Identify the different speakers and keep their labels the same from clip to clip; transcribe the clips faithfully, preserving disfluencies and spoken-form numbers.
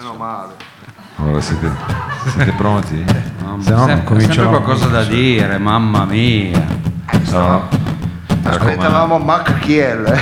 Speaker 1: Meno male.
Speaker 2: Allora siete, siete pronti?
Speaker 3: Mamma,
Speaker 2: Se no,
Speaker 3: sempre,
Speaker 2: non cominciamo.
Speaker 3: sempre qualcosa da dire, mamma mia.
Speaker 2: No.
Speaker 1: Aspettavamo Mac Chiel.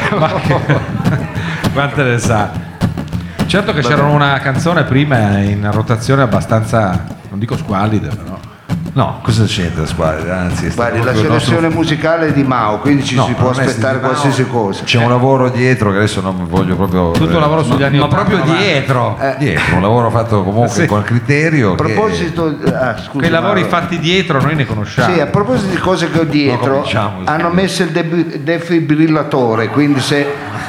Speaker 4: Quante ne sa? Certo che c'era una canzone prima in rotazione abbastanza, non dico squallida, però.
Speaker 2: No, cosa c'entra squadra? Anzi,
Speaker 1: Guardi, la selezione musicale è di Mao, quindi ci
Speaker 2: No,
Speaker 1: si può
Speaker 2: non è
Speaker 1: aspettare
Speaker 2: di Mao.
Speaker 1: qualsiasi cosa.
Speaker 2: C'è un lavoro dietro che adesso non voglio proprio.
Speaker 4: Tutto
Speaker 2: eh,
Speaker 4: lavoro sugli anni
Speaker 3: Ma
Speaker 4: ottanta,
Speaker 3: proprio
Speaker 4: avanti.
Speaker 3: dietro.
Speaker 1: Eh,
Speaker 2: dietro, un lavoro fatto comunque
Speaker 4: Sì.
Speaker 2: con criterio.
Speaker 1: a proposito, ah, scusi,
Speaker 4: Quei lavori
Speaker 1: Mauro.
Speaker 4: fatti dietro noi ne conosciamo.
Speaker 1: Sì, a proposito di cose che ho
Speaker 2: No,
Speaker 1: dietro,
Speaker 2: cominciamo, sì.
Speaker 1: hanno messo il deb- defibrillatore, quindi se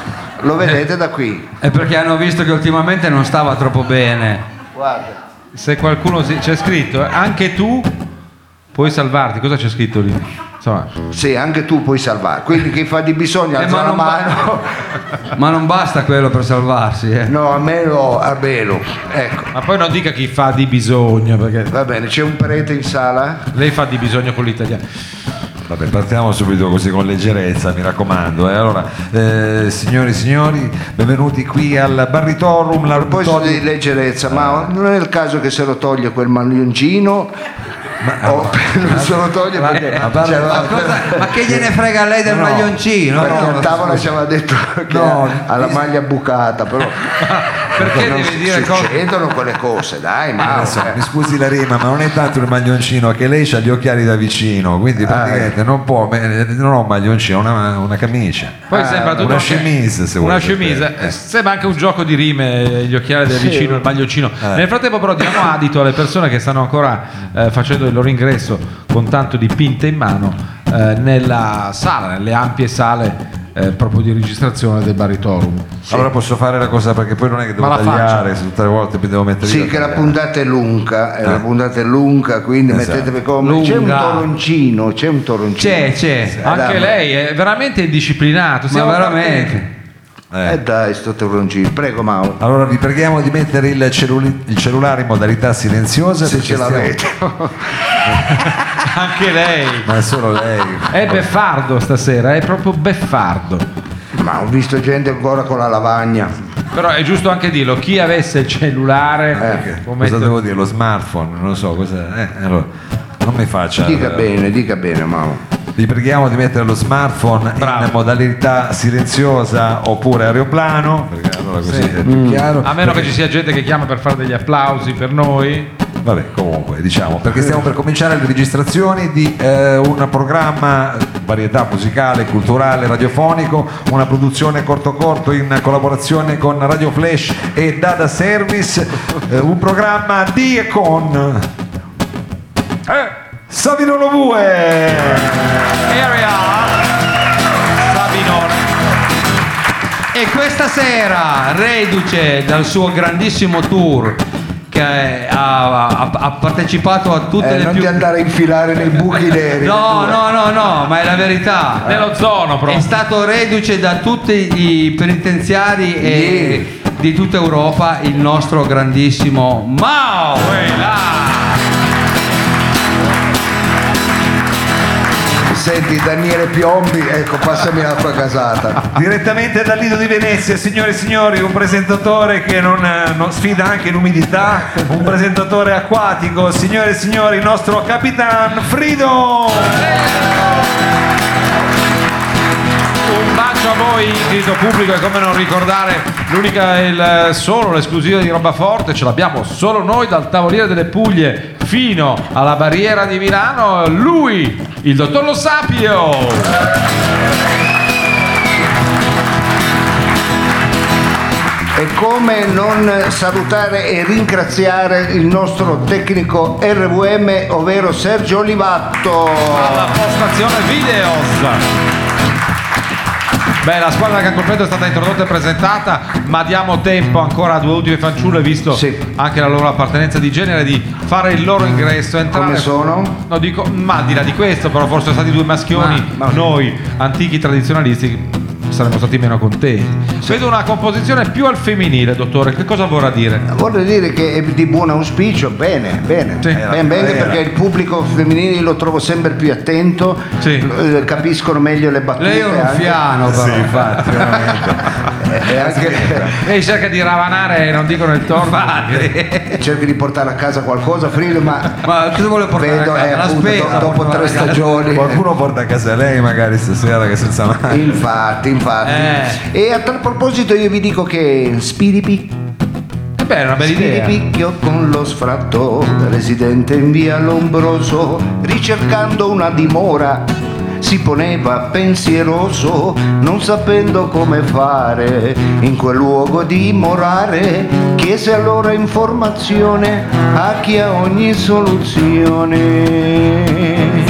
Speaker 1: lo vedete da qui.
Speaker 3: È perché hanno visto che ultimamente non stava troppo bene.
Speaker 1: Guarda.
Speaker 4: Se qualcuno si- c'è scritto, eh, anche tu puoi salvarti. Cosa c'è scritto lì? Insomma,
Speaker 1: Sì, anche tu puoi salvare. Quindi chi fa di bisogno
Speaker 3: Eh,
Speaker 1: alza
Speaker 3: ma
Speaker 1: la
Speaker 3: non
Speaker 1: mano.
Speaker 3: Ma non basta quello per salvarsi, eh.
Speaker 1: No, a me lo a velo. Ecco,
Speaker 4: ma poi non dica chi fa di bisogno, perché
Speaker 1: va bene, c'è un prete in sala?
Speaker 4: lei fa di bisogno con l'italiano.
Speaker 2: Vabbè, partiamo subito così con leggerezza, mi raccomando. Eh. Allora, eh, signori e signori, benvenuti qui al Barritorum.
Speaker 1: A proposito di leggerezza, ma non è il caso che se lo toglie quel maglioncino? O non se lo toglie perché
Speaker 2: ma parla-
Speaker 1: c'era-
Speaker 3: Ma, cosa- ma che gliene frega a lei del
Speaker 2: No,
Speaker 3: maglioncino?
Speaker 1: perché
Speaker 3: No,
Speaker 1: a tavola ci aveva detto che
Speaker 2: No,
Speaker 1: ha la maglia bucata, però
Speaker 4: Perché
Speaker 1: non
Speaker 4: devi dire cose?
Speaker 1: succedono quelle cose, dai, ma
Speaker 2: Adesso, mi scusi la rima, ma non è tanto il maglioncino, che lei ha gli occhiali da vicino, quindi praticamente non può, non ho un maglioncino, una, una camicia.
Speaker 4: Poi sembra tutto
Speaker 2: una
Speaker 4: che-
Speaker 2: chemise, se
Speaker 4: una
Speaker 2: volete.
Speaker 4: chemise,
Speaker 2: Eh.
Speaker 4: eh, sembra anche un gioco di rime, gli occhiali del
Speaker 1: Sì.
Speaker 4: vicino, il maglioncino.
Speaker 2: Eh.
Speaker 4: Nel frattempo però diamo adito alle persone che stanno ancora eh, facendo il loro ingresso con tanto di pinte in mano eh, nella sala, nelle ampie sale eh, proprio di registrazione del Barritorum.
Speaker 2: Allora posso fare la cosa, perché poi non è che devo
Speaker 4: Ma la
Speaker 2: tagliare,
Speaker 4: faccia.
Speaker 2: se tutte le volte mi devo mettere
Speaker 1: sì,
Speaker 2: io a
Speaker 1: che la
Speaker 2: tagliare.
Speaker 1: puntata è lunga, eh, la
Speaker 2: Eh.
Speaker 1: puntata è lunga, quindi
Speaker 2: Esatto.
Speaker 1: mettetevi come c'è un
Speaker 3: Lunga.
Speaker 1: toroncino, c'è un toroncino.
Speaker 3: C'è, c'è.
Speaker 4: Anche
Speaker 1: dai,
Speaker 4: lei è veramente indisciplinato.
Speaker 3: Ma
Speaker 4: siamo
Speaker 3: veramente.
Speaker 4: partiti.
Speaker 2: Eh.
Speaker 1: Eh dai, sto toroncino, prego Mauro.
Speaker 2: Allora vi preghiamo di mettere il, celluli- il cellulare in modalità silenziosa,
Speaker 1: Se
Speaker 2: perché
Speaker 1: ce
Speaker 2: stiamo-
Speaker 1: l'avete.
Speaker 4: Anche lei.
Speaker 2: ma è solo lei.
Speaker 4: È beffardo stasera, è proprio beffardo.
Speaker 1: Ma ho visto gente ancora con la lavagna.
Speaker 4: Però è giusto anche dirlo, chi avesse il cellulare
Speaker 1: Eh,
Speaker 4: può
Speaker 2: Cosa
Speaker 4: mettere-
Speaker 2: devo dire? Lo smartphone, non lo so cosa. Eh, allora, non mi faccia.
Speaker 1: Dica
Speaker 2: eh,
Speaker 1: bene, dica bene Mauro.
Speaker 2: Vi preghiamo di mettere lo smartphone
Speaker 4: Bravo.
Speaker 2: in modalità silenziosa oppure aeroplano, perché allora così
Speaker 4: Sì.
Speaker 2: è più chiaro.
Speaker 4: A meno che ci sia gente che chiama per fare degli applausi per noi.
Speaker 2: Vabbè, comunque, diciamo, perché stiamo per cominciare le registrazioni di eh, un programma, varietà musicale, culturale, radiofonico, una produzione corto corto in collaborazione con Radio Flash e Dada Service, eh, un programma di e con
Speaker 4: Eh,
Speaker 2: Savino Lovue.
Speaker 4: area Sabinone.
Speaker 3: E questa sera, reduce dal suo grandissimo tour, che ha, ha- ha partecipato a tutte
Speaker 1: Eh,
Speaker 3: le
Speaker 1: non
Speaker 3: più...
Speaker 1: ti andare a infilare nei buchi neri.
Speaker 3: No, no, no, no, ma è la verità.
Speaker 4: Nello zono
Speaker 3: È
Speaker 4: proprio.
Speaker 3: stato reduce da tutti i penitenziari e di tutta Europa il nostro grandissimo Mao.
Speaker 1: Senti Daniele Piombi, ecco, passami la tua casata.
Speaker 2: Direttamente dal Lido di Venezia, signore e signori, un presentatore che non, eh, non sfida anche l'umidità, un presentatore acquatico, signore e signori, il nostro Capitan Frido.
Speaker 4: Un bacio a voi, querido pubblico, e come non ricordare l'unica, il solo, l'esclusiva di Roba Forte, ce l'abbiamo solo noi dal Tavoliere delle Puglie fino alla Barriera di Milano, lui, il dottor Lo Sapio.
Speaker 1: E come non salutare e ringraziare il nostro tecnico R V M, ovvero Sergio Olivatto.
Speaker 4: Alla postazione Videos. Beh, la squadra del Campetto è stata introdotta e presentata, ma diamo tempo ancora a due ultime fanciulle, visto
Speaker 1: Sì.
Speaker 4: anche la loro appartenenza di genere, di fare il loro ingresso, entrare.
Speaker 1: Come sono?
Speaker 4: No, dico, ma al di là di questo, però forse sono stati due maschioni,
Speaker 1: Ma- ma-
Speaker 4: noi, antichi tradizionalisti, saremmo stati meno contenti. Vedo una composizione più al femminile, dottore, che cosa vorrà dire?
Speaker 1: Vorrei dire che è di buon auspicio, bene, bene,
Speaker 4: Sì.
Speaker 1: ben bene,
Speaker 2: Era.
Speaker 1: perché il pubblico femminile lo trovo sempre più attento,
Speaker 4: Sì.
Speaker 1: eh, capiscono meglio le battute.
Speaker 3: Lei è un
Speaker 1: anche.
Speaker 3: fiano, però.
Speaker 2: Sì, infatti, veramente.
Speaker 1: E- e anche
Speaker 4: Lei cerca di ravanare e non dicono il torno.
Speaker 1: cerchi di portare a casa qualcosa, Frido, ma
Speaker 3: Ma cosa vuole portare
Speaker 1: vedo
Speaker 3: a
Speaker 1: eh,
Speaker 3: casa? La
Speaker 1: appunto,
Speaker 3: spesa,
Speaker 1: do- dopo
Speaker 3: portare
Speaker 1: tre
Speaker 3: a casa.
Speaker 1: stagioni.
Speaker 2: Qualcuno porta a casa lei magari stasera che senza mai.
Speaker 1: Infatti, infatti.
Speaker 3: Eh.
Speaker 1: E a tal proposito io vi dico che Spiripi
Speaker 4: E beh, è una bella idea.
Speaker 1: Spiripicchio con lo sfratto, residente in via Lombroso, ricercando una dimora, si poneva pensieroso, non sapendo come fare in quel luogo dimorare, chiese allora informazione a chi ha ogni soluzione.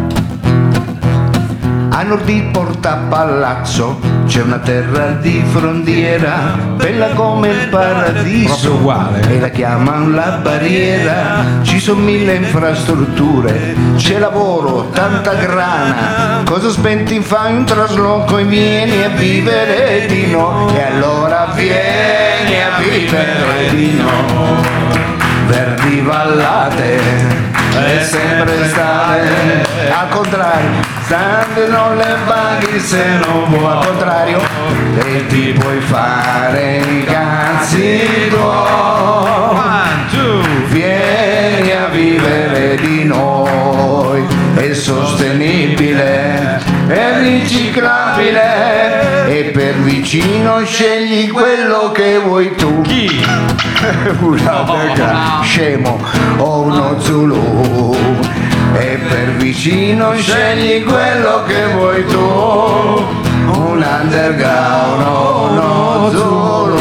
Speaker 1: A nord di Porta Palazzo c'è una terra di frontiera, bella come il paradiso,
Speaker 4: Proprio uguale.
Speaker 1: e la chiamano la barriera. Ci sono mille infrastrutture, c'è lavoro, tanta grana. Cosa aspetti? Fai un trasloco e vieni a vivere di no. E allora vieni a vivere di no. Verdi vallate e sempre stare al contrario, stando non le paghi se non vuoi, al contrario, e ti puoi fare i cazzi tuoi.
Speaker 4: One, two.
Speaker 1: Vieni a vivere di noi, è sostenibile, è riciclabile, e per vicino scegli quello che vuoi tu.
Speaker 4: Chi?
Speaker 1: Una verga, scemo o uno Zulu, e per vicino scegli quello che vuoi tu, un underground o uno Zulu,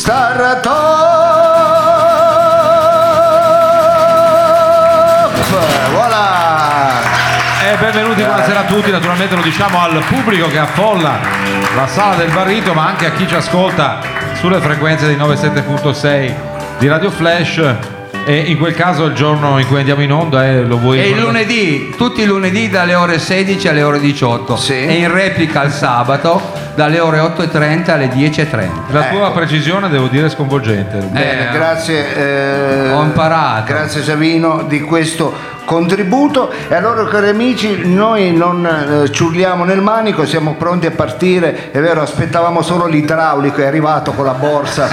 Speaker 1: Starratop, voilà.
Speaker 4: E benvenuti, buonasera a tutti, naturalmente lo diciamo al pubblico che affolla la sala del Barrito, ma anche a chi ci ascolta sulle frequenze dei novantasette virgola sei di Radio Flash. E in quel caso il giorno in cui andiamo in onda è lo vuoi
Speaker 3: E il lunedì, tutti i lunedì dalle ore sedici alle ore diciotto,
Speaker 1: Sì.
Speaker 3: e in replica il sabato dalle ore otto e trenta alle dieci e trenta.
Speaker 4: La tua
Speaker 1: Ecco.
Speaker 4: precisione devo dire è sconvolgente.
Speaker 1: Bene,
Speaker 3: Eh,
Speaker 1: grazie. eh,
Speaker 3: ho imparato.
Speaker 1: Grazie Savino di questo contributo. E allora, cari amici, noi non eh, ci urliamo nel manico, siamo pronti a partire. È vero, aspettavamo solo l'idraulico, è arrivato con la borsa,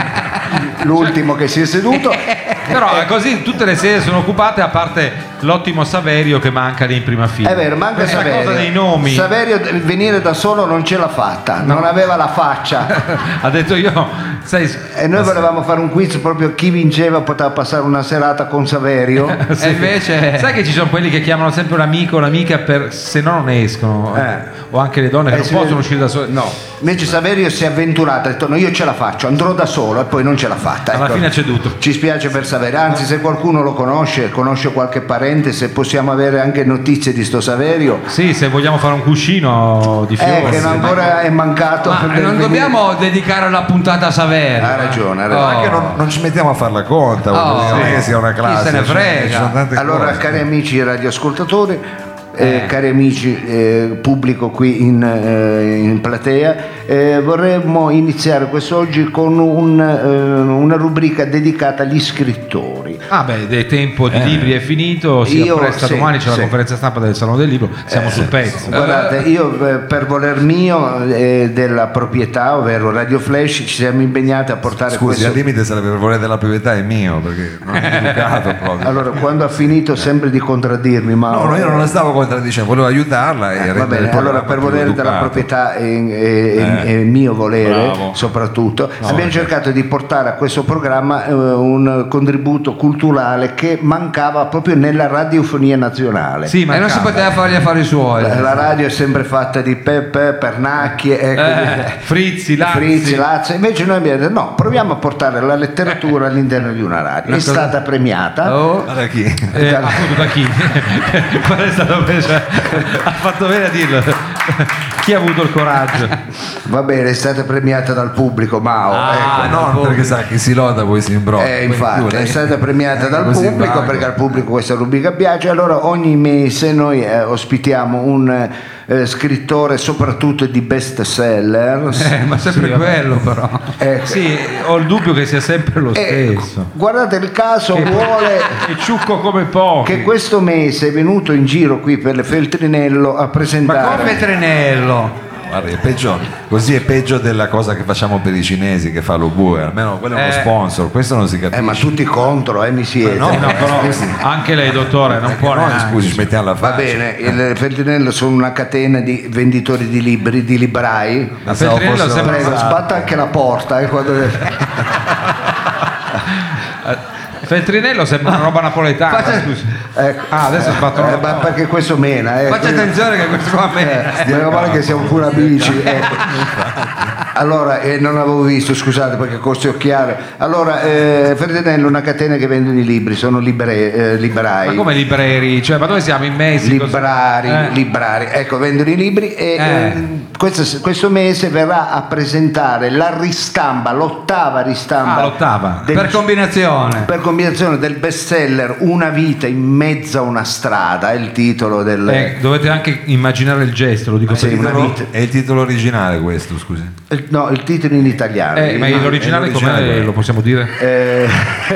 Speaker 1: l'ultimo che si è seduto.
Speaker 4: Però è così, tutte le sede sono occupate, a parte l'ottimo Saverio che manca lì in prima fila.
Speaker 1: È vero, manca
Speaker 4: Questa
Speaker 1: Saverio.
Speaker 4: cosa dei nomi.
Speaker 1: Saverio d- venire da solo non ce l'ha fatta, non aveva la faccia.
Speaker 4: Ha detto io, sai,
Speaker 1: E noi volevamo fare un quiz proprio chi vinceva poteva passare una serata con Saverio.
Speaker 3: E invece
Speaker 4: sai che ci sono quelli che chiamano sempre un amico o un'amica per se no non escono,
Speaker 1: Eh.
Speaker 4: o anche le donne che
Speaker 1: Eh,
Speaker 4: non
Speaker 1: sì,
Speaker 4: possono uscire da sole.
Speaker 1: No, invece Saverio si è avventurato, ha detto no, io ce la faccio, andrò da solo, e poi non ce l'ha fatta.
Speaker 4: Alla
Speaker 1: ecco.
Speaker 4: fine ha ceduto.
Speaker 1: Ci spiace per Saverio, anzi se qualcuno lo conosce, conosce qualche parente, se possiamo avere anche notizie di sto Saverio.
Speaker 4: Sì, se vogliamo fare un cuscino di
Speaker 1: Eh,
Speaker 4: fiori.
Speaker 1: che non ancora è mancato.
Speaker 3: ma
Speaker 1: per
Speaker 3: non
Speaker 1: venire.
Speaker 3: dobbiamo dedicare la puntata a Saverio.
Speaker 1: Ha ragione, ha
Speaker 3: Oh.
Speaker 1: ragione.
Speaker 2: Anche non, non ci mettiamo a fare la conta, voglio
Speaker 3: Oh,
Speaker 2: dire, non è che sia una
Speaker 3: chi
Speaker 2: classe.
Speaker 3: se ne
Speaker 2: cioè,
Speaker 3: frega.
Speaker 2: ci sono tante
Speaker 1: Allora,
Speaker 2: cose.
Speaker 1: cari amici radioascoltatori, eh,
Speaker 3: Eh.
Speaker 1: cari amici eh, pubblico qui in, eh, in platea, eh, vorremmo iniziare quest'oggi con un, eh, una rubrica dedicata agli scrittori.
Speaker 4: Ah beh, del tempo di libri è finito, si
Speaker 1: Io-
Speaker 4: appresta,
Speaker 1: sì,
Speaker 4: domani c'è
Speaker 1: sì.
Speaker 4: la conferenza stampa del Salone del Libro, siamo sul pezzo.
Speaker 1: Guardate, io eh, per voler mio eh, della proprietà, ovvero Radio Flash, ci siamo impegnati a portare
Speaker 2: Scusi,
Speaker 1: questo.
Speaker 2: al limite sarebbe per volere della proprietà è mio, perché non è educato proprio.
Speaker 1: Allora, quando ha finito sempre di contraddirmi, ma
Speaker 2: no, no, io non la stavo contraddicendo, volevo aiutarla e
Speaker 1: Eh, va
Speaker 2: rendere
Speaker 1: bene,
Speaker 2: il programma
Speaker 1: allora per
Speaker 2: più
Speaker 1: volere della
Speaker 2: educato.
Speaker 1: proprietà è, è- è-
Speaker 2: Eh.
Speaker 1: è mio volere
Speaker 2: Bravo.
Speaker 1: soprattutto,
Speaker 2: No,
Speaker 1: abbiamo
Speaker 2: eh.
Speaker 1: cercato di portare a questo programma eh, un contributo culturale che mancava proprio nella radiofonia nazionale.
Speaker 4: Sì,
Speaker 3: E non si
Speaker 4: mancava.
Speaker 3: poteva fare gli affari suoi.
Speaker 1: La, la radio è sempre fatta di pepe, pernacchie, ecco,
Speaker 4: Eh, Frizzi, Lazzi.
Speaker 1: Frizzi, Lazzi. Invece noi abbiamo detto no, proviamo a portare la letteratura all'interno di una radio. È stata premiata.
Speaker 3: Oh.
Speaker 2: Guarda chi?
Speaker 4: Eh, appunto da chi? Qual è stato cioè, ha fatto bene a dirlo. Chi ha avuto il coraggio?
Speaker 1: Va bene, è stata premiata dal pubblico, Mao.
Speaker 2: Ah,
Speaker 1: ecco.
Speaker 2: no, perché sa chi si loda poi si imbroglia.
Speaker 1: Eh, infatti, è stata premiata dal
Speaker 2: Così
Speaker 1: pubblico
Speaker 2: vago.
Speaker 1: perché al pubblico questa rubrica piace. Allora ogni mese noi eh, ospitiamo un eh, scrittore soprattutto di best seller.
Speaker 3: Eh, ma sempre
Speaker 4: Sì,
Speaker 3: quello però.
Speaker 1: Eh,
Speaker 4: Sì, ho il dubbio che sia sempre lo
Speaker 1: eh,
Speaker 4: stesso.
Speaker 1: guardate, il caso
Speaker 4: Che-
Speaker 1: vuole
Speaker 4: È ciucco come pochi.
Speaker 1: che questo mese è venuto in giro qui per le Feltrinello a
Speaker 3: Ma
Speaker 1: presentare.
Speaker 3: come Trenello?
Speaker 2: Guarda, è peggio, così è peggio della cosa che facciamo per i cinesi che fa lo bue, almeno quello è uno
Speaker 3: Eh.
Speaker 2: sponsor, questo non si capisce.
Speaker 1: Eh, ma tutti contro, eh, mi siete.
Speaker 2: no,
Speaker 4: Eh, no, però anche lei, dottore, non può
Speaker 2: No,
Speaker 4: neanche.
Speaker 2: scusi, ci mettiamo la
Speaker 1: Va
Speaker 2: faccia.
Speaker 1: bene, il Feltrinello sono una catena di venditori di libri, di librai.
Speaker 4: La
Speaker 2: Pensavo
Speaker 4: Feltrinello
Speaker 2: fosse-
Speaker 4: sembra
Speaker 1: Prego,
Speaker 4: una-
Speaker 1: sbatta anche la porta. Eh, quando...
Speaker 4: Feltrinello sembra una roba napoletana.
Speaker 3: Faccia-
Speaker 4: scusi.
Speaker 1: Ecco.
Speaker 4: Ah, adesso sbatto
Speaker 1: Eh,
Speaker 4: la
Speaker 1: ma perché questo mena. Eh,
Speaker 3: Faccia
Speaker 1: quindi-
Speaker 3: attenzione che questo qua a me.
Speaker 1: Eh, meno male che siamo pure amici. ecco. Allora, eh, non avevo visto, scusate perché costi occhiale. Allora, eh, Feltrinello è una catena che vende i libri, sono libre, eh, librai.
Speaker 4: Ma come libreri? Cioè, ma dove siamo? In Messico?
Speaker 1: Librari,
Speaker 4: Eh.
Speaker 1: librari, ecco, vendono i libri e
Speaker 3: Eh.
Speaker 1: eh, questo, questo mese verrà a presentare la ristampa, l'ottava ristampa
Speaker 4: Ah, l'ottava.
Speaker 1: del-
Speaker 3: Per combinazione.
Speaker 1: per combinazione del bestseller Una vita in mezzo a una strada, è il titolo del...
Speaker 4: Eh, dovete anche immaginare il gesto, lo dico
Speaker 1: Sì,
Speaker 4: per
Speaker 1: una
Speaker 2: Titolo-
Speaker 1: vita.
Speaker 2: è il titolo originale questo, scusi.
Speaker 1: eh, No, il titolo in italiano.
Speaker 4: Eh, ma
Speaker 1: No,
Speaker 4: l'originale
Speaker 2: è
Speaker 4: com'è?
Speaker 2: l'originale.
Speaker 4: Lo possiamo dire?
Speaker 1: eh,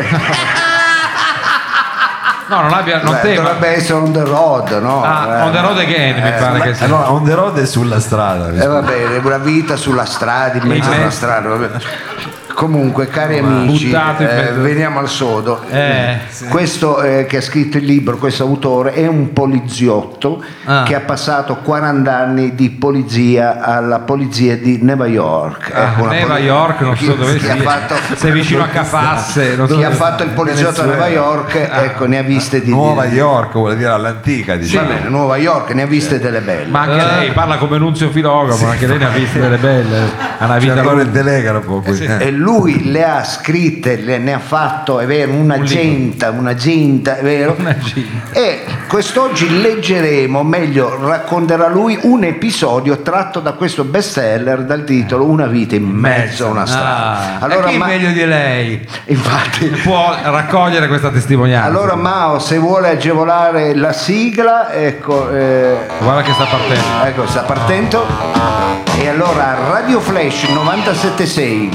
Speaker 4: No, non abbia, non
Speaker 1: beh,
Speaker 4: tema.
Speaker 1: dovrebbe essere On the Road, no?
Speaker 4: Ah,
Speaker 1: Eh,
Speaker 4: On the Road Again, mi
Speaker 1: eh,
Speaker 4: pare che sia.
Speaker 2: Allora, on the road è sulla strada.
Speaker 1: Eh, va bene, una vita sulla strada, in mezzo
Speaker 4: In
Speaker 1: a una
Speaker 4: mezzo.
Speaker 1: strada. vabbè. Comunque, cari amici,
Speaker 4: buttato in
Speaker 1: eh,
Speaker 4: mezzo.
Speaker 1: veniamo al sodo.
Speaker 4: Eh,
Speaker 1: Questo eh, che ha scritto il libro, questo autore, è un poliziotto
Speaker 3: Ah.
Speaker 1: che ha passato quaranta anni di polizia alla polizia di New York.
Speaker 4: ah,
Speaker 1: Ecco, una
Speaker 4: New
Speaker 1: poli-
Speaker 4: York, non so
Speaker 1: chi-
Speaker 4: dove
Speaker 1: chi
Speaker 4: sia.
Speaker 1: ha fatto-
Speaker 4: Sei vicino a Cafasse. Non so
Speaker 1: Chi ha
Speaker 4: dove-
Speaker 1: fatto il poliziotto a New York, ecco, ne ha viste di
Speaker 2: Nuova
Speaker 1: di-
Speaker 2: York vuol dire all'antica,
Speaker 1: Va
Speaker 2: diciamo.
Speaker 1: bene, Nuova York, ne ha viste delle belle.
Speaker 4: Ma anche lei parla come Nunzio Filogamo, anche lei ne ha viste delle belle. Ha una
Speaker 2: C'è
Speaker 4: vita
Speaker 2: ancora
Speaker 4: lunga.
Speaker 2: il delegano un po' qui. Eh.
Speaker 1: E lui le ha scritte, le- ne ha fatto, è vero, una genta, una genta, è vero?
Speaker 4: Una genta.
Speaker 1: E quest'oggi leggeremo, meglio racconterà lui un episodio tratto da questo bestseller dal titolo Una vita in mezzo a una strada.
Speaker 3: Ah,
Speaker 1: allora,
Speaker 3: e chi
Speaker 1: Ma-
Speaker 3: meglio di lei?
Speaker 1: infatti,
Speaker 4: Può raccogliere questa testimonianza.
Speaker 1: allora Mao, se vuole agevolare la sigla, ecco, eh,
Speaker 4: Guarda che sta partendo.
Speaker 1: ecco, sta partendo. E allora Radio Flash novantasette sei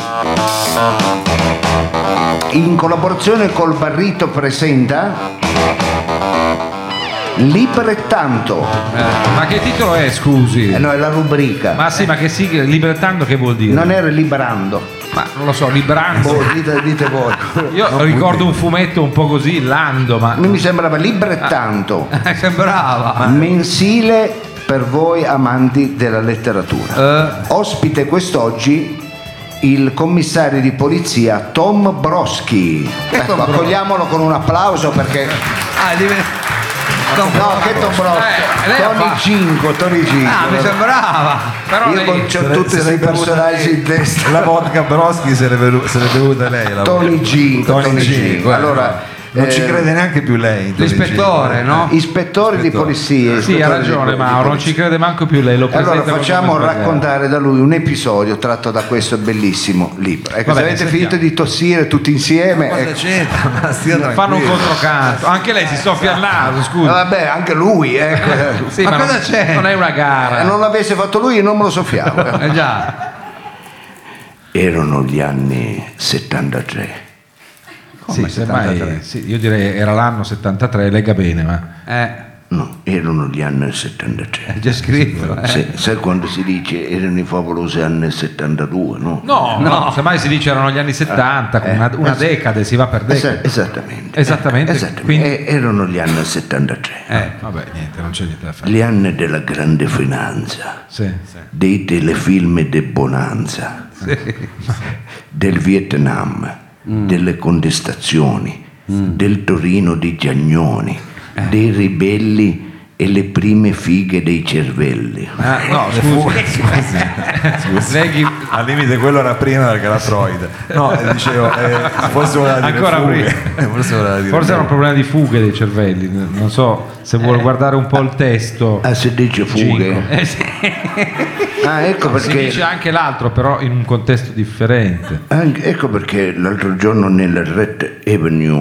Speaker 1: in collaborazione col Barrito presenta Librettanto.
Speaker 4: Eh, ma che titolo è, scusi?
Speaker 1: Eh no, è la rubrica.
Speaker 4: Ma sì, ma che sigla? Librettando che vuol dire?
Speaker 1: Non era librando.
Speaker 4: Ma non lo so, librando.
Speaker 1: Boh, dite, dite voi.
Speaker 4: Io ricordo un fumetto un po' così, Lando, ma
Speaker 1: A me mi sembrava Librettanto,
Speaker 3: Eh, sembrava.
Speaker 1: mensile per voi amanti della letteratura.
Speaker 3: Eh,
Speaker 1: Ospite quest'oggi il commissario di polizia Tom Broski. Ecco, accogliamolo con un applauso perché...
Speaker 3: ah, div- Tom
Speaker 1: No,
Speaker 3: Broski.
Speaker 1: che Tom Broski?
Speaker 4: Eh, lei ha
Speaker 1: Tony
Speaker 4: fatto-
Speaker 1: Cinco, Tony Cinco.
Speaker 3: Ah, mi sembrava.
Speaker 4: però
Speaker 1: Io
Speaker 4: lei-
Speaker 1: con- c'ho
Speaker 2: Se l'è-
Speaker 1: tutti
Speaker 2: se l'è
Speaker 1: questi
Speaker 2: bevuta
Speaker 1: personaggi
Speaker 2: lei.
Speaker 1: in testa.
Speaker 2: La vodka Broschi se l'è, velu- se l'è bevuta lei. La
Speaker 1: Tony
Speaker 2: vodka.
Speaker 1: Cinco,
Speaker 2: Tony
Speaker 1: Tony
Speaker 2: Cinco,
Speaker 1: Cinco.
Speaker 2: eh,
Speaker 1: Allora,
Speaker 2: non ci
Speaker 1: eh,
Speaker 2: crede neanche più lei. in Tony
Speaker 3: L'ispettore,
Speaker 2: Cinco.
Speaker 3: no?
Speaker 1: Ispettore di
Speaker 2: Ispettore.
Speaker 1: polizia.
Speaker 4: Sì, ha
Speaker 1: ispettore di-
Speaker 4: ragione
Speaker 1: di
Speaker 4: Mauro, non
Speaker 1: polizia.
Speaker 4: ci crede manco più lei. Lo
Speaker 1: Allora
Speaker 4: presenta come
Speaker 1: facciamo
Speaker 4: sbagliato.
Speaker 1: raccontare da lui un episodio tratto da questo bellissimo libro. Ecco,
Speaker 4: Vabbè,
Speaker 1: se avete
Speaker 4: sentiamo.
Speaker 1: finito di tossire tutti insieme,
Speaker 2: Cosa
Speaker 1: ecco.
Speaker 2: c'entra? Ma stia
Speaker 4: Fanno un
Speaker 2: tranquillo.
Speaker 4: controcanto. Anche lei si soffia il naso,
Speaker 1: Eh,
Speaker 4: scusa.
Speaker 1: vabbè, anche lui, ecco.
Speaker 4: Sì,
Speaker 3: Ma
Speaker 4: ma,
Speaker 3: cosa
Speaker 4: non,
Speaker 3: c'è?
Speaker 4: non è una gara.
Speaker 1: Se non l'avesse fatto lui, io non me lo soffiavo.
Speaker 3: Eh già.
Speaker 1: Erano gli anni settantatré.
Speaker 4: Sì,
Speaker 3: Come
Speaker 4: semmai-
Speaker 3: settantatré?
Speaker 4: sì, io direi era l'anno settantatré, legga bene, ma
Speaker 3: Eh,
Speaker 1: No, erano gli anni settantatré.
Speaker 3: è già scritto. eh.
Speaker 1: Se- sai quando si dice erano i favolosi anni settantadue, no?
Speaker 4: no, no, semmai si dice erano gli anni settanta, con una, una
Speaker 1: eh, sì.
Speaker 4: decade, si va per
Speaker 1: Esa-
Speaker 4: decade.
Speaker 1: esattamente.
Speaker 4: Esattamente,
Speaker 1: Esattamente.
Speaker 4: quindi-
Speaker 1: E- erano gli anni settantatré.
Speaker 4: Eh, vabbè, niente, non c'è niente da fare.
Speaker 1: Gli anni della grande finanza,
Speaker 4: Sì, sì.
Speaker 1: dei telefilm de bonanza, del Vietnam, delle contestazioni, del Torino di Giagnoni, dei ribelli e le prime fighe dei cervelli.
Speaker 4: Ah, no, scusi. Leghi
Speaker 2: Al limite quello era prima perché era Freud. No, eh, dicevo, eh, forse voleva dire
Speaker 4: Ancora
Speaker 2: fughe. forse voleva dire
Speaker 4: Forse era un
Speaker 2: fughe.
Speaker 4: problema di fughe dei cervelli, non so se vuole guardare un po' il testo.
Speaker 1: Ah, si dice fughe?
Speaker 4: Eh, sì.
Speaker 1: Ah, ecco
Speaker 4: Si
Speaker 1: perché,
Speaker 4: dice anche l'altro, però in un contesto differente.
Speaker 1: anche- ecco perché l'altro giorno nella Red Avenue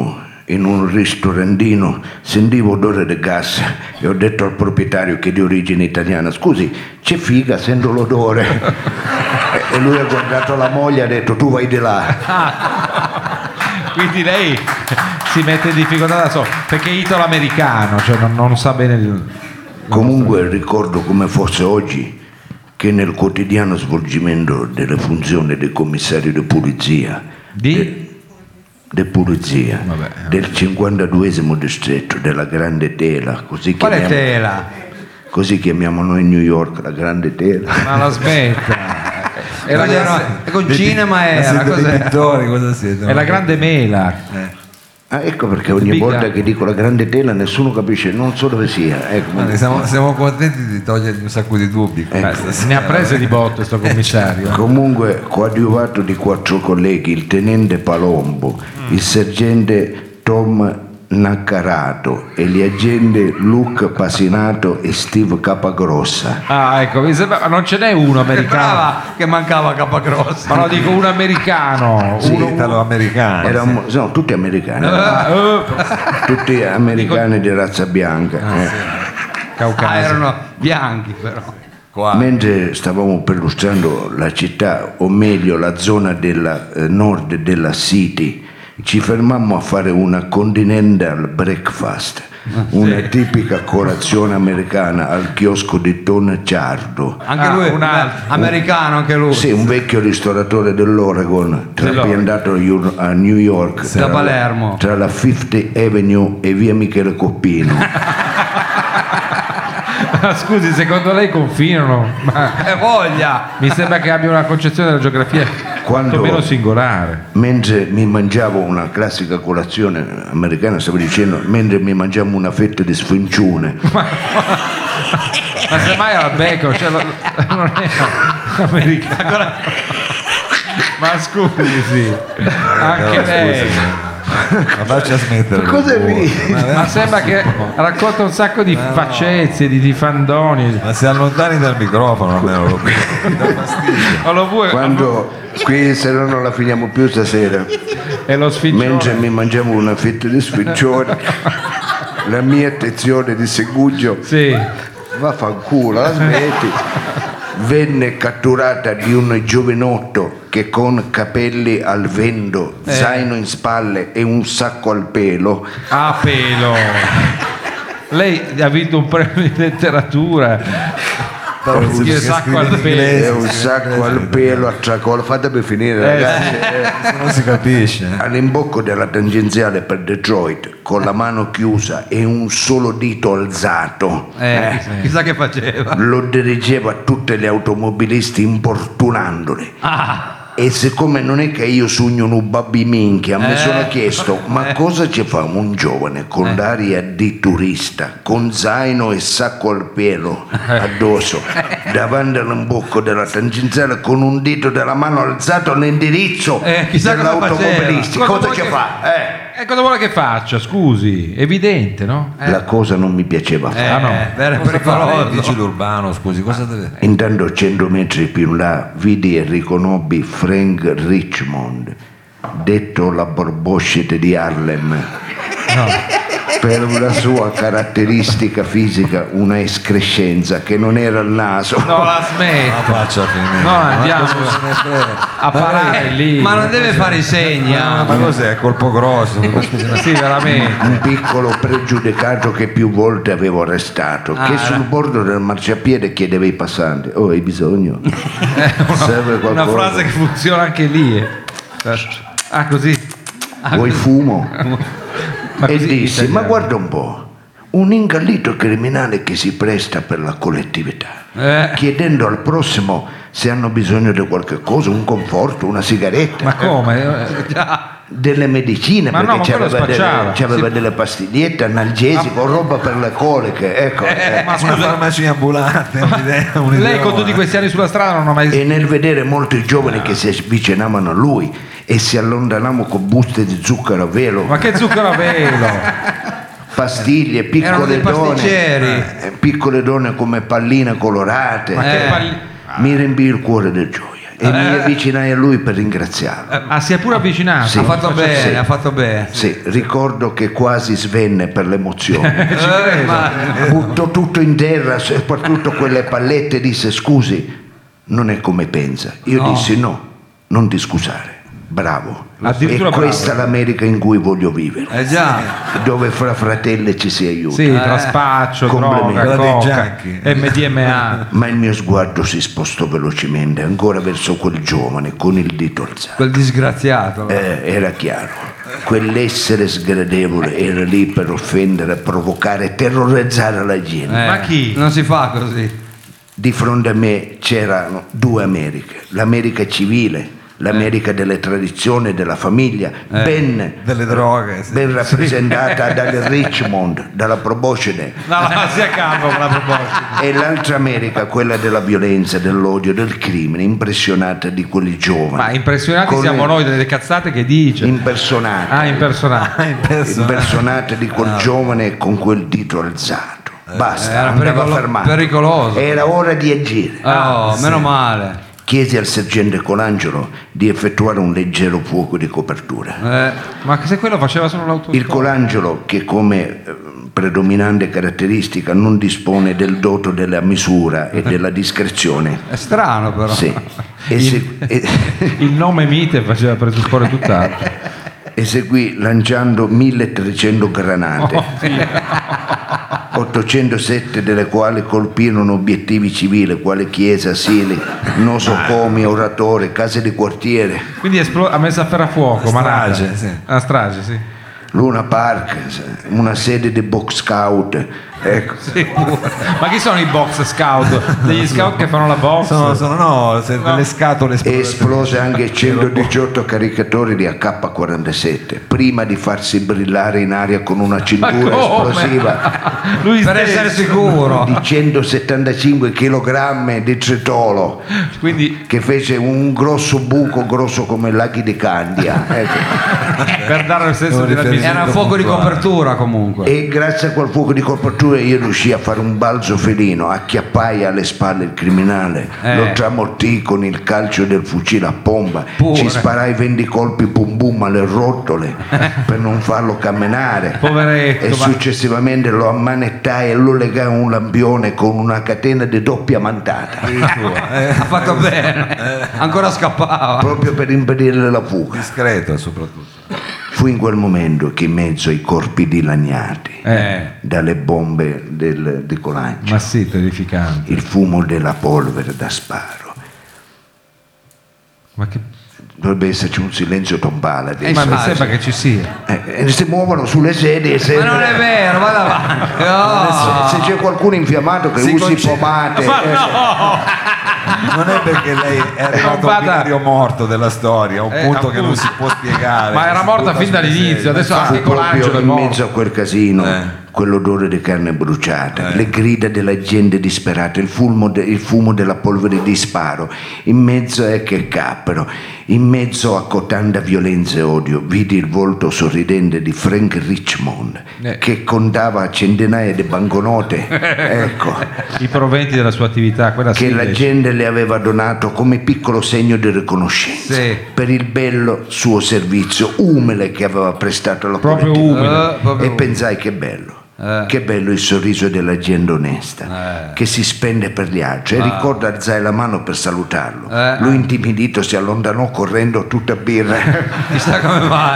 Speaker 1: in un ristorantino, sentivo odore di gas e ho detto al proprietario, che è di origine italiana: scusi, c'è figa, sento l'odore. E lui ha guardato la moglie e ha detto: tu vai di là.
Speaker 4: Quindi lei si mette in difficoltà da solo perché è italo-americano, cioè non, non sa bene il...
Speaker 1: Comunque ricordo come fosse oggi che nel quotidiano svolgimento delle funzioni del commissario di polizia
Speaker 4: Di?
Speaker 1: di polizia
Speaker 4: Vabbè.
Speaker 1: del cinquantaduesimo distretto della Grande Tela, così
Speaker 3: Quale
Speaker 1: chiamiamo,
Speaker 3: tela?
Speaker 1: così chiamiamo noi in New York la Grande Tela.
Speaker 4: Ma la smetta. È la,
Speaker 3: Cos'era?
Speaker 4: grande,
Speaker 3: È con cinema era,
Speaker 2: siete dei
Speaker 3: cos'è?
Speaker 2: pittori, cosa siete?
Speaker 4: è la grande mela.
Speaker 1: Ah, ecco perché ogni
Speaker 4: Big
Speaker 1: volta
Speaker 4: Up.
Speaker 1: che dico la Grande Tela nessuno capisce, non so dove sia. Ecco,
Speaker 2: Guarda, siamo, siamo contenti di togliergli un sacco di dubbi.
Speaker 1: Ecco.
Speaker 2: Beh, stasera,
Speaker 4: Ne ha prese di botto questo commissario.
Speaker 1: Comunque, coadiuvato di quattro colleghi, il tenente Palombo, il sergente Tom Naccarato e gli agenti Luke Pasinato e Steve Capagrossa.
Speaker 4: Ah, ecco, mi sembra, ma non ce n'è uno americano.
Speaker 3: Brava che mancava Capagrossa.
Speaker 4: Ma no, dico un americano.
Speaker 2: Sì,
Speaker 4: uno,
Speaker 2: italo-americano.
Speaker 1: Erano, no, tutti americani,
Speaker 4: Ah, eh,
Speaker 1: tutti americani di razza bianca. eh.
Speaker 3: Ah,
Speaker 4: Caucaso.
Speaker 3: erano bianchi però.
Speaker 2: Qua.
Speaker 1: Mentre stavamo perlustrando la città, o meglio la zona della eh, nord della City, ci fermammo a fare una continental breakfast, una tipica colazione americana al chiosco di Ton Ciardo.
Speaker 3: Anche
Speaker 4: Ah,
Speaker 3: lui
Speaker 4: un altro.
Speaker 3: americano, anche lui.
Speaker 1: Sì, un vecchio ristoratore dell'Oregon, trapiantato a New York,
Speaker 3: Da Palermo.
Speaker 1: tra la Fifth Avenue e via Michele Coppino.
Speaker 4: Ma scusi, secondo lei confinano? Ma
Speaker 3: E voglia!
Speaker 4: mi sembra che abbia una concezione della geografia
Speaker 1: Quando-
Speaker 4: meno singolare.
Speaker 1: Mentre mi mangiavo una classica colazione americana, stavo dicendo, mentre mi mangiavo una fetta di sfincione,
Speaker 4: Ma semmai era bacon, cioè, lo- non è americano. Ma scusi, anche
Speaker 2: Però,
Speaker 4: lei.
Speaker 2: scusi, ma faccia smettere.
Speaker 1: Cosa
Speaker 2: per favore.
Speaker 1: ridi?
Speaker 2: Ma,
Speaker 4: Ma sembra che racconta un sacco di facezie, di, di fandoni.
Speaker 2: ma si allontani dal microfono almeno lo dà fastidio.
Speaker 4: Ma lo vuoi?
Speaker 1: quando qui se no non la finiamo più stasera,
Speaker 4: È lo sfincione.
Speaker 1: mentre mi mangiavo una fetta di sfincione, la mia attenzione di Seguggio,
Speaker 4: Sì.
Speaker 1: vaffanculo, la smetti, venne catturata di un giovinotto che con capelli al vento, zaino in spalle e un sacco al pelo
Speaker 4: Ah, pelo. Lei ha vinto un premio di letteratura.
Speaker 2: Che
Speaker 4: Che sacco al
Speaker 1: e
Speaker 4: pelo.
Speaker 1: un sacco al pelo a tracollo. Fatemi finire, ragazzi.
Speaker 2: se non si capisce.
Speaker 1: All'imbocco della tangenziale per Detroit, con la mano chiusa e un solo dito alzato,
Speaker 3: Eh, chissà che faceva.
Speaker 1: lo dirigeva a tutti gli automobilisti importunandoli. E siccome non è che io sogno un babbi minchia, mi
Speaker 3: Eh.
Speaker 1: sono chiesto, ma cosa ci fa un giovane con l'aria di turista, con zaino e sacco al pelo addosso, davanti all'imbocco della tangenziale con un dito della mano alzato all'indirizzo
Speaker 3: Eh, chissà cosa
Speaker 1: dell'automobilisti?
Speaker 4: faceva.
Speaker 1: Cosa
Speaker 4: Cosa
Speaker 1: ci
Speaker 4: vuoi
Speaker 1: fa? Eh.
Speaker 4: E cosa vuole che faccia? Scusi, evidente, no?
Speaker 1: La cosa non mi piaceva fare.
Speaker 3: Eh,
Speaker 4: Ah, no.
Speaker 3: vero, è
Speaker 2: Cosa fa lei,
Speaker 3: pericoloso.
Speaker 2: vigile urbano, scusi, cosa deve...
Speaker 1: Intanto cento metri più in là vidi e riconobbi Frank Richmond, detto la borboscete di Harlem, per la sua caratteristica fisica, una escrescenza che non era il naso.
Speaker 4: No, la
Speaker 2: La
Speaker 4: smetta.
Speaker 2: faccia finire.
Speaker 4: No, andiamo.
Speaker 2: Ma cosa se ne frega?
Speaker 4: A parare lì.
Speaker 3: Ma non deve fare i segni.
Speaker 2: Ah,
Speaker 3: ah.
Speaker 2: ma cos'è? Colpo grosso? Scusi, ma-
Speaker 4: Sì, veramente.
Speaker 1: Un piccolo pregiudicato che più volte avevo arrestato, che sul bordo del marciapiede chiedeva ai passanti: oh, hai bisogno? Serve qualcosa?
Speaker 4: Una frase che funziona anche lì. eh. Ah, così.
Speaker 1: Vuoi fumo?
Speaker 4: Ma
Speaker 1: E
Speaker 4: così
Speaker 1: dissi:
Speaker 4: italiano.
Speaker 1: ma guarda un po', un ingallito criminale che si presta per la collettività,
Speaker 3: Eh.
Speaker 1: chiedendo al prossimo se hanno bisogno di qualche cosa, un conforto, una sigaretta,
Speaker 4: Ma come? Eh,
Speaker 1: delle medicine,
Speaker 4: Ma no,
Speaker 1: perché
Speaker 4: ma quello
Speaker 1: c'aveva, delle,
Speaker 4: spacciava.
Speaker 1: c'aveva
Speaker 4: Sì.
Speaker 1: delle pastigliette, analgesico, roba per le coliche, ecco. eh.
Speaker 4: ma
Speaker 2: Una
Speaker 4: scusa,
Speaker 2: farmacia ambulante, un'idea, un'idea
Speaker 4: lei con tutti questi anni sulla strada non ha mai...
Speaker 1: E nel vedere molti giovani che si avvicinavano a lui e si allontanavano con buste di zucchero a velo,
Speaker 4: Ma che zucchero a velo!
Speaker 1: pastiglie,
Speaker 3: Erano
Speaker 1: piccole
Speaker 3: dei
Speaker 1: donne,
Speaker 3: pasticceri.
Speaker 1: eh, piccole donne come palline colorate,
Speaker 4: Ma che
Speaker 3: Eh.
Speaker 4: palli-
Speaker 1: mi riempì il cuore di gioia e mi avvicinai a lui per ringraziarlo.
Speaker 3: Ah, si è pure avvicinato.
Speaker 1: Sì.
Speaker 5: Ha fatto bene,
Speaker 1: Sì.
Speaker 5: ha fatto bene.
Speaker 1: Sì, ricordo che quasi svenne per l'emozione.
Speaker 5: Eh, ma-
Speaker 1: Buttò tutto in terra, soprattutto quelle pallette, e disse: scusi, non è come pensa. Io
Speaker 5: No.
Speaker 1: dissi: no, non ti scusare, bravo. E
Speaker 3: Addirittura
Speaker 1: questa è
Speaker 3: bravo.
Speaker 1: l'America in cui voglio vivere,
Speaker 5: Eh già,
Speaker 1: dove fra fratelli ci si aiuta.
Speaker 3: Sì, tra spaccio,
Speaker 1: complimenti.
Speaker 3: droga,
Speaker 2: Quella dei
Speaker 3: coca,
Speaker 2: junkie.
Speaker 3: M D M A.
Speaker 1: Ma il mio sguardo si spostò velocemente ancora verso quel giovane con il dito alzato.
Speaker 5: quel disgraziato.
Speaker 1: Eh, era chiaro, quell'essere sgradevole era lì per offendere, provocare, terrorizzare la gente.
Speaker 5: Eh,
Speaker 3: Ma chi?
Speaker 5: Non si fa così.
Speaker 1: Di fronte a me c'erano due Americhe, l'America civile, l'America delle tradizioni e della famiglia, ben,
Speaker 2: Delle droghe. sì.
Speaker 1: ben rappresentata dal Richmond, dalla proboscide,
Speaker 3: No, no, sia calmo con la proposta.
Speaker 1: e l'altra America, quella della violenza, dell'odio, del crimine, impressionata di quelli giovani.
Speaker 3: Ma impressionati
Speaker 1: Con
Speaker 3: siamo
Speaker 1: le-
Speaker 3: noi delle cazzate che dice.
Speaker 1: impersonata,
Speaker 3: Ah, impersonati.
Speaker 1: impersonata di quel giovane con quel dito alzato. Basta,
Speaker 5: Era
Speaker 1: andava
Speaker 5: pericolo-
Speaker 1: fermato.
Speaker 5: pericoloso.
Speaker 1: Era ora di agire.
Speaker 5: Oh, meno male.
Speaker 1: Chiesi al sergente Colangelo di effettuare un leggero fuoco di copertura.
Speaker 5: Eh,
Speaker 3: Ma se quello faceva solo l'autoscopo.
Speaker 1: Il Colangelo, che come eh, predominante caratteristica non dispone del doto della misura e della discrezione,
Speaker 5: è strano però.
Speaker 1: sì, ese- e-
Speaker 3: Il nome mite faceva presupporre tutt'altro.
Speaker 1: eseguì lanciando milletrecento granate, ottocentosette delle quali colpirono obiettivi civili quali chiese, asili, nosocomi, oratori, case di quartiere,
Speaker 3: Quindi esplo- ha messo a ferrafuoco.
Speaker 2: Strage,
Speaker 3: Manhattan.
Speaker 2: sì.
Speaker 3: Una strage, sì.
Speaker 1: Luna Park, una sede di Box Scout. Ecco.
Speaker 3: Sì, pure. Ma chi sono i box scout? Degli scout che fanno la box?
Speaker 2: Sono, sono no, se- delle scatole
Speaker 1: E esplose anche centodiciotto caricatori di A K quarantasette prima di farsi brillare in aria con una
Speaker 3: Ma
Speaker 1: cintura
Speaker 3: come?
Speaker 1: esplosiva
Speaker 3: Lui
Speaker 5: Per
Speaker 3: stesso.
Speaker 5: essere sicuro.
Speaker 1: di centosettantacinque chilogrammi di tritolo
Speaker 3: Quindi
Speaker 1: che fece un grosso buco grosso come laghi di Candia, ecco.
Speaker 3: per dare il senso
Speaker 2: Devo
Speaker 3: della
Speaker 2: riferire-
Speaker 3: misura.
Speaker 5: Era un fuoco di copertura comunque.
Speaker 1: E grazie a quel fuoco di copertura io riuscii a fare un balzo felino, acchiappai alle spalle il criminale,
Speaker 5: Eh.
Speaker 1: lo tramortii con il calcio del fucile a pompa,
Speaker 5: Pure.
Speaker 1: ci sparai venti colpi bum bum alle rotole per non farlo camminare.
Speaker 3: Poveretto,
Speaker 1: E
Speaker 3: ma-
Speaker 1: successivamente lo ammanettai e lo legai a un lampione con una catena di doppia mantata,
Speaker 5: Ha fatto bene. Ancora scappava.
Speaker 1: proprio per impedirle la fuga.
Speaker 2: discreto soprattutto.
Speaker 1: Fu in quel momento che in mezzo ai corpi dilaniati
Speaker 3: Eh,
Speaker 1: dalle bombe del, di Colangelo,
Speaker 3: ma sì, terrificante.
Speaker 1: il fumo della polvere da sparo,
Speaker 3: Ma, che...
Speaker 1: dovrebbe esserci un silenzio tombale
Speaker 3: eh,
Speaker 1: adesso.
Speaker 3: ma mi
Speaker 5: immagino.
Speaker 3: sembra che ci sia.
Speaker 1: Eh, e si muovono sulle sedie e
Speaker 5: Ma non è vero, vada avanti. No.
Speaker 1: se, se c'è qualcuno infiammato che
Speaker 2: Si
Speaker 1: usi
Speaker 2: conce-
Speaker 1: pomate,
Speaker 3: Ma
Speaker 1: eh,
Speaker 3: no!
Speaker 2: Non è perché lei è arrivato
Speaker 3: Non
Speaker 2: a un
Speaker 3: vada-
Speaker 2: binario morto della storia, un
Speaker 3: Eh,
Speaker 2: punto che
Speaker 3: appunto.
Speaker 2: non si può spiegare.
Speaker 3: Ma era
Speaker 2: Si
Speaker 3: morta
Speaker 2: butta
Speaker 3: fin
Speaker 2: sulle
Speaker 3: dall'inizio,
Speaker 2: sedie.
Speaker 3: adesso
Speaker 1: fu
Speaker 3: anche Colangelo
Speaker 1: proprio
Speaker 3: è
Speaker 1: in
Speaker 3: morto.
Speaker 1: mezzo a quel casino,
Speaker 2: Eh.
Speaker 1: quell'odore di carne bruciata,
Speaker 3: Eh.
Speaker 1: le grida della gente disperata, il fumo, de- il fumo della polvere di sparo, in mezzo a che cappero, in mezzo a cotanta violenza e odio, vidi il volto sorridente di Frank Richmond
Speaker 3: Eh.
Speaker 1: che contava centinaia di banconote, ecco,
Speaker 3: I proventi della sua attività, quella
Speaker 1: che
Speaker 3: sì,
Speaker 1: la
Speaker 3: invece.
Speaker 1: gente le aveva donato come piccolo segno di riconoscenza
Speaker 5: Sì.
Speaker 1: per il bello suo servizio umile che aveva prestato alla
Speaker 3: Proprio
Speaker 1: collettività.
Speaker 3: umile.
Speaker 5: Eh, proprio-
Speaker 1: E pensai che bello,
Speaker 5: Eh.
Speaker 1: che bello il sorriso della gente onesta
Speaker 5: Eh.
Speaker 1: che si spende per gli altri. E ricordo alzai la mano per salutarlo.
Speaker 5: Eh.
Speaker 1: Lui intimidito si allontanò correndo tutta birra.
Speaker 5: Chissà come mai.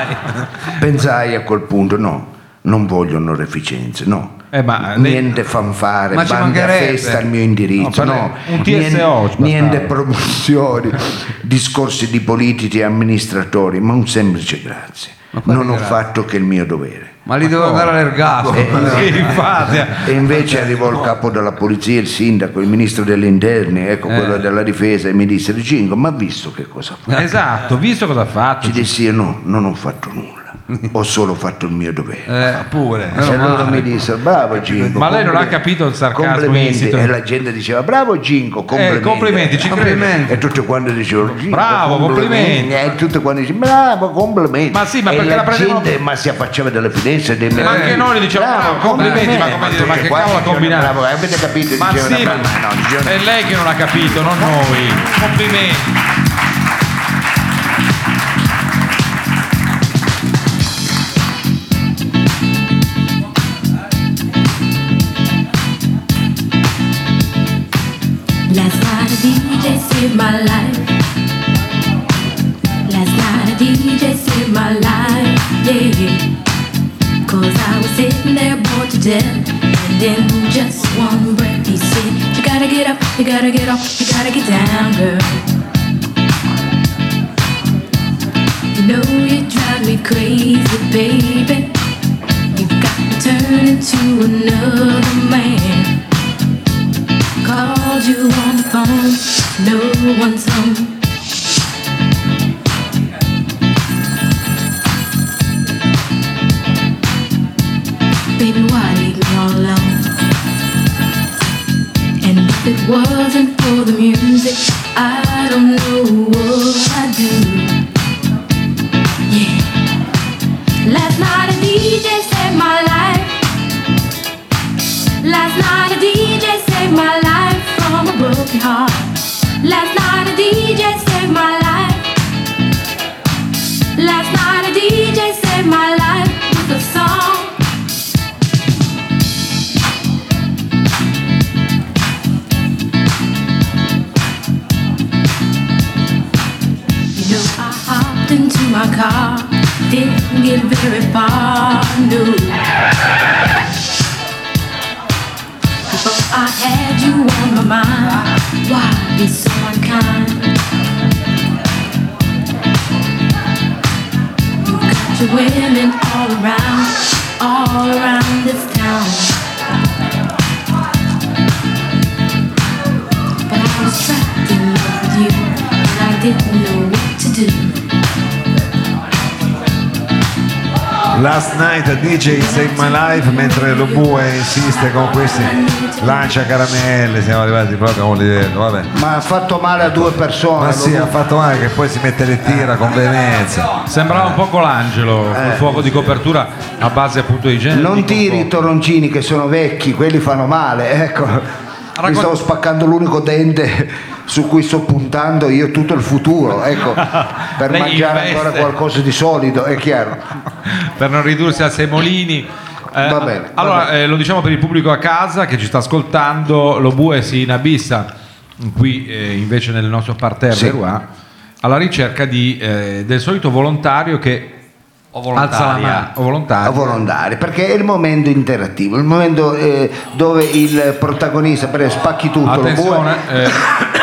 Speaker 1: Pensai a quel punto: no, non voglio onorificenze, no.
Speaker 3: Eh, ma lei-
Speaker 1: Niente fanfare,
Speaker 5: Ma ci
Speaker 1: bande a
Speaker 5: mancherebbe.
Speaker 1: festa al mio indirizzo,
Speaker 3: No,
Speaker 1: no,
Speaker 3: per- un T S O
Speaker 1: niente,
Speaker 3: ci bastava.
Speaker 1: niente promozioni, discorsi di politici e amministratori, ma un semplice grazie.
Speaker 5: Ma quale
Speaker 1: Non ho
Speaker 5: grazie?
Speaker 1: fatto che il mio dovere.
Speaker 5: Ma li devo andare all'ergastolo.
Speaker 3: Sì, infatti.
Speaker 1: E invece arrivò il capo della polizia, il sindaco, il ministro degli interni, ecco,
Speaker 5: Eh.
Speaker 1: quello della difesa, e mi disse: Ricingo, ma visto che cosa fa?
Speaker 3: Esatto, visto cosa ha fatto.
Speaker 1: Ci dissi io: no, non ho fatto nulla, ho solo fatto il mio dovere.
Speaker 5: Eh,
Speaker 2: Pure.
Speaker 1: E allora mi disse: bravo Gingo.
Speaker 3: Ma lei non ha
Speaker 1: complimenti.
Speaker 3: capito il sarcasmo
Speaker 1: Complimenti.
Speaker 3: insito.
Speaker 1: E la gente diceva: bravo Gingo, complimenti.
Speaker 3: Eh, complimenti, ci credo.
Speaker 5: Complimenti.
Speaker 1: E tutti quanti dicevano: "Gingo,
Speaker 3: Bravo, complimenti."
Speaker 1: E tutti quanti dicevano: bravo, complimenti.
Speaker 3: Ma sì, ma
Speaker 1: e
Speaker 3: perché
Speaker 1: la
Speaker 3: la prendevano-
Speaker 1: gente ma si affacciava dalle finestre e dei
Speaker 3: Ma anche noi gli dicevamo: bravo, complimenti, ma come dire, ma che cavolo ha combinato?
Speaker 1: Bravo, avete capito?
Speaker 3: Ma
Speaker 1: Dicevano,
Speaker 3: sì,
Speaker 1: bravo, no, dicevano-
Speaker 3: è lei che non ha capito, non noi. Complimenti.
Speaker 6: saved my life. Last night a D J saved my life, yeah. Cause I was sitting there bored to death, and in just one breath he said, you gotta get up, you gotta get off, you gotta get down, girl. You know you drive me crazy, baby. You've got to turn into another man. Called you on the phone, no one's home. Baby, why leave me all alone? And if it wasn't for the music, I don't know what I'd do. Yeah. Last night a D J saved my life. Last night a D J saved my life from a broken heart. Last night a D J saved my life. Last night a D J saved my life with a song. Into my car, didn't get very far, no. Before I had you on my mind, why be so unkind? You got your women all around, all around this town. But I was trapped in love with you, and I didn't know what to do.
Speaker 2: Last Night a D J Save My Life, mentre lo Bue insiste con questi lancia caramelle, siamo arrivati proprio a un livello, vabbè.
Speaker 1: Ma ha fatto male a due persone.
Speaker 2: Ma sì, ha fatto male che poi si mette le tira con veemenza.
Speaker 4: Sembrava un po' Colangelo, col fuoco di copertura a base appunto di genere.
Speaker 1: Non tiri i toroncini che sono vecchi, quelli fanno male, ecco. Mi stavo spaccando l'unico dente su cui sto puntando io tutto il futuro, ecco, per
Speaker 4: Lei
Speaker 1: mangiare
Speaker 4: investe.
Speaker 1: ancora qualcosa di solido, è chiaro.
Speaker 4: Per non ridursi a semolini. Eh,
Speaker 1: Va bene, va
Speaker 4: allora,
Speaker 1: bene.
Speaker 4: eh, lo diciamo per il pubblico a casa che ci sta ascoltando, lo Bue si inabissa qui eh, invece nel nostro parterre
Speaker 1: Sì.
Speaker 4: qua, alla ricerca di, eh, del solito volontario che
Speaker 5: O
Speaker 4: alza la
Speaker 5: volontaria.
Speaker 4: mano, o volontario.
Speaker 1: A volontari, perché è il momento interattivo, il momento eh, dove il protagonista, per esempio, spacchi tutto, lo
Speaker 4: Attenzione,
Speaker 1: Bue,
Speaker 4: eh,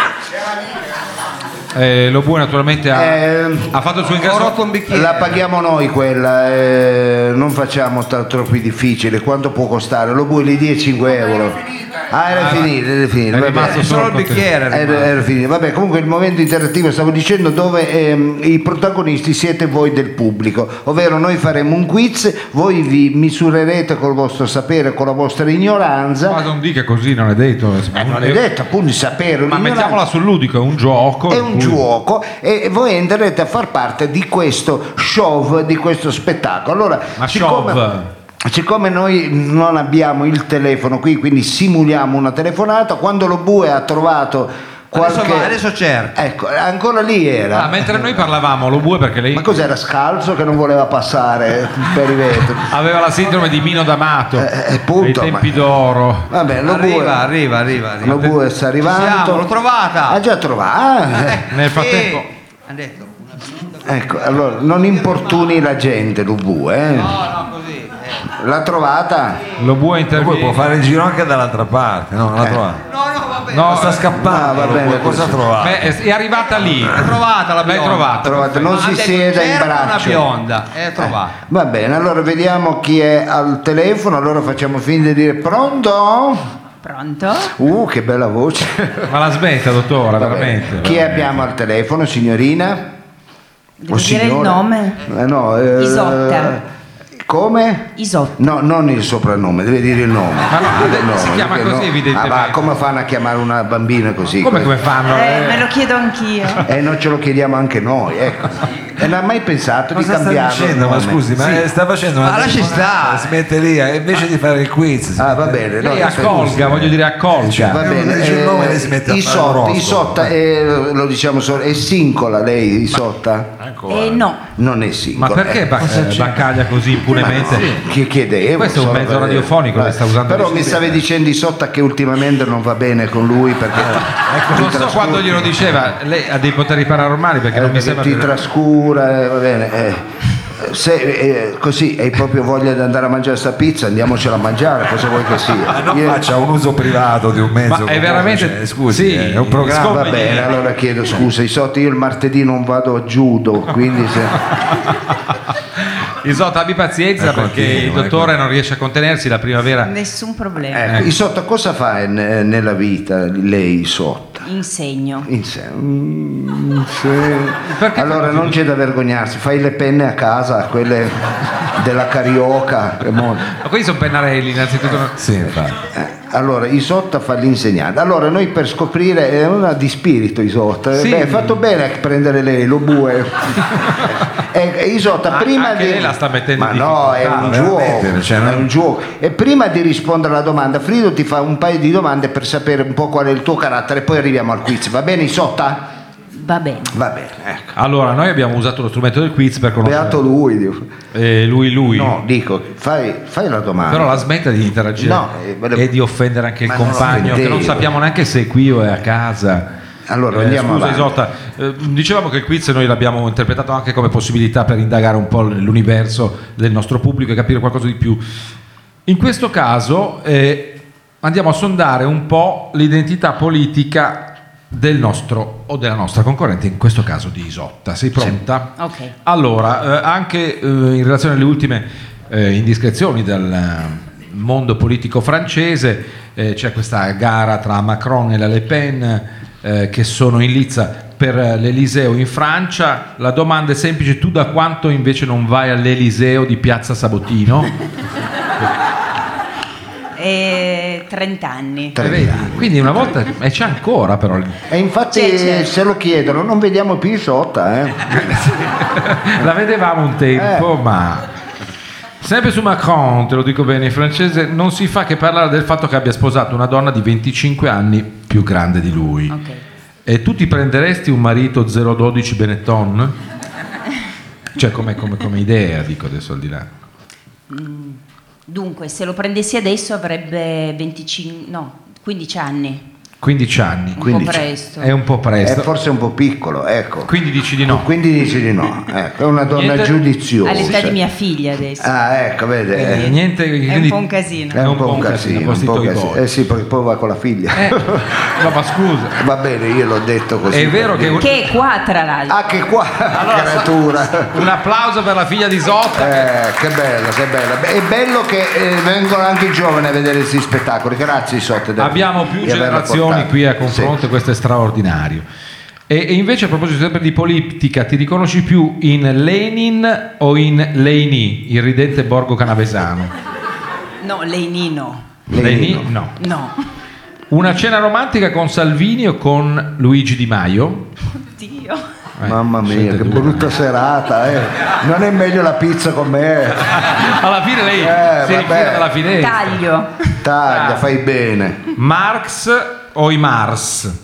Speaker 4: eh, lo Bue naturalmente ha,
Speaker 1: Eh,
Speaker 4: ha fatto il suo
Speaker 5: Ho
Speaker 4: ingresso.
Speaker 5: rotto un bicchiere.
Speaker 1: la paghiamo noi quella, eh, non facciamo t- troppo difficile. Quanto può costare? Lo Bue lì dieci cinque euro. Ah, era finito, era finito.
Speaker 4: è
Speaker 1: vabbè.
Speaker 4: rimasto
Speaker 5: Solo il
Speaker 4: solo il
Speaker 5: bicchiere. è
Speaker 1: Era,
Speaker 5: rimasto.
Speaker 1: era finito. Vabbè, comunque il momento interattivo stavo dicendo dove ehm, i protagonisti siete voi del pubblico, ovvero noi faremo un quiz, voi vi misurerete col vostro sapere, con la vostra ignoranza.
Speaker 4: Ma non dica così, non è detto.
Speaker 1: Eh, non è detto appunto il sapere,
Speaker 4: Ma
Speaker 1: l'ignoranza.
Speaker 4: mettiamola sul ludico, è un gioco.
Speaker 1: È
Speaker 4: in
Speaker 1: un
Speaker 4: cui-
Speaker 1: gioco e voi entrerete a far parte di questo show, di questo spettacolo. Allora,
Speaker 4: Ma
Speaker 1: siccome,
Speaker 4: show.
Speaker 1: siccome noi non abbiamo il telefono qui, quindi simuliamo una telefonata, quando lo Bue ha trovato qualche...
Speaker 5: Adesso va, adesso cerco.
Speaker 1: Ecco, ancora lì era.
Speaker 4: Ah, mentre noi parlavamo, lo Bue perché lei
Speaker 1: Ma cos'era, scalzo che non voleva passare per i vetri?
Speaker 4: aveva la sindrome di Mino D'Amato,
Speaker 1: Eh, eh, appunto,
Speaker 4: dei tempi
Speaker 1: ma-
Speaker 4: d'oro.
Speaker 1: Vabbè, lo
Speaker 5: Arriva,
Speaker 1: Bue,
Speaker 5: arriva, arriva, arriva.
Speaker 1: lo Bue sta arrivando.
Speaker 5: Ci siamo, l'ho trovata.
Speaker 1: Ha già trovato. Ah, eh.
Speaker 4: Nel frattempo,
Speaker 5: Eh, hanno detto.
Speaker 1: Ecco, allora non importuni la gente, lo Bue, eh.
Speaker 5: No, no, così. eh.
Speaker 1: L'ha trovata?
Speaker 4: lo Bue
Speaker 2: Poi
Speaker 4: interviene.
Speaker 2: può fare il giro anche dall'altra parte, no? Non l'ha
Speaker 1: Eh.
Speaker 2: trovata.
Speaker 5: No, no, va bene.
Speaker 4: No,
Speaker 2: Sta scappando,
Speaker 1: Ah, va bene,
Speaker 2: cosa ha
Speaker 1: così.
Speaker 2: trovato?
Speaker 4: Beh, è è arrivata lì.
Speaker 5: L'hai trovata la
Speaker 4: L'hai
Speaker 5: bionda.
Speaker 4: trovata.
Speaker 1: Trovata, non
Speaker 5: Ma
Speaker 1: si
Speaker 5: ha detto,
Speaker 1: sieda in
Speaker 5: "Cerca una
Speaker 1: braccio.
Speaker 5: bionda, è trovata.
Speaker 1: Va bene, allora vediamo chi è al telefono, allora facciamo finta di dire pronto?
Speaker 7: Pronto?
Speaker 1: Uh, che bella voce.
Speaker 4: Ma la smetta, dottore,
Speaker 1: Va bene.
Speaker 4: veramente.
Speaker 1: Chi abbiamo al telefono, signorina?
Speaker 7: Devo
Speaker 1: O
Speaker 7: dire il
Speaker 1: signora?
Speaker 7: nome?
Speaker 1: Eh, no, eh,
Speaker 7: Isotta.
Speaker 1: Come?
Speaker 7: Isotta.
Speaker 1: No, non il soprannome, deve dire il nome.
Speaker 4: Ma no,
Speaker 1: Dire il
Speaker 4: si
Speaker 1: nome,
Speaker 4: chiama
Speaker 1: perché
Speaker 4: così,
Speaker 1: no-
Speaker 4: evidentemente.
Speaker 1: Ah, ma come fanno a chiamare una bambina così?
Speaker 4: Come, come fanno?
Speaker 7: Eh,
Speaker 4: Eh,
Speaker 7: me lo chiedo anch'io.
Speaker 1: E non ce lo chiediamo anche noi, ecco. E non ha mai pensato
Speaker 2: Cosa
Speaker 1: di
Speaker 2: sta
Speaker 1: cambiarlo?
Speaker 2: facendo?
Speaker 1: il
Speaker 2: Ma
Speaker 1: nome?
Speaker 2: scusi, ma
Speaker 1: Sì.
Speaker 2: eh, sta facendo una
Speaker 5: Ma lasci
Speaker 2: telefonata,
Speaker 5: stare.
Speaker 2: smette lì, eh, invece di fare il quiz. si
Speaker 1: Ah, va
Speaker 2: mette-
Speaker 1: bene. no,
Speaker 3: Lei
Speaker 1: aspetta,
Speaker 3: accolga, voglio dire accolga.
Speaker 1: Va
Speaker 2: Eh,
Speaker 1: bene,
Speaker 2: non dice il nome, lei si mette a fare
Speaker 1: Isotta,
Speaker 2: l'oroscopo.
Speaker 1: Isotta è, lo diciamo solo, è sincola lei, Isotta?
Speaker 7: Eh, no,
Speaker 1: Non è
Speaker 3: Ma
Speaker 1: sincola.
Speaker 3: perché
Speaker 1: eh.
Speaker 3: ba- eh, baccaglia così impunemente?
Speaker 1: Che chiedevo?
Speaker 3: Questo è un
Speaker 1: solo
Speaker 3: mezzo
Speaker 1: per-
Speaker 3: radiofonico, lei sta usando
Speaker 1: Però
Speaker 3: le
Speaker 1: mi
Speaker 3: sue
Speaker 1: stavi dicendo Isotta che ultimamente non va bene con lui perché
Speaker 3: Ecco, non so quando glielo diceva, lei ha dei poteri paranormali perché non mi
Speaker 1: eh,
Speaker 3: sembra
Speaker 1: ti
Speaker 3: che-
Speaker 1: trascura, eh, va bene. eh. Se eh, così hai proprio voglia di andare a mangiare sta pizza, andiamocela a mangiare, cosa vuoi che sia?
Speaker 2: Non
Speaker 1: Io-
Speaker 2: faccia un uso privato di un mezzo.
Speaker 3: Ma è
Speaker 2: comune,
Speaker 3: veramente-
Speaker 2: cioè, scusi,
Speaker 3: sì,
Speaker 2: è un programma.
Speaker 3: scop-
Speaker 1: Va bene, allora chiedo scusa, Isotta, io il martedì non vado a judo, quindi se...
Speaker 3: Isotta, abbi pazienza
Speaker 2: Ecco,
Speaker 3: perché
Speaker 2: continua,
Speaker 3: il dottore
Speaker 2: ecco.
Speaker 3: non riesce a contenersi, la primavera.
Speaker 7: nessun problema.
Speaker 1: Ecco, Isotta, cosa fa in- nella vita lei, Isotta?
Speaker 7: Insegno.
Speaker 1: In sé- mm, sì.
Speaker 3: Perché
Speaker 1: Allora
Speaker 3: fa-
Speaker 1: non c'è da vergognarsi, fai le penne a casa, quelle della carioca. che mo-
Speaker 3: Ma questi sono pennarelli innanzitutto.
Speaker 2: Sì, infatti.
Speaker 1: eh, Allora Isotta fa l'insegnante. Allora noi per scoprire è una di spirito Isotta.
Speaker 3: Sì.
Speaker 1: Beh, hai fatto bene a prendere lei lo bue. Eh, Isotta,
Speaker 3: Ah,
Speaker 1: prima
Speaker 3: anche
Speaker 1: di...
Speaker 3: lei la sta mettendo
Speaker 1: Ma
Speaker 3: in
Speaker 1: no, è
Speaker 3: difficoltà,
Speaker 1: un
Speaker 2: veramente,
Speaker 1: gioco,
Speaker 2: cioè,
Speaker 1: è
Speaker 2: non-
Speaker 1: un gioco. E prima di rispondere alla domanda, Frido ti fa un paio di domande per sapere un po' qual è il tuo carattere, poi arriviamo al quiz. Va bene Isotta?
Speaker 7: Va bene.
Speaker 1: Va bene, ecco.
Speaker 3: Allora, noi abbiamo usato lo strumento del quiz per conoscere
Speaker 1: Beato lui. Dio.
Speaker 3: eh, lui lui.
Speaker 1: No, dico, fai, fai la domanda.
Speaker 3: Però la smetta di interagire
Speaker 1: No, eh, ve lo-
Speaker 3: e di offendere anche il
Speaker 1: Ma non
Speaker 3: compagno, che non
Speaker 1: offendevo.
Speaker 3: sappiamo neanche se è qui o è a casa.
Speaker 1: Allora,
Speaker 3: Eh,
Speaker 1: andiamo
Speaker 3: scusa
Speaker 1: avanti.
Speaker 3: Isotta, eh, dicevamo che il quiz noi l'abbiamo interpretato anche come possibilità per indagare un po' l'universo del nostro pubblico e capire qualcosa di più. In questo caso eh, andiamo a sondare un po' l'identità politica del nostro o della nostra concorrente, in questo caso di Isotta. Sei pronta?
Speaker 7: Ok.
Speaker 3: Allora, eh, anche eh, in relazione alle ultime eh, indiscrezioni del eh, mondo politico francese, eh, c'è questa gara tra Macron e la Le Pen eh, che sono in lizza per l'Eliseo in Francia. La domanda è semplice: tu da quanto invece non vai all'Eliseo di Piazza Sabotino?
Speaker 7: E trenta anni.
Speaker 3: Eh, vedi? Quindi una volta, e c'è ancora però.
Speaker 1: E infatti
Speaker 7: C'è, c'è.
Speaker 1: se lo chiedono non vediamo più Isotta. Eh.
Speaker 3: La vedevamo un tempo, ma sempre su Macron, te lo dico bene in francese, non si fa che parlare del fatto che abbia sposato una donna di venticinque anni più grande di lui.
Speaker 7: Ok.
Speaker 3: E tu ti prenderesti un marito zero dodici Benetton? Cioè come, come- come idea, dico adesso al di là.
Speaker 7: Dunque, se lo prendessi adesso avrebbe venticinque, no, quindici anni.
Speaker 3: quindici anni.
Speaker 7: Un
Speaker 1: quindici.
Speaker 7: po' presto.
Speaker 3: È un po'
Speaker 1: È
Speaker 3: presto.
Speaker 1: forse un po' piccolo, ecco.
Speaker 3: Quindi dici di no.
Speaker 1: Quindi dici di no. Ecco, è una donna
Speaker 3: Niente-
Speaker 1: giudiziosa.
Speaker 7: All'età di mia figlia adesso.
Speaker 1: Ah, ecco, vede.
Speaker 3: Eh,
Speaker 1: eh,
Speaker 3: niente,
Speaker 7: È un
Speaker 3: quindi-
Speaker 7: po' un casino.
Speaker 1: È un po' un casino, un po'
Speaker 3: prostitui
Speaker 1: casino.
Speaker 3: poi.
Speaker 1: Eh sì, perché poi va con la figlia.
Speaker 3: Eh, no, ma scusa,
Speaker 1: Va bene, io l'ho detto così.
Speaker 3: è vero che
Speaker 7: Che è qua tra l'altro.
Speaker 1: Ah, che qua, creatura.
Speaker 3: un applauso per la figlia di Isotta.
Speaker 1: Eh, che bello, che bello. È bello che eh, vengono anche i giovani a vedere questi spettacoli. Grazie Isotta. di-
Speaker 3: Abbiamo più
Speaker 1: di averla
Speaker 3: generazioni
Speaker 1: portata.
Speaker 3: qui a confronto
Speaker 1: Sì.
Speaker 3: e questo è straordinario. E, e invece a proposito sempre di politica, ti riconosci più in Lenin o in Leini, il ridente borgo canavesano?
Speaker 7: No, Leinino.
Speaker 1: Leini,
Speaker 3: Leini? No.
Speaker 7: No.
Speaker 3: Una cena romantica con Salvini o con Luigi Di Maio?
Speaker 7: Oddio.
Speaker 3: Eh,
Speaker 1: Mamma mia,
Speaker 3: scelte
Speaker 1: che
Speaker 3: due.
Speaker 1: brutta serata, eh. Non è meglio la pizza con me?
Speaker 3: Alla fine lei
Speaker 1: Eh,
Speaker 3: si
Speaker 1: vabbè.
Speaker 3: ritira dalla finestra.
Speaker 7: Taglio.
Speaker 1: Taglia, fai bene.
Speaker 3: Marx o i Mars?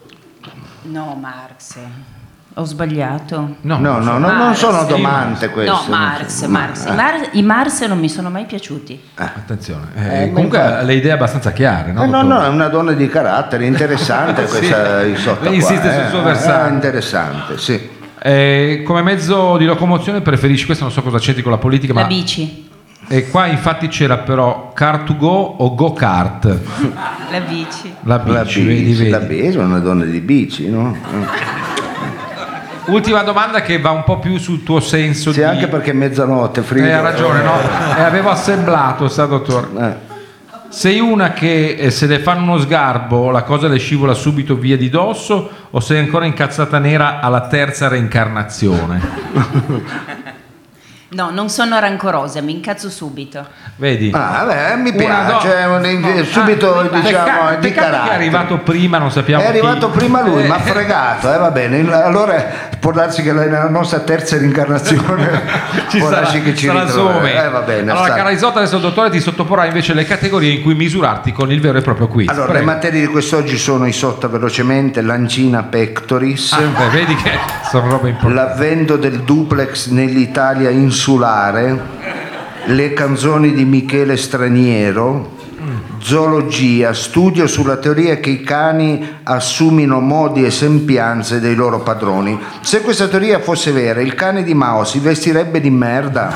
Speaker 7: No, Marx. Ho sbagliato.
Speaker 1: No, no, no,
Speaker 7: Marx.
Speaker 1: non sono
Speaker 7: Sì,
Speaker 1: domande queste.
Speaker 7: No,
Speaker 1: non
Speaker 7: Marx,
Speaker 1: sono-
Speaker 7: Marx.
Speaker 1: eh.
Speaker 7: I, Mar- I Marx non mi sono mai piaciuti.
Speaker 3: Attenzione,
Speaker 1: Eh,
Speaker 3: eh,
Speaker 1: ma
Speaker 3: comunque
Speaker 1: infatti-
Speaker 3: ha le idee abbastanza chiare, no?
Speaker 1: Eh, no,
Speaker 3: dottore?
Speaker 1: no, è una donna di carattere interessante questa Isotta
Speaker 3: Lei
Speaker 1: qua,
Speaker 3: insiste sul
Speaker 1: eh.
Speaker 3: suo versante.
Speaker 1: Eh, interessante, sì.
Speaker 3: Eh, come mezzo di locomozione preferisci, questo non so cosa c'entri con la politica,
Speaker 7: La
Speaker 3: ma
Speaker 7: bici.
Speaker 3: e qua infatti c'era però car to go o go kart?
Speaker 7: La bici.
Speaker 3: La bici,
Speaker 1: La
Speaker 3: vedi,
Speaker 1: bici,
Speaker 3: vedi.
Speaker 1: la bici è una donna di bici, no? Eh.
Speaker 3: Ultima domanda che va un po' più sul tuo senso
Speaker 1: Sì,
Speaker 3: di...
Speaker 1: anche perché è mezzanotte, Frido.
Speaker 3: Eh, ha ragione, no? Eh, avevo assemblato, sa dottore.
Speaker 1: Eh.
Speaker 3: Sei una che eh, se le fanno uno sgarbo la cosa le scivola subito via di dosso o sei ancora incazzata nera alla terza reincarnazione?
Speaker 7: No, non sono rancorosa, mi incazzo subito.
Speaker 3: Vedi?
Speaker 1: Ah, vabbè, mi
Speaker 3: Una
Speaker 1: piace,
Speaker 3: do-
Speaker 1: un- subito
Speaker 3: Ah,
Speaker 1: diciamo
Speaker 3: peccato,
Speaker 1: di
Speaker 3: peccato che è
Speaker 1: carattere.
Speaker 3: arrivato prima, non sappiamo
Speaker 1: È
Speaker 3: chi.
Speaker 1: arrivato prima lui,
Speaker 3: Eh,
Speaker 1: mi ha fregato, eh, va bene. Allora può darsi che nella nostra terza reincarnazione
Speaker 3: ci
Speaker 1: può
Speaker 3: sarà,
Speaker 1: darsi che ci
Speaker 3: sarà il suo
Speaker 1: ritrovi.
Speaker 3: momento.
Speaker 1: Eh, va bene,
Speaker 3: allora,
Speaker 1: sta.
Speaker 3: cara Isotta, adesso il dottore ti sottoporrà invece le categorie in cui misurarti con il vero e proprio quiz.
Speaker 1: Allora,
Speaker 3: Prego.
Speaker 1: le materie di quest'oggi sono Isotta velocemente, l'angina pectoris,
Speaker 3: Ah, beh, vedi che sono robe importanti.
Speaker 1: l'avvento del duplex nell'Italia insulare, le canzoni di Michele Straniero, zoologia, studio sulla teoria che i cani assumino modi e sembianze dei loro padroni. Se questa teoria fosse vera, il cane di Mao si vestirebbe di merda.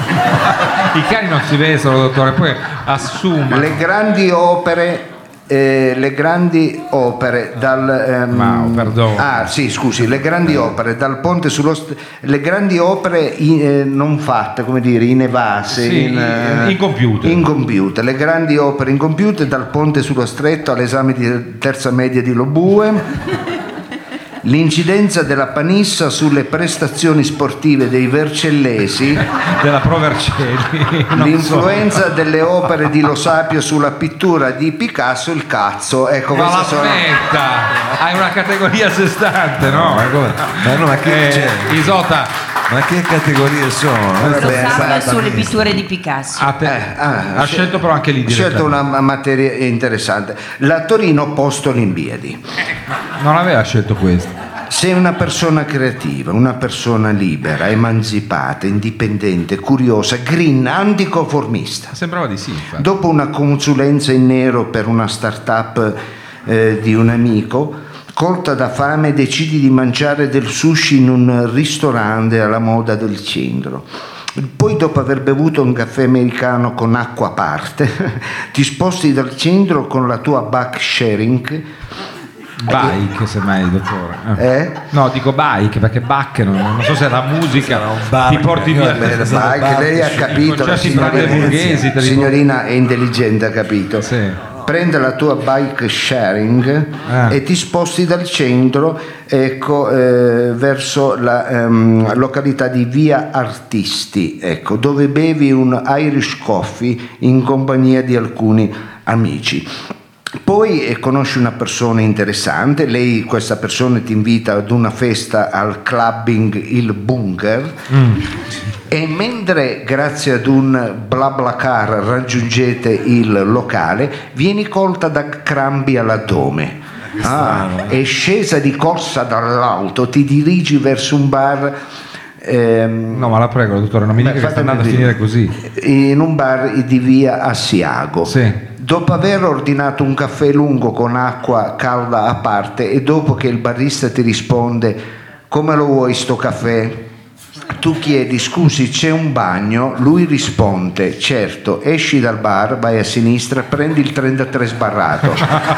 Speaker 3: I cani non si vestono, dottore, poi assuma.
Speaker 1: Le grandi opere eh, le grandi opere dal ehm,
Speaker 3: Mao, perdono.
Speaker 1: ah sì scusi le grandi opere dal ponte sullo st- le grandi opere in- eh, non fatte, come dire, inevase,
Speaker 3: Sì,
Speaker 1: in, eh,
Speaker 3: incompiute.
Speaker 1: incompiute, le grandi opere incompiute dal ponte sullo stretto all'esame di terza media di Lobue. L'incidenza della panissa sulle prestazioni sportive dei vercellesi,
Speaker 3: Della Pro Vercelli. non
Speaker 1: l'influenza delle opere di Lo Sapio sulla pittura di Picasso, il cazzo. Ecco,
Speaker 3: so. Ma
Speaker 1: queste sono.
Speaker 3: aspetta, hai una categoria a sé stante, no?
Speaker 2: Ma come? Ma no, ma che,
Speaker 3: Eh,
Speaker 2: cioè,
Speaker 3: Isotta,
Speaker 2: ma che categorie sono?
Speaker 7: Lo
Speaker 1: Vabbè,
Speaker 7: sapio
Speaker 1: sa-
Speaker 7: sulle pitture di Picasso.
Speaker 3: a te-
Speaker 1: Eh, ah,
Speaker 3: ha
Speaker 1: scel-
Speaker 3: scelto però anche lì
Speaker 1: Ho scelto
Speaker 3: direttamente.
Speaker 1: una materia interessante. La Torino post Olimpiadi.
Speaker 3: Non aveva scelto questo.
Speaker 1: Sei una persona creativa, una persona libera, emancipata, indipendente, curiosa, green, anticonformista.
Speaker 3: Sembrava di sì, infatti.
Speaker 1: Dopo una consulenza in nero per una start-up eh, di un amico, colta da fame decidi di mangiare del sushi in un ristorante alla moda del centro. Poi, dopo aver bevuto un caffè americano con acqua a parte, ti sposti dal centro con la tua bike sharing.
Speaker 3: Bike, semmai, dottore. Eh.
Speaker 1: Eh?
Speaker 3: No, dico bike perché bacche non, non so se la musica
Speaker 2: bar-
Speaker 3: ti porti via.
Speaker 1: Beh, bike, lei ha capito, la
Speaker 3: concerti
Speaker 1: signorina,
Speaker 3: brandeburghesi, te li-
Speaker 1: signorina è intelligente, ha capito.
Speaker 3: Sì.
Speaker 1: Prende la tua bike sharing
Speaker 3: Ah.
Speaker 1: e ti sposti dal centro, ecco, eh, verso la ehm, località di Via Artisti, ecco, dove bevi un Irish coffee in compagnia di alcuni amici. Poi eh, conosci una persona interessante, lei, questa persona ti invita ad una festa al clubbing Il Bunker. E mentre grazie ad un BlaBlaCar raggiungete il locale, vieni colta da crampi all'addome. Ah, e scesa di corsa dall'auto, ti dirigi verso un bar. ehm,
Speaker 3: No, ma la prego, dottore, non mi dica
Speaker 1: beh,
Speaker 3: che sta
Speaker 1: fatemi
Speaker 3: andando a
Speaker 1: dire.
Speaker 3: finire così.
Speaker 1: In un bar di via Asiago.
Speaker 3: Sì.
Speaker 1: Dopo aver ordinato un caffè lungo con acqua calda a parte e dopo che il barista ti risponde: come lo vuoi sto caffè? Tu chiedi: scusi, c'è un bagno? Lui risponde: certo. Esci dal bar, vai a sinistra, prendi il trentatré sbarrato,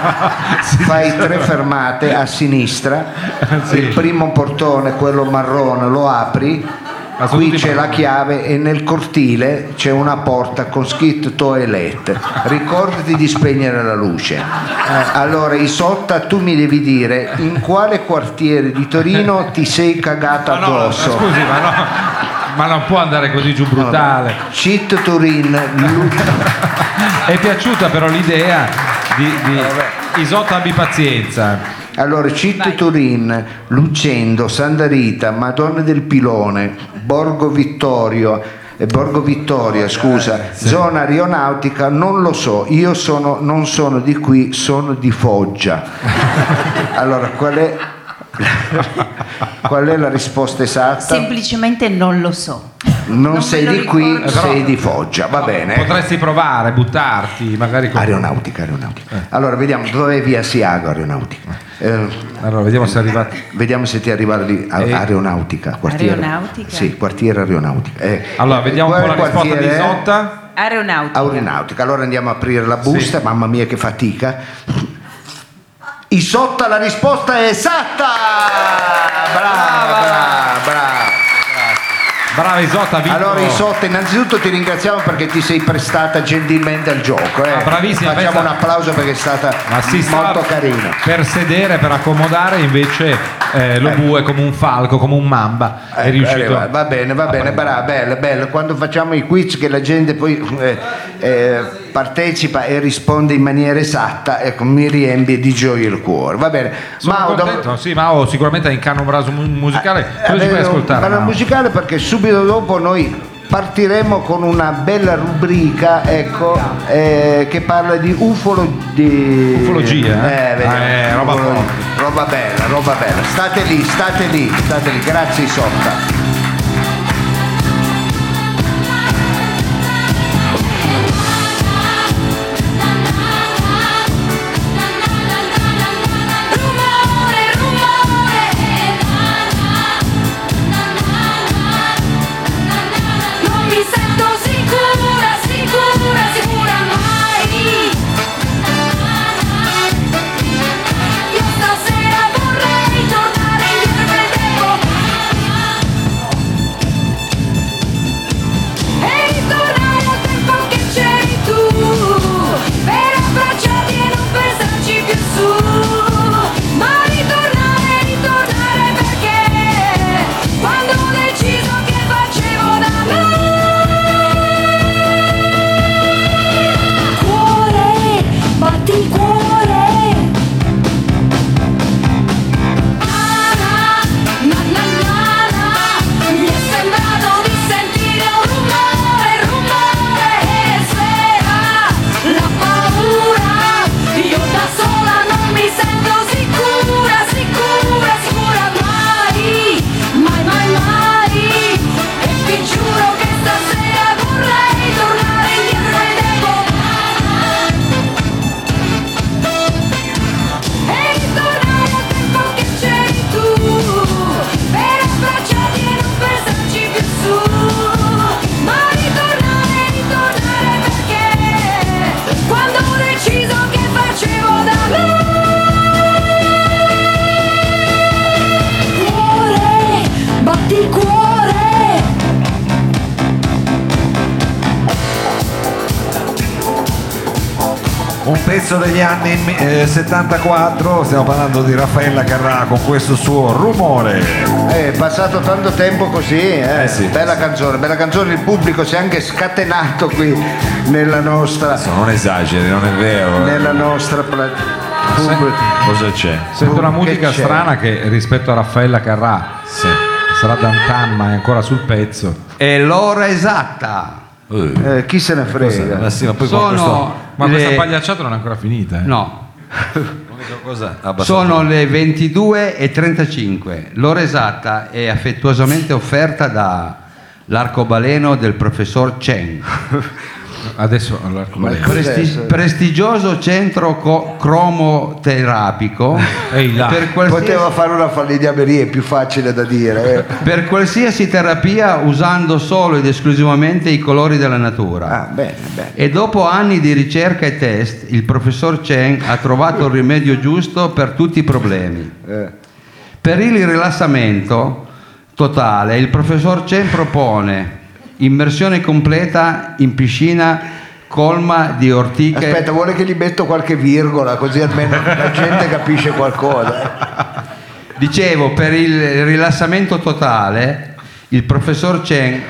Speaker 1: fai tre fermate a sinistra, il primo portone, quello marrone, lo apri.
Speaker 3: Ma sono
Speaker 1: Qui
Speaker 3: tutti
Speaker 1: c'è la
Speaker 3: marroni.
Speaker 1: chiave e nel cortile c'è una porta con scritto toilet. Ricordati di spegnere la luce. Eh, allora, Isotta, tu mi devi dire in quale quartiere di Torino ti sei cagata
Speaker 3: Ma no,
Speaker 1: addosso.
Speaker 3: scusi, ma no, ma non può andare così giù brutale.
Speaker 1: Cheat Turin, Lu-
Speaker 3: È piaciuta però l'idea di, di Isotta, abbi pazienza.
Speaker 1: allora Cheat Turin, Lucendo, Santa Rita, Madonna del Pilone, Borgo Vittorio, eh, Borgo Vittoria, scusa, zona aeronautica, non lo so, io sono, non sono di qui, sono di Foggia. Allora, qual è, qual è la risposta esatta?
Speaker 7: Semplicemente non lo so.
Speaker 1: Non,
Speaker 7: non
Speaker 1: sei
Speaker 7: me lo
Speaker 1: di qui,
Speaker 7: ricordo.
Speaker 1: sei di Foggia, va bene.
Speaker 3: Potresti provare, buttarti, magari con...
Speaker 1: Aeronautica, aeronautica. Allora, vediamo dove è via Siago, aeronautica. Eh,
Speaker 3: Allora, vediamo se è arrivato.
Speaker 1: vediamo se ti arriva lì a-
Speaker 3: Eh.
Speaker 1: aeronautica, quartiere.
Speaker 7: Aeronautica?
Speaker 1: Sì, quartiere aeronautica. Eh,
Speaker 3: Allora, vediamo un po'
Speaker 1: quale
Speaker 3: la risposta di
Speaker 1: quartiere è?
Speaker 3: Isotta.
Speaker 7: Aeronautica.
Speaker 1: Aeronautica. Allora andiamo a aprire la busta,
Speaker 3: Sì.
Speaker 1: mamma mia che fatica. Isotta, la risposta è esatta! Brava, brava, brava.
Speaker 3: Brava Isotta, ha vinto.
Speaker 1: Allora Isotta, innanzitutto ti ringraziamo perché ti sei prestata gentilmente al gioco. Eh.
Speaker 3: Ah, bravissima,
Speaker 1: Facciamo
Speaker 3: pensa-
Speaker 1: un applauso perché è stata
Speaker 3: Ma si sta
Speaker 1: molto carina.
Speaker 3: per sedere, per accomodare, invece eh, lo bue come un falco, come un mamba è
Speaker 1: Ecco,
Speaker 3: riuscito.
Speaker 1: eh, va bene, va bene, brava, bello, bello. Quando facciamo i quiz che la gente poi eh, eh, partecipa e risponde in maniera esatta, ecco, mi riempie di gioia il cuore. Va bene.
Speaker 3: Sono
Speaker 1: Mao, dov-
Speaker 3: contento, sì, Mao sicuramente è in canna un brano mu- musicale. Cosa ci
Speaker 1: Eh,
Speaker 3: puoi
Speaker 1: un
Speaker 3: ascoltare?
Speaker 1: brano
Speaker 3: Mao?
Speaker 1: musicale perché subito dopo noi partiremo con una bella rubrica, ecco, eh, che parla di ufologia.
Speaker 3: Ufologia, eh?
Speaker 1: Eh, vediamo.
Speaker 3: Ah, eh, roba
Speaker 1: Ufolo-
Speaker 3: forte.
Speaker 1: roba bella, roba bella. State lì, state lì, state lì. Grazie Isotta.
Speaker 6: Rumore, rumore, non mi sento sicura, sicura, sicura mai. Io stasera vorrei tornare indietro nel tempo e ritornare al tempo che c'eri tu, per abbracciarti e non pensarci più su. Ma ritornare, ritornare perché quando ho deciso che facevo da me. Cuore, batti cuore. Na, na, na, na. Mi è sembrato di sentire un rumore, rumore e sera la paura. Io da sola non mi sento sicura, sicura, sicura mai, mai, mai, mai. E ti giuro che stasera vorrei tornare indietro nel tempo e ritornare al tempo che c'eri tu, per abbracciarti e non pensarci più su. Ma ritornare, ritornare perché quando ho deciso che facevo da me. Cuore, batti cuore.
Speaker 2: Un pezzo degli anni eh, settantaquattro, stiamo parlando di Raffaella Carrà con questo suo Rumore.
Speaker 1: È passato tanto tempo così, eh?
Speaker 2: Eh sì.
Speaker 1: Bella canzone, bella canzone, il pubblico si è anche scatenato qui nella nostra,
Speaker 2: Adesso non esageri, non è vero. eh.
Speaker 1: nella nostra pla- pubblico.
Speaker 2: Cosa c'è?
Speaker 3: Sento una
Speaker 1: Che
Speaker 3: musica
Speaker 1: c'è?
Speaker 3: strana che rispetto a Raffaella Carrà
Speaker 2: Sì.
Speaker 3: sarà d'antan ma è ancora sul pezzo.
Speaker 8: È l'ora esatta.
Speaker 2: Uh,
Speaker 1: Eh, chi se ne
Speaker 2: cosa?
Speaker 1: frega?
Speaker 2: Ma sì, ma poi con questo-
Speaker 8: Sono
Speaker 3: Ma
Speaker 8: le...
Speaker 3: questa pagliacciata non è ancora finita. eh.
Speaker 8: No,
Speaker 2: l'unica cosa abbastanza-
Speaker 8: sono le ventidue e trentacinque. L'ora esatta è affettuosamente offerta da l'arcobaleno del professor Chen,
Speaker 3: Adesso all'arcobaleno.
Speaker 1: Cos'è?
Speaker 8: Presti- prestigioso centro co- cromoterapico
Speaker 3: Ehi là.
Speaker 8: per qualsiasi,
Speaker 1: Poteva fare una falegnameria, è più facile da dire. eh.
Speaker 8: per qualsiasi terapia usando solo ed esclusivamente i colori della natura.
Speaker 1: Ah, bene, bene.
Speaker 8: E dopo anni di ricerca e test, il professor Chen ha trovato il rimedio giusto per tutti i problemi.
Speaker 1: Eh.
Speaker 8: Per il rilassamento totale, il professor Chen propone immersione completa in piscina colma di ortiche.
Speaker 1: Aspetta, vuole che gli metto qualche virgola così almeno la gente capisce qualcosa. eh.
Speaker 8: Dicevo, per il rilassamento totale, il professor Chen,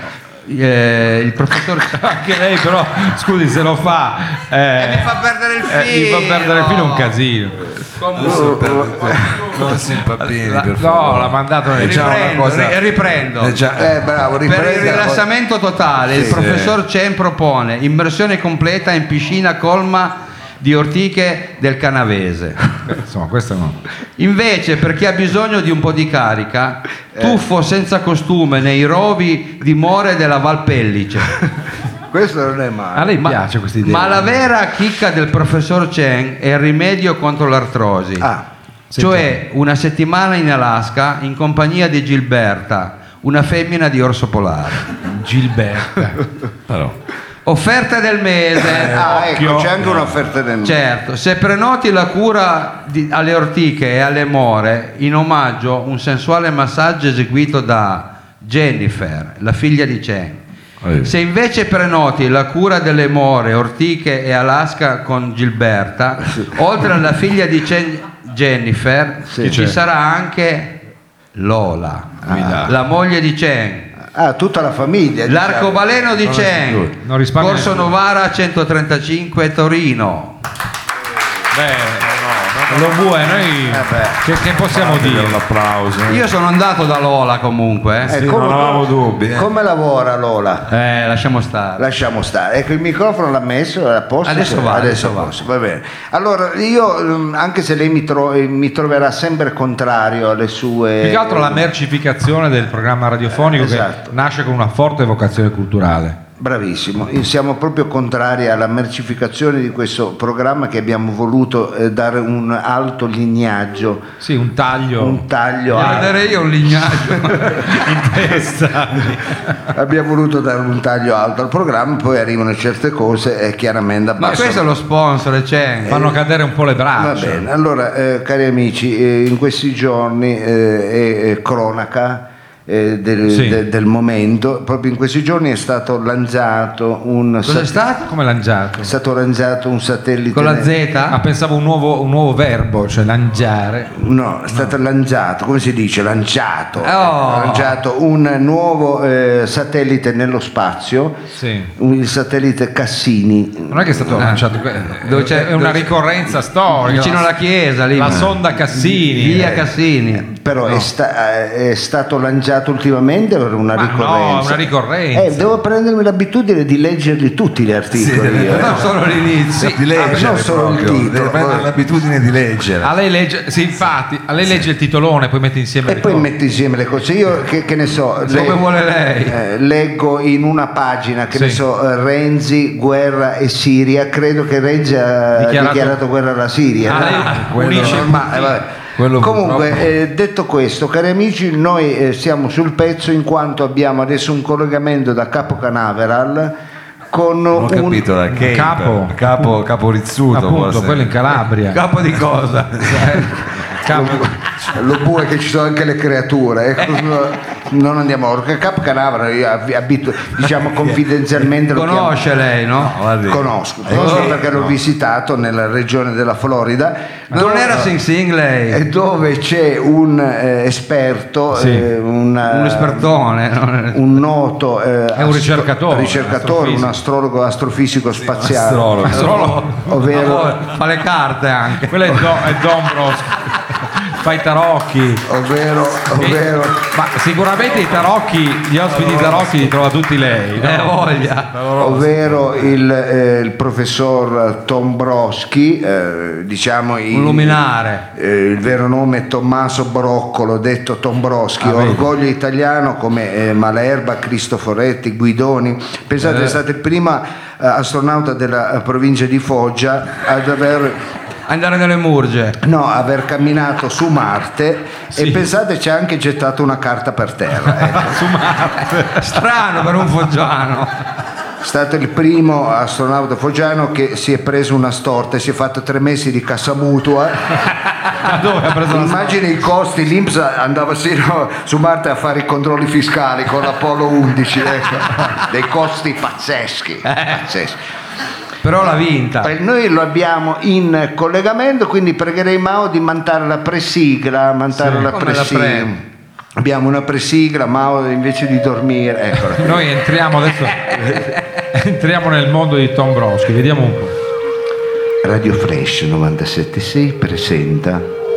Speaker 8: eh, il professor
Speaker 3: Anche lei però, scusi se lo fa, eh,
Speaker 5: mi fa perdere il
Speaker 3: eh, mi fa perdere il filo un casino.
Speaker 2: Adesso per- non si impappini,
Speaker 3: La-
Speaker 2: per
Speaker 3: no,
Speaker 2: favore.
Speaker 3: l'ha mandato nel
Speaker 2: Diciamo una
Speaker 8: riprendo,
Speaker 2: cosa-
Speaker 8: ri- riprendo.
Speaker 2: Eh, già-
Speaker 1: Eh, bravo,
Speaker 8: Per il
Speaker 1: riprenda.
Speaker 8: rilassamento totale, il
Speaker 1: Sì.
Speaker 8: professor Chen propone immersione completa in piscina colma di ortiche del Canavese.
Speaker 3: Beh, insomma, questo no.
Speaker 8: Invece, per chi ha bisogno di un po' di carica, tuffo senza costume nei rovi di more della Valpellice.
Speaker 1: Questo non è
Speaker 3: A
Speaker 1: male.
Speaker 3: lei piace questa idea?
Speaker 8: Ma la vera chicca del professor Chen è il rimedio contro l'artrosi.
Speaker 1: Ah,
Speaker 8: Cioè una settimana in Alaska in compagnia di Gilberta, una femmina di orso polare.
Speaker 3: Gilberta.
Speaker 2: Però.
Speaker 8: Offerta del mese.
Speaker 1: ah, ecco,
Speaker 3: occhio.
Speaker 1: c'è anche un'offerta del
Speaker 8: Certo, se prenoti la cura di- alle ortiche e alle more, in omaggio un sensuale massaggio eseguito da Jennifer, la figlia di Chen.
Speaker 2: Eh.
Speaker 8: Se invece prenoti la cura delle more, ortiche e Alaska con Gilberta, oltre alla figlia di Chen, Jennifer,
Speaker 1: Sì,
Speaker 8: ci
Speaker 1: c'è.
Speaker 8: sarà anche Lola,
Speaker 2: Ah.
Speaker 8: la moglie di Chen.
Speaker 1: Ah, tutta la famiglia. diciamo.
Speaker 8: L'arcobaleno di Chen,
Speaker 3: Non risparmia
Speaker 8: Corso
Speaker 3: nessuno.
Speaker 8: Novara centotrentacinque Torino.
Speaker 3: Beh, lo vuoi, noi
Speaker 1: beh.
Speaker 3: che, che possiamo
Speaker 2: Dire
Speaker 3: dire?
Speaker 2: un applauso.
Speaker 8: Io sono andato da Lola comunque. eh.
Speaker 1: Eh,
Speaker 2: Sì, non avevamo dubbi, eh.
Speaker 1: Come lavora Lola?
Speaker 8: Eh, lasciamo stare.
Speaker 1: Lasciamo stare. Ecco, il microfono l'ha messo, è a posto.
Speaker 8: Adesso
Speaker 1: Sì,
Speaker 8: va,
Speaker 1: adesso
Speaker 8: adesso
Speaker 1: a posto, va bene. Allora, io, mm, anche se lei mi, tro- eh, mi troverà sempre contrario alle sue...
Speaker 3: Più che altro la mercificazione del programma radiofonico
Speaker 1: Esatto.
Speaker 3: che nasce con una forte vocazione culturale.
Speaker 1: Bravissimo, siamo proprio contrari alla mercificazione di questo programma che abbiamo voluto eh, dare un alto lignaggio,
Speaker 3: Sì, un taglio
Speaker 1: un taglio
Speaker 8: Voglio
Speaker 1: alto.
Speaker 8: vedere io un lignaggio.
Speaker 3: in testa.
Speaker 1: Abbiamo voluto dare un taglio alto al programma, poi arrivano certe cose e chiaramente
Speaker 8: Ma
Speaker 1: abbassano.
Speaker 8: questo è lo sponsor, c'è.
Speaker 3: Fanno cadere un po' le
Speaker 1: Va
Speaker 3: braccia.
Speaker 1: bene, allora eh, cari amici, eh, in questi giorni eh, è, è cronaca eh, del,
Speaker 3: Sì.
Speaker 1: de- del momento, proprio in questi giorni è stato lanciato un
Speaker 8: Cos'è
Speaker 1: sat-
Speaker 8: stato?
Speaker 3: Come lanciato?
Speaker 1: è stato lanciato un satellite
Speaker 8: Con la
Speaker 1: ne-
Speaker 8: Z?
Speaker 3: Ah, pensavo un nuovo, un nuovo verbo, cioè lanciare.
Speaker 1: No, è stato lanciato, come si dice? Lanciato.
Speaker 8: Oh.
Speaker 1: Lanciato un nuovo eh, satellite nello spazio,
Speaker 3: Sì.
Speaker 1: un- il satellite Cassini.
Speaker 3: Non è che è stato lanciato,
Speaker 8: Dove c'è-
Speaker 3: è una
Speaker 8: dove c'è-
Speaker 3: ricorrenza storica.
Speaker 8: Vicino alla chiesa lì.
Speaker 3: La sonda Cassini.
Speaker 8: Via Cassini.
Speaker 1: Però è, sta- è stato lanciato ultimamente per una
Speaker 3: Ma no,
Speaker 1: ricorrenza.
Speaker 3: è una ricorrenza.
Speaker 1: Eh, devo prendermi l'abitudine di leggerli tutti gli articoli. io, eh.
Speaker 8: Non solo l'inizio.
Speaker 2: Di leggere
Speaker 1: non solo il
Speaker 2: proprio,
Speaker 1: titolo,
Speaker 2: deve prendere
Speaker 1: poi-
Speaker 2: l'abitudine di leggere.
Speaker 3: A lei legge, sì, infatti, a lei legge il titolone, poi mette insieme
Speaker 1: E
Speaker 3: le
Speaker 1: poi
Speaker 3: cose.
Speaker 1: metto insieme le cose. Io che, che ne so,
Speaker 8: Come
Speaker 1: le-
Speaker 8: vuole lei.
Speaker 1: eh, leggo in una pagina che
Speaker 3: Sì.
Speaker 1: ne so, eh, Renzi, guerra e Siria. Credo che Renzi ha
Speaker 3: Dichiarato-
Speaker 1: dichiarato, guerra alla Siria.
Speaker 3: Ah,
Speaker 1: no?
Speaker 3: lei
Speaker 1: Quello
Speaker 3: unisce
Speaker 1: normale,
Speaker 3: tutti.
Speaker 1: vabbè.
Speaker 2: Quello
Speaker 1: Comunque,
Speaker 2: purtroppo-
Speaker 1: eh, detto questo, cari amici, noi eh, siamo sul pezzo in quanto abbiamo adesso un collegamento da Capo Canaveral con
Speaker 2: Non ho
Speaker 1: un
Speaker 2: capito da che
Speaker 3: Capo.
Speaker 2: capo, capo rizzuto
Speaker 3: Appunto,
Speaker 2: forse.
Speaker 3: quello in Calabria.
Speaker 8: Capo di cosa?
Speaker 3: Capo-
Speaker 1: lo bue che ci sono anche le creature, ecco, non andiamo oltre. Capo Canaveral, io ab- abito, diciamo confidenzialmente lo chiamo-
Speaker 8: Conosce lei, no?
Speaker 2: Guardi.
Speaker 1: Conosco,
Speaker 2: Eh,
Speaker 1: conosco
Speaker 2: sì,
Speaker 1: perché l'ho
Speaker 2: no.
Speaker 1: visitato nella regione della Florida.
Speaker 8: Ma non
Speaker 1: dove-
Speaker 8: era Sing Sing lei?
Speaker 1: e dove c'è un eh, esperto,
Speaker 3: Sì.
Speaker 1: eh, un, eh,
Speaker 8: Un espertone. no?
Speaker 1: un noto eh,
Speaker 3: È un ricercatore,
Speaker 1: ricercatore, un
Speaker 3: astrofisico.
Speaker 1: astrologo astrofisico spaziale,
Speaker 2: astrologo.
Speaker 3: Astrologo.
Speaker 1: ovvero,
Speaker 8: Fa le carte anche.
Speaker 3: Quello è, Do- è Dombrovskis. Fa i tarocchi.
Speaker 1: ovvero, ovvero
Speaker 3: Ma sicuramente i tarocchi, gli ospiti tarocchi li trova tutti lei. no?
Speaker 8: Eh, voglia.
Speaker 1: ovvero il, eh, il professor Tombrowski, eh, diciamo il,
Speaker 8: Un luminare.
Speaker 1: eh, il vero nome è Tommaso Broccolo, detto Tombrowski,
Speaker 3: Ah, vedi.
Speaker 1: orgoglio italiano come eh, Malerba, Cristoforetti, Guidoni. Pensate,
Speaker 3: Eh.
Speaker 1: è stato il primo eh, astronauta della eh, provincia di Foggia ad aver
Speaker 8: Andare nelle Murge.
Speaker 1: No, aver camminato su Marte e pensate ci ha anche gettato una carta per terra. ecco.
Speaker 8: Strano per un foggiano.
Speaker 1: È stato il primo astronauta foggiano che si è preso una storta e si è fatto tre mesi di cassa mutua.
Speaker 3: Da dove ha preso la
Speaker 1: Immagini i costi, l'I N P S andava sino su Marte a fare i controlli fiscali con l'Apollo undici, ecco. Dei costi pazzeschi. pazzeschi.
Speaker 8: Però l'ha vinta.
Speaker 1: Eh, Noi lo abbiamo in collegamento, quindi pregherei Mao di mandare la presigla. Mandare
Speaker 8: Sì,
Speaker 1: la
Speaker 8: come la
Speaker 1: presigla.
Speaker 8: pre-
Speaker 1: Abbiamo una presigla, Mao invece di dormire. Eccola.
Speaker 3: Noi entriamo adesso. entriamo nel mondo di Tom Broschi, vediamo un po'.
Speaker 1: Radio Fresh novantasette sei presenta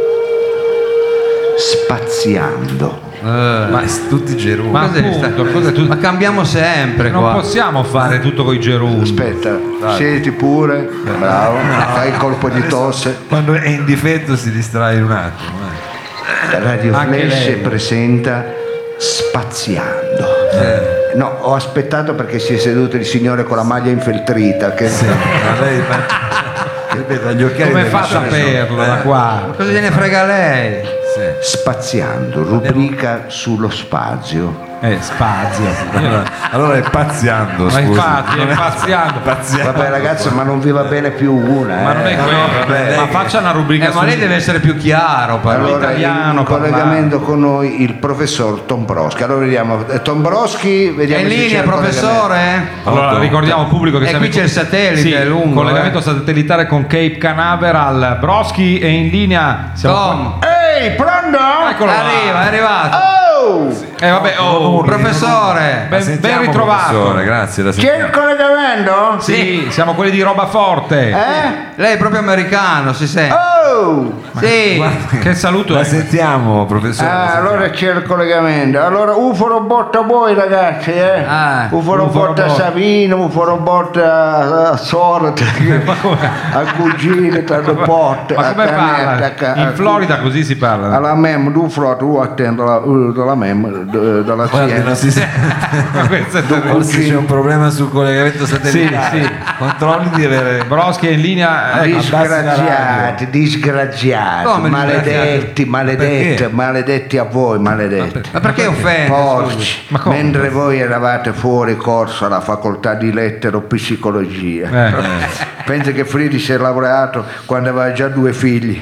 Speaker 1: Spaziando.
Speaker 8: Eh,
Speaker 2: Ma s- tutti Gerù.
Speaker 3: Ma
Speaker 8: cos'è
Speaker 3: appunto,
Speaker 8: sta-
Speaker 3: cos'è tu-
Speaker 8: ma cambiamo sempre
Speaker 3: Non
Speaker 8: qua.
Speaker 3: possiamo fare tutto con i geruni.
Speaker 1: Aspetta, siediti pure, bravo, fai il colpo di tosse.
Speaker 2: Quando è in difetto si distrae un attimo. eh.
Speaker 1: Radio
Speaker 3: Anche
Speaker 1: Flash
Speaker 3: lei.
Speaker 1: presenta Spaziando. No, ho aspettato perché si è seduto il signore con la maglia infeltrita. Che...
Speaker 2: Sì, ma lei fa- ripeto, agli occhiali
Speaker 3: Come
Speaker 2: deve
Speaker 3: fa a
Speaker 2: essere-
Speaker 3: saperlo da
Speaker 2: eh,
Speaker 3: qua?
Speaker 8: Cosa gliene frega lei?
Speaker 1: Spaziando, rubrica sullo spazio.
Speaker 3: Eh, spazio.
Speaker 2: Allora, allora è pazziando,
Speaker 3: Ma
Speaker 2: scusi.
Speaker 3: infatti,
Speaker 2: Non
Speaker 3: è pazziando.
Speaker 2: pazziando.
Speaker 1: Vabbè ragazzi, ma non vi va bene più una.
Speaker 3: Ma non è
Speaker 1: eh.
Speaker 3: quello.
Speaker 1: vabbè.
Speaker 3: Ma faccia una rubrica
Speaker 8: Eh, ma
Speaker 3: su-
Speaker 8: lei deve essere più chiaro, però.
Speaker 1: Allora,
Speaker 3: italiano,
Speaker 1: in collegamento con noi il professor Tombroschi. Allora vediamo, eh, Tombroschi,
Speaker 8: È
Speaker 1: vediamo
Speaker 8: in
Speaker 1: se c'è
Speaker 8: linea,
Speaker 1: il collegamento.
Speaker 8: professore?
Speaker 3: Allora, ricordiamo al pubblico che
Speaker 8: E
Speaker 3: siamo
Speaker 8: qui c'è il satellite,
Speaker 3: sì,
Speaker 8: è lungo,
Speaker 3: collegamento
Speaker 8: eh.
Speaker 3: satellitare con Cape Canaveral. Broschi è in linea. Siamo
Speaker 8: Tom,
Speaker 1: Ehi, pronto?
Speaker 3: Eccolo là.
Speaker 8: arriva, è arrivato.
Speaker 1: Oh!
Speaker 3: Eh vabbè, oh,
Speaker 8: Professore,
Speaker 3: ben,
Speaker 2: Sentiamo,
Speaker 3: ben ritrovato.
Speaker 2: professore, grazie. La
Speaker 1: C'è
Speaker 2: sentiamo.
Speaker 1: il collegamento?
Speaker 3: Sì, siamo quelli di roba forte.
Speaker 1: Eh?
Speaker 8: lei è proprio americano, si sente.
Speaker 1: Oh!
Speaker 8: Sì,
Speaker 3: Che saluto
Speaker 2: La
Speaker 3: è?
Speaker 2: sentiamo, professore. la
Speaker 1: Ah,
Speaker 2: sentiamo.
Speaker 1: allora c'è il collegamento. Allora, UFO robotta voi ragazzi, eh?
Speaker 8: Ah,
Speaker 1: UFO robotta
Speaker 3: robot.
Speaker 1: Savino, UFO robotta a sorte, a cugine, a botte,
Speaker 3: Ma
Speaker 1: a
Speaker 3: come
Speaker 1: canetta,
Speaker 3: parla?
Speaker 1: a ca-
Speaker 3: In Florida così si parla.
Speaker 1: alla mem, tu frotto, tu attendo la- uh, dalla mem, d- dalla
Speaker 2: Guardi,
Speaker 1: siena.
Speaker 2: non si sente.
Speaker 3: Ma questo è terribile.
Speaker 2: Forse c'è un problema sul collegamento satellitare.
Speaker 3: Sì, sì.
Speaker 2: Controlli di avere.
Speaker 3: Broschi è in linea. Ecco.
Speaker 1: Disgraziati, disgraziati,
Speaker 8: Come
Speaker 1: maledetti, maledetti,
Speaker 2: Perché?
Speaker 1: maledetti a voi, maledetti.
Speaker 8: ma perché offende?
Speaker 1: Porci,
Speaker 3: Ma come?
Speaker 1: mentre voi eravate fuori corso alla facoltà di lettero psicologia.
Speaker 3: Eh.
Speaker 1: Pensa che Fridi si è laureato quando aveva già due figli.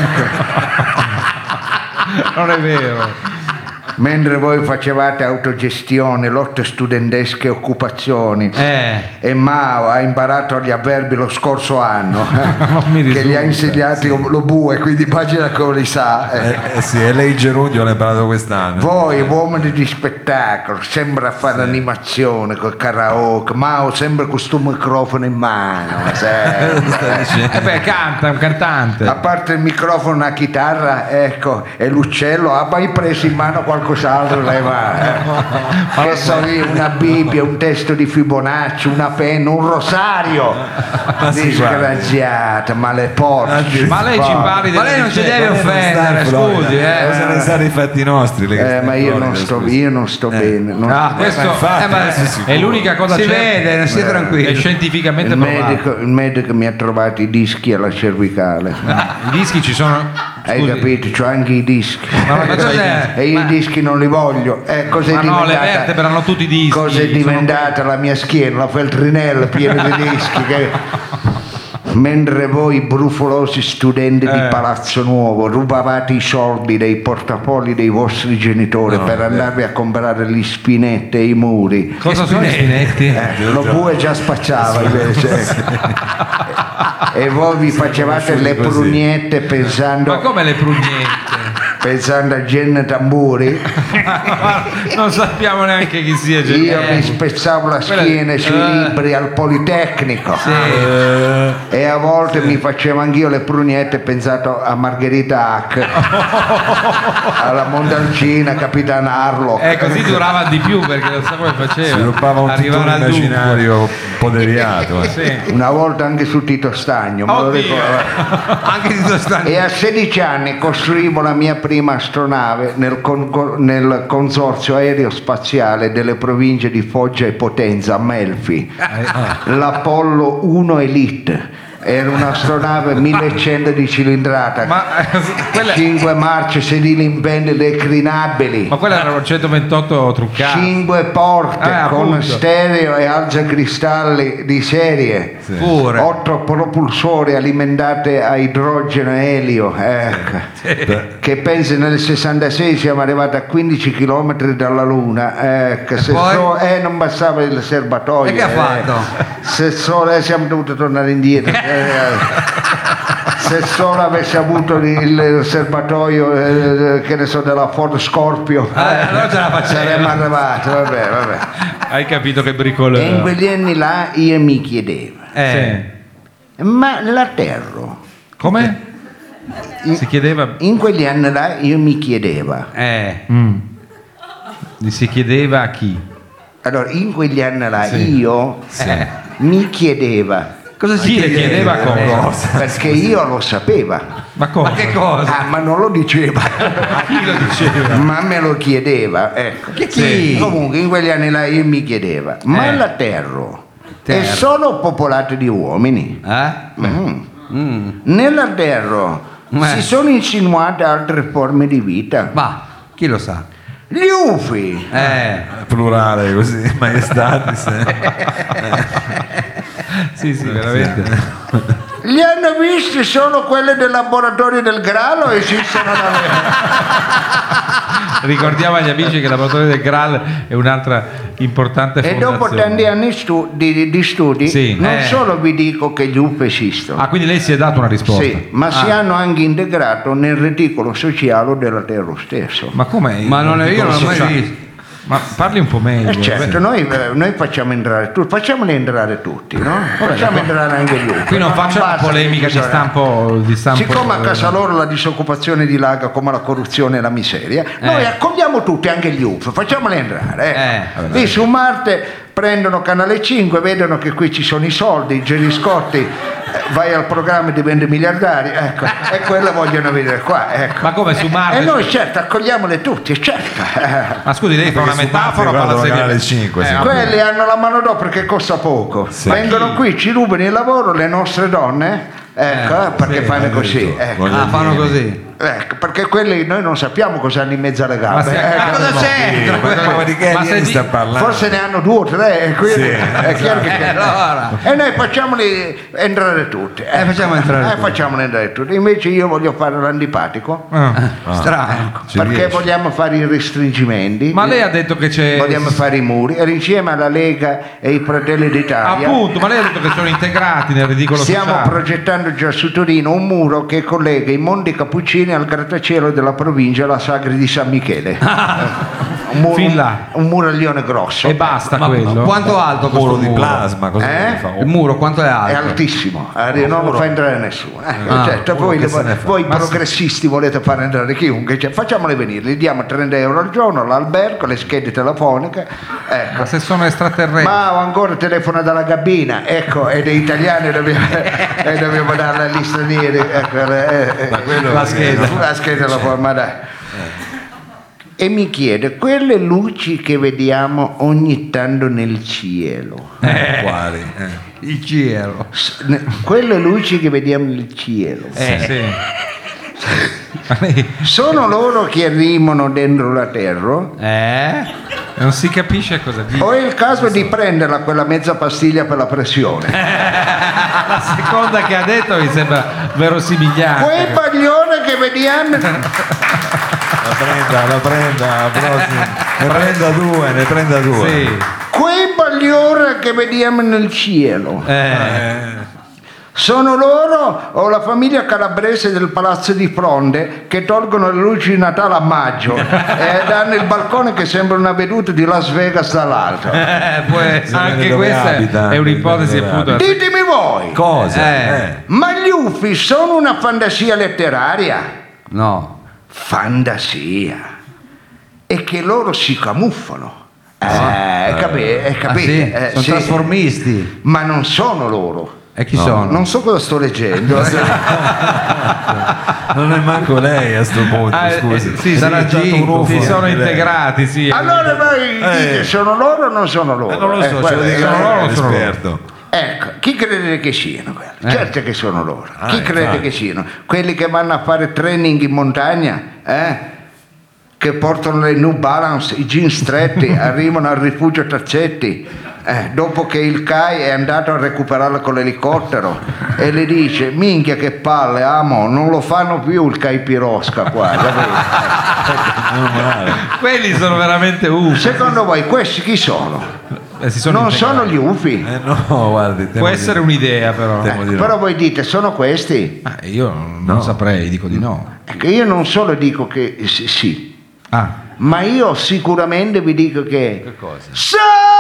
Speaker 3: Non è vero.
Speaker 1: Mentre voi facevate autogestione, lotte studentesche e occupazioni.
Speaker 8: Eh,
Speaker 1: E Mao ha imparato gli avverbi lo scorso anno,
Speaker 3: Non mi
Speaker 1: che gli ha
Speaker 3: risulta.
Speaker 1: insegnati lo bue, quindi immagina come li sa. eh.
Speaker 2: Eh, eh sì, e lei Gerundio l'ha imparato quest'anno.
Speaker 1: Voi uomini di spettacolo, sembra fare animazione col karaoke, Mao sempre con questo microfono in mano, sempre.
Speaker 3: Eh beh, canta, è un cantante.
Speaker 1: A parte il microfono, una chitarra, ecco, e l'uccello, ha mai preso in mano qualcos'altro lei va, eh? Che so io, una Bibbia, un testo di Fibonacci, una penna, un rosario. Disgraziata, ma le porci.
Speaker 3: Ma lei ci parli
Speaker 8: ma lei non ci deve offendere, scusi, eh.
Speaker 2: Cosa ne sa dei fatti nostri? lei che
Speaker 1: Eh,
Speaker 2: sta
Speaker 1: ma
Speaker 2: in
Speaker 1: io
Speaker 2: Florida,
Speaker 1: non sto,
Speaker 2: scusi.
Speaker 1: io non sto bene. non-
Speaker 3: Ah, questo
Speaker 2: infatti,
Speaker 8: Eh, ma-
Speaker 2: adesso si-
Speaker 3: è l'unica cosa
Speaker 8: Si
Speaker 3: certa.
Speaker 8: vede, non stia
Speaker 3: È
Speaker 8: tranquillo.
Speaker 3: scientificamente
Speaker 1: il,
Speaker 3: provato.
Speaker 1: medico, il medico mi ha trovato i dischi alla cervicale.
Speaker 3: I dischi ci sono.
Speaker 1: Hai
Speaker 3: Scusi.
Speaker 1: capito? C'ho anche i dischi.
Speaker 3: Ma
Speaker 8: Ma cos'è?
Speaker 1: E io i dischi non li voglio. Eh, cos'è
Speaker 3: Ma no, le
Speaker 1: diventata?
Speaker 3: vertebre hanno tutti i dischi.
Speaker 1: Cos'è
Speaker 3: sono-
Speaker 1: diventata la mia schiena? La feltrinella piena di dischi. Che... Mentre voi brufolosi studenti di
Speaker 3: Eh.
Speaker 1: Palazzo Nuovo rubavate i soldi dei portafogli dei vostri genitori per andarvi a comprare gli spinetti e i muri.
Speaker 3: Cosa sono i spinetti?
Speaker 1: Eh, lo bue già spacciava invece. E voi vi facevate le
Speaker 2: così.
Speaker 1: prugnette
Speaker 3: Ma
Speaker 1: pensando,
Speaker 3: come le prugnette?
Speaker 1: pensando a Genne Tamburi.
Speaker 3: Non sappiamo neanche chi sia
Speaker 1: Io
Speaker 3: Gennaro.
Speaker 1: mi spezzavo la
Speaker 3: Quella-
Speaker 1: schiena sui
Speaker 3: eh.
Speaker 1: libri al Politecnico.
Speaker 2: Eh,
Speaker 1: E a volte mi facevo anch'io le prugnette pensato a Margherita Hack, alla Montalcina, Capitan Harlock.
Speaker 3: Eh, così durava di più perché non so come faceva.
Speaker 2: sviluppava un titolo
Speaker 3: Arrivare al dunque.
Speaker 2: immaginario poderiato. eh.
Speaker 3: Sì.
Speaker 1: Una volta anche su Tito Stagno, me lo
Speaker 3: Oddio.
Speaker 1: ricordo.
Speaker 8: Anche di Tostani.
Speaker 1: E a sedici anni costruivo la mia prima astronave nel, con- nel consorzio aerospaziale delle province di Foggia e Potenza a Melfi, l'Apollo uno Elite. Era un'astronave millecento di cilindrata,
Speaker 3: Ma, eh, quella,
Speaker 1: cinque marce, sedili in penne declinabili,
Speaker 3: ma quella era un centoventotto truccato.
Speaker 1: cinque porte
Speaker 3: Eh,
Speaker 1: con
Speaker 3: appunto.
Speaker 1: stereo e alzacristalli di serie,
Speaker 8: Pure.
Speaker 1: otto propulsori alimentati a idrogeno e elio, ecco. Che pensi nel sessantasei siamo arrivati a quindici chilometri dalla Luna, ecco. Se
Speaker 8: poi?
Speaker 1: so- eh, non bastava il serbatoio,
Speaker 8: E che ha
Speaker 1: eh.
Speaker 8: fatto?
Speaker 1: Se solo eh, siamo dovuti tornare indietro, eh, se solo avessi avuto il serbatoio, eh, che ne so, della Ford Scorpio,
Speaker 8: Eh, allora ce la faceva.
Speaker 1: saremmo arrivati, vabbè, vabbè.
Speaker 3: Hai capito che
Speaker 1: E in
Speaker 3: bricolero.
Speaker 1: quegli anni là io mi chiedevo,
Speaker 8: Eh.
Speaker 1: ma la Terra,
Speaker 3: Come? Si chiedeva.
Speaker 1: in quegli anni là io mi chiedevo,
Speaker 8: Eh.
Speaker 3: Mm. Gli si chiedeva a chi?
Speaker 1: allora in quegli anni là
Speaker 3: Sì.
Speaker 1: io
Speaker 8: Eh.
Speaker 1: mi chiedeva,
Speaker 8: Cosa si
Speaker 3: Chi le chiedeva
Speaker 1: eh,
Speaker 3: cosa?
Speaker 1: perché io lo sapevo,
Speaker 3: Ma cosa?
Speaker 8: Ma che cosa?
Speaker 1: ah, ma non lo diceva,
Speaker 3: Chi lo diceva?
Speaker 1: ma me lo chiedeva, ecco.
Speaker 8: Che chi?
Speaker 1: Comunque in quegli anni là io mi chiedevo, ma
Speaker 8: Eh.
Speaker 1: la Terra è
Speaker 8: Terra.
Speaker 1: solo popolata di uomini?
Speaker 8: Eh?
Speaker 1: Mm.
Speaker 8: Mm.
Speaker 1: Nella Terra
Speaker 8: Eh.
Speaker 1: si sono insinuate altre forme di vita.
Speaker 8: Ma chi lo sa?
Speaker 1: Gli U F I.
Speaker 8: Eh,
Speaker 2: Plurale così, maestatis.
Speaker 3: Sì, sì, veramente.
Speaker 1: Li hanno visti solo quelli del laboratorio del Graal o esistono davvero?
Speaker 3: Ricordiamo agli amici che il laboratorio del Graal è un'altra importante
Speaker 1: E
Speaker 3: fondazione.
Speaker 1: dopo tanti anni stu- di, di studi,
Speaker 3: Sì,
Speaker 1: non
Speaker 3: eh.
Speaker 1: solo vi dico che gli U F I esistono,
Speaker 3: Ah, quindi lei si è dato una risposta.
Speaker 1: sì, ma si hanno anche integrato nel reticolo sociale della Terra stesso.
Speaker 3: Ma come?
Speaker 8: ma non è, io non l'ho mai
Speaker 3: Sociale.
Speaker 8: visto.
Speaker 3: Ma parli un po' meglio.
Speaker 1: Eh certo, noi, eh, noi facciamo entrare tutti, facciamoli entrare tutti, no? Facciamo entrare anche gli U F I.
Speaker 3: Qui non facciamo
Speaker 1: basta
Speaker 3: polemica
Speaker 1: che
Speaker 3: di
Speaker 1: bisogna-
Speaker 3: stampo, di stampo
Speaker 1: Siccome a casa loro la disoccupazione dilaga come la corruzione e la miseria, noi accogliamo tutti, anche gli U F I, facciamoli entrare. Eh.
Speaker 8: Eh,
Speaker 1: Lì su Marte prendono Canale cinque, vedono che qui ci sono i soldi, i Geriscotti, eh, vai al programma e diventi miliardari, ecco, e quello vogliono vedere qua. Ecco.
Speaker 3: Ma come su Marte?
Speaker 1: E noi certo accogliamoli tutti, certo.
Speaker 3: Ma scusi, lei fa una
Speaker 2: Perché su
Speaker 3: metafora o
Speaker 2: Marte
Speaker 3: fa la
Speaker 2: guardano
Speaker 3: serie?
Speaker 2: Canale cinque,
Speaker 3: Eh,
Speaker 2: sì.
Speaker 3: appunto.
Speaker 1: Quelli hanno la manodopera che costa poco,
Speaker 2: Sì.
Speaker 1: vengono qui, ci rubano il lavoro le nostre donne, ecco, perché
Speaker 2: sì,
Speaker 1: fanno
Speaker 2: hai
Speaker 1: così.
Speaker 2: detto.
Speaker 1: Ecco.
Speaker 2: Voglio
Speaker 8: Ah, fanno
Speaker 2: dire.
Speaker 8: così.
Speaker 1: Ecco, perché quelli noi non sappiamo cosa hanno in mezzo alle gambe.
Speaker 3: Ma si
Speaker 1: ecco.
Speaker 3: accade-
Speaker 8: Cosa c'entra?
Speaker 2: Ma, ma di che
Speaker 3: Ma
Speaker 2: alieni
Speaker 3: se di-
Speaker 2: sta parlando?
Speaker 1: Forse ne hanno due o tre, e quindi
Speaker 2: Sì,
Speaker 1: è chiaro che
Speaker 8: allora.
Speaker 1: e noi facciamoli entrare tutti.
Speaker 8: Eh, facciamo entrare
Speaker 1: Eh,
Speaker 8: tutti.
Speaker 1: facciamoli entrare tutti. Invece io voglio fare l'antipatico
Speaker 3: Ah.
Speaker 8: Strano.
Speaker 2: Ci
Speaker 1: perché
Speaker 2: riesci?
Speaker 1: vogliamo fare i restringimenti.
Speaker 3: Ma lei ha detto che c'è.
Speaker 1: Vogliamo fare i muri e insieme alla Lega e i Fratelli d'Italia.
Speaker 3: Appunto, ma lei ha detto che sono integrati nel ridicolo
Speaker 1: Stiamo
Speaker 3: sociale.
Speaker 1: progettando già su Torino un muro che collega i Monti Cappuccini al grattacielo della provincia, la Sagri di San Michele. un, muro,
Speaker 3: Fin là.
Speaker 1: un muraglione grosso.
Speaker 3: E basta
Speaker 8: Ma
Speaker 3: quello.
Speaker 8: quanto alto questo
Speaker 2: Muro di
Speaker 8: muro?
Speaker 2: plasma, cosa
Speaker 1: Eh?
Speaker 2: ne fa?
Speaker 8: Il muro quanto è
Speaker 1: È
Speaker 8: alto?
Speaker 1: altissimo, eh, non lo fa entrare nessuno. Ecco,
Speaker 8: Ah,
Speaker 1: certo,
Speaker 2: uno
Speaker 1: voi,
Speaker 2: che se ne fa.
Speaker 1: voi
Speaker 3: Ma sì.
Speaker 1: progressisti volete far entrare chiunque, cioè, facciamole venire, gli diamo trenta euro al giorno, l'albergo, le schede telefoniche, ecco.
Speaker 3: Ma se sono extraterrestri.
Speaker 1: Ma ho ancora telefona dalla cabina, ecco, e dei italiani dobbiamo, e dobbiamo darla agli stranieri, ecco, eh, eh,
Speaker 3: la scheda.
Speaker 1: la scheda la forma, dai. E mi chiede, quelle luci che vediamo ogni tanto nel cielo,
Speaker 2: Quali? Eh.
Speaker 8: Il cielo.
Speaker 1: s- ne- quelle luci che vediamo nel cielo,
Speaker 3: Eh, sì. Ma lei
Speaker 1: sono loro che arrivano dentro la terra?
Speaker 8: Eh?
Speaker 3: non si capisce cosa dice.
Speaker 1: O è il caso di prenderla quella mezza pastiglia per la pressione?
Speaker 3: La seconda che ha detto mi sembra verosimigliante.
Speaker 1: Quei baglioni che vediamo...
Speaker 2: La prenda, la prenda, la prossima. Ne prenda due, ne prenda due.
Speaker 3: Sì.
Speaker 1: Quei bagliori che vediamo nel cielo
Speaker 3: Eh,
Speaker 1: sono loro o la famiglia calabrese del palazzo di Fronde che tolgono le luci di Natale a maggio e danno il balcone che sembra una veduta di Las Vegas dall'alto?
Speaker 3: eh, può essere.
Speaker 2: Bisogna
Speaker 3: Anche
Speaker 2: dove
Speaker 3: questa
Speaker 2: abita,
Speaker 3: è un'ipotesi
Speaker 2: dove
Speaker 3: appunto.
Speaker 1: Ditemi voi,
Speaker 2: Cosa?
Speaker 8: Eh.
Speaker 2: Eh.
Speaker 1: ma gli U F I sono una fantasia letteraria?
Speaker 8: No.
Speaker 1: Fantasia. E che loro si camuffano. Eh, capi- eh,
Speaker 8: Ah,
Speaker 1: capite?
Speaker 8: sì?
Speaker 1: Eh,
Speaker 8: Sono
Speaker 1: sì.
Speaker 8: trasformisti.
Speaker 1: Ma non sono loro.
Speaker 8: E chi
Speaker 2: No,
Speaker 8: sono?
Speaker 1: Non so cosa sto leggendo. eh.
Speaker 2: Non è manco lei a sto punto,
Speaker 3: Ah, eh,
Speaker 2: scusi.
Speaker 3: eh, sì,
Speaker 2: Sarà
Speaker 3: sì,
Speaker 2: già un U F O
Speaker 3: si sono
Speaker 2: anche lei.
Speaker 3: integrati, sì.
Speaker 1: Allora voi dite,
Speaker 2: Eh.
Speaker 1: sono loro o non sono loro?
Speaker 2: Eh, non lo
Speaker 1: Eh,
Speaker 2: so, ce
Speaker 1: quello
Speaker 2: lo
Speaker 1: è-
Speaker 2: dica
Speaker 3: sono loro o
Speaker 2: lei,
Speaker 3: sono loro?
Speaker 2: l'esperto.
Speaker 1: Ecco, chi credete che siano quelli?
Speaker 8: Eh.
Speaker 1: Certo che sono loro.
Speaker 2: Ah,
Speaker 1: chi crede
Speaker 2: infatti.
Speaker 1: che siano? Quelli che vanno a fare training in montagna, eh? Che portano le New Balance, i jeans stretti, arrivano al rifugio Tazzetti, eh, dopo che il C A I è andato a recuperarla con l'elicottero e le dice, minchia che palle, amo, non lo fanno più il Caipirosca qua, capito?
Speaker 3: Quelli sono veramente U F O.
Speaker 1: Secondo voi questi chi sono?
Speaker 3: Eh, si sono
Speaker 1: Non
Speaker 3: integrati.
Speaker 1: sono gli U F I?
Speaker 2: Eh no, guardi, temo
Speaker 3: Può
Speaker 2: di-
Speaker 3: essere un'idea però.
Speaker 2: temo
Speaker 3: Eh,
Speaker 2: di no.
Speaker 1: Però voi dite, sono questi?
Speaker 3: ma io non saprei, dico di no.
Speaker 1: Ecco, io non solo dico che sì, sì,
Speaker 3: Ah,
Speaker 1: ma io sicuramente vi dico che... Che cosa? Sì!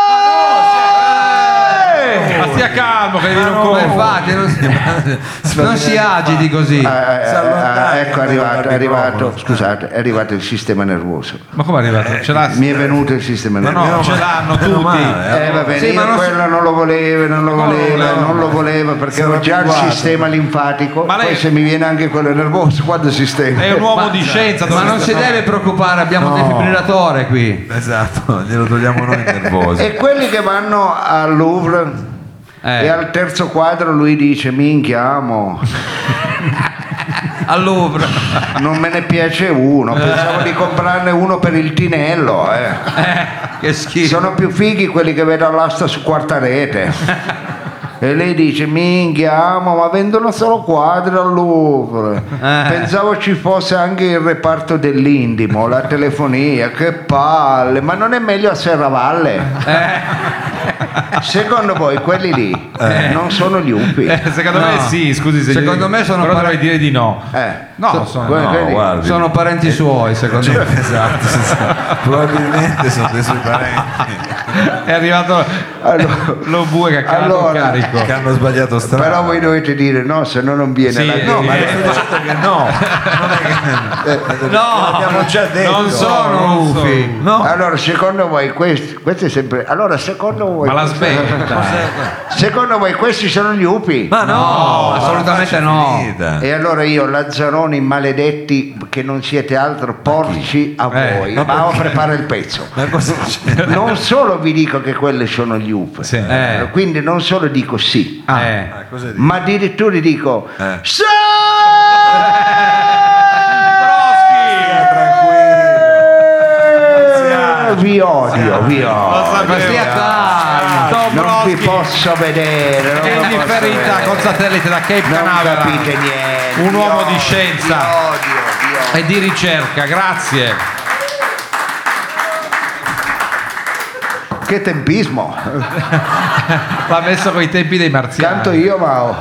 Speaker 3: ma stia calmo che devi non
Speaker 8: Ma
Speaker 3: correre.
Speaker 8: infatti non si, non si agiti così.
Speaker 1: Eh, eh,
Speaker 2: Si allontana,
Speaker 1: eh, ecco, è
Speaker 2: che
Speaker 1: arrivato,
Speaker 2: non
Speaker 1: è arrivato,
Speaker 2: microfono.
Speaker 1: scusate, è arrivato il sistema nervoso.
Speaker 3: Ma come è arrivato? Ce l'ha?
Speaker 1: Mi è venuto il sistema
Speaker 3: Ma
Speaker 1: nervoso.
Speaker 3: no, ce l'hanno
Speaker 2: meno
Speaker 3: tutti.
Speaker 2: male,
Speaker 1: Eh, va bene,
Speaker 8: Sì,
Speaker 1: io
Speaker 8: ma non
Speaker 1: quello non lo volevo, non lo voleva,
Speaker 2: no,
Speaker 1: non lo
Speaker 2: no.
Speaker 1: voleva perché
Speaker 2: Sono
Speaker 1: ho già il
Speaker 2: abituato.
Speaker 1: sistema linfatico,
Speaker 3: Ma lei-
Speaker 1: poi se mi viene anche quello nervoso, quando sistema?
Speaker 3: È un uomo di scienza.
Speaker 8: Ma non si deve preoccupare, abbiamo un
Speaker 2: No.
Speaker 8: defibrillatore qui.
Speaker 2: Esatto, glielo togliamo noi nervoso.
Speaker 1: E quelli che vanno al Louvre
Speaker 8: Eh.
Speaker 1: e al terzo quadro lui dice minchia amo
Speaker 8: al Louvre.
Speaker 1: Non me ne piace uno, pensavo di comprarne uno per il Tinello. Eh.
Speaker 8: Che schifo.
Speaker 1: Sono più fighi quelli che vedo all'asta su Quarta Rete. E lei dice: minchia, amo, ma vendono solo quadri al Louvre.
Speaker 8: Eh.
Speaker 1: Pensavo ci fosse anche il reparto dell'Indimo, la telefonia, che palle, ma non è meglio a Serravalle? Secondo voi quelli lì non sono gli Upi?
Speaker 3: Eh, secondo
Speaker 8: No.
Speaker 3: me sì, scusi se
Speaker 8: Secondo
Speaker 3: gli-
Speaker 8: me sono
Speaker 3: però
Speaker 8: pare-
Speaker 3: dovrei dire di no.
Speaker 1: Eh.
Speaker 3: No,
Speaker 1: So-
Speaker 3: sono-
Speaker 1: quelli-
Speaker 2: No,
Speaker 1: quelli-
Speaker 2: guardi.
Speaker 8: Sono parenti suoi, secondo me.
Speaker 2: Esatto, sì, sì. Probabilmente sono dei suoi parenti
Speaker 3: È arrivato
Speaker 1: Allora-
Speaker 3: lo bue che ha calato
Speaker 1: allora-
Speaker 3: il carico.
Speaker 2: che hanno sbagliato strada.
Speaker 1: Però voi dovete dire no, se no non viene
Speaker 3: Sì,
Speaker 1: la
Speaker 3: eh,
Speaker 2: No, ma
Speaker 3: eh,
Speaker 2: le sto dicendo che no, non è che eh,
Speaker 8: No,
Speaker 2: l'abbiamo già detto.
Speaker 3: non sono
Speaker 8: sono
Speaker 3: non
Speaker 8: Ufi.
Speaker 2: No,
Speaker 1: Allora, secondo voi questi, questo è sempre. Allora, secondo voi.
Speaker 3: Ma la smetta.
Speaker 1: Secondo voi questi sono gli Upi?
Speaker 2: ma no,
Speaker 8: assolutamente
Speaker 2: la faccia
Speaker 8: no.
Speaker 2: finita.
Speaker 1: E allora io, Lazzaroni maledetti, che non siete altro, porci a
Speaker 3: Eh,
Speaker 1: voi.
Speaker 2: ma
Speaker 1: Ma
Speaker 2: perché?
Speaker 1: prepara il pezzo.
Speaker 2: Ma cosa c'è?
Speaker 1: Non solo vi dico che quelli sono gli U P,
Speaker 3: Sì.
Speaker 8: Eh.
Speaker 1: quindi non solo dico sì,
Speaker 8: Eh.
Speaker 2: Ah, cosa dici?
Speaker 1: ma addirittura dico
Speaker 2: Eh.
Speaker 1: sì!
Speaker 2: Tranquillo.
Speaker 1: Vi odio, vi odio.
Speaker 8: Ma stia calmo.
Speaker 1: Non vi posso vedere. non
Speaker 3: È
Speaker 1: vi posso
Speaker 3: indifferita
Speaker 1: vedere.
Speaker 3: con satellite da Cape
Speaker 1: Non
Speaker 3: Canaveral.
Speaker 1: capite niente.
Speaker 3: Un
Speaker 1: vi
Speaker 3: uomo
Speaker 1: odio,
Speaker 3: di scienza.
Speaker 1: Vi odio, vi odio.
Speaker 3: E di ricerca, grazie.
Speaker 1: Che tempismo.
Speaker 3: L'ha messo con i tempi dei marziani.
Speaker 1: Canto io, Mao.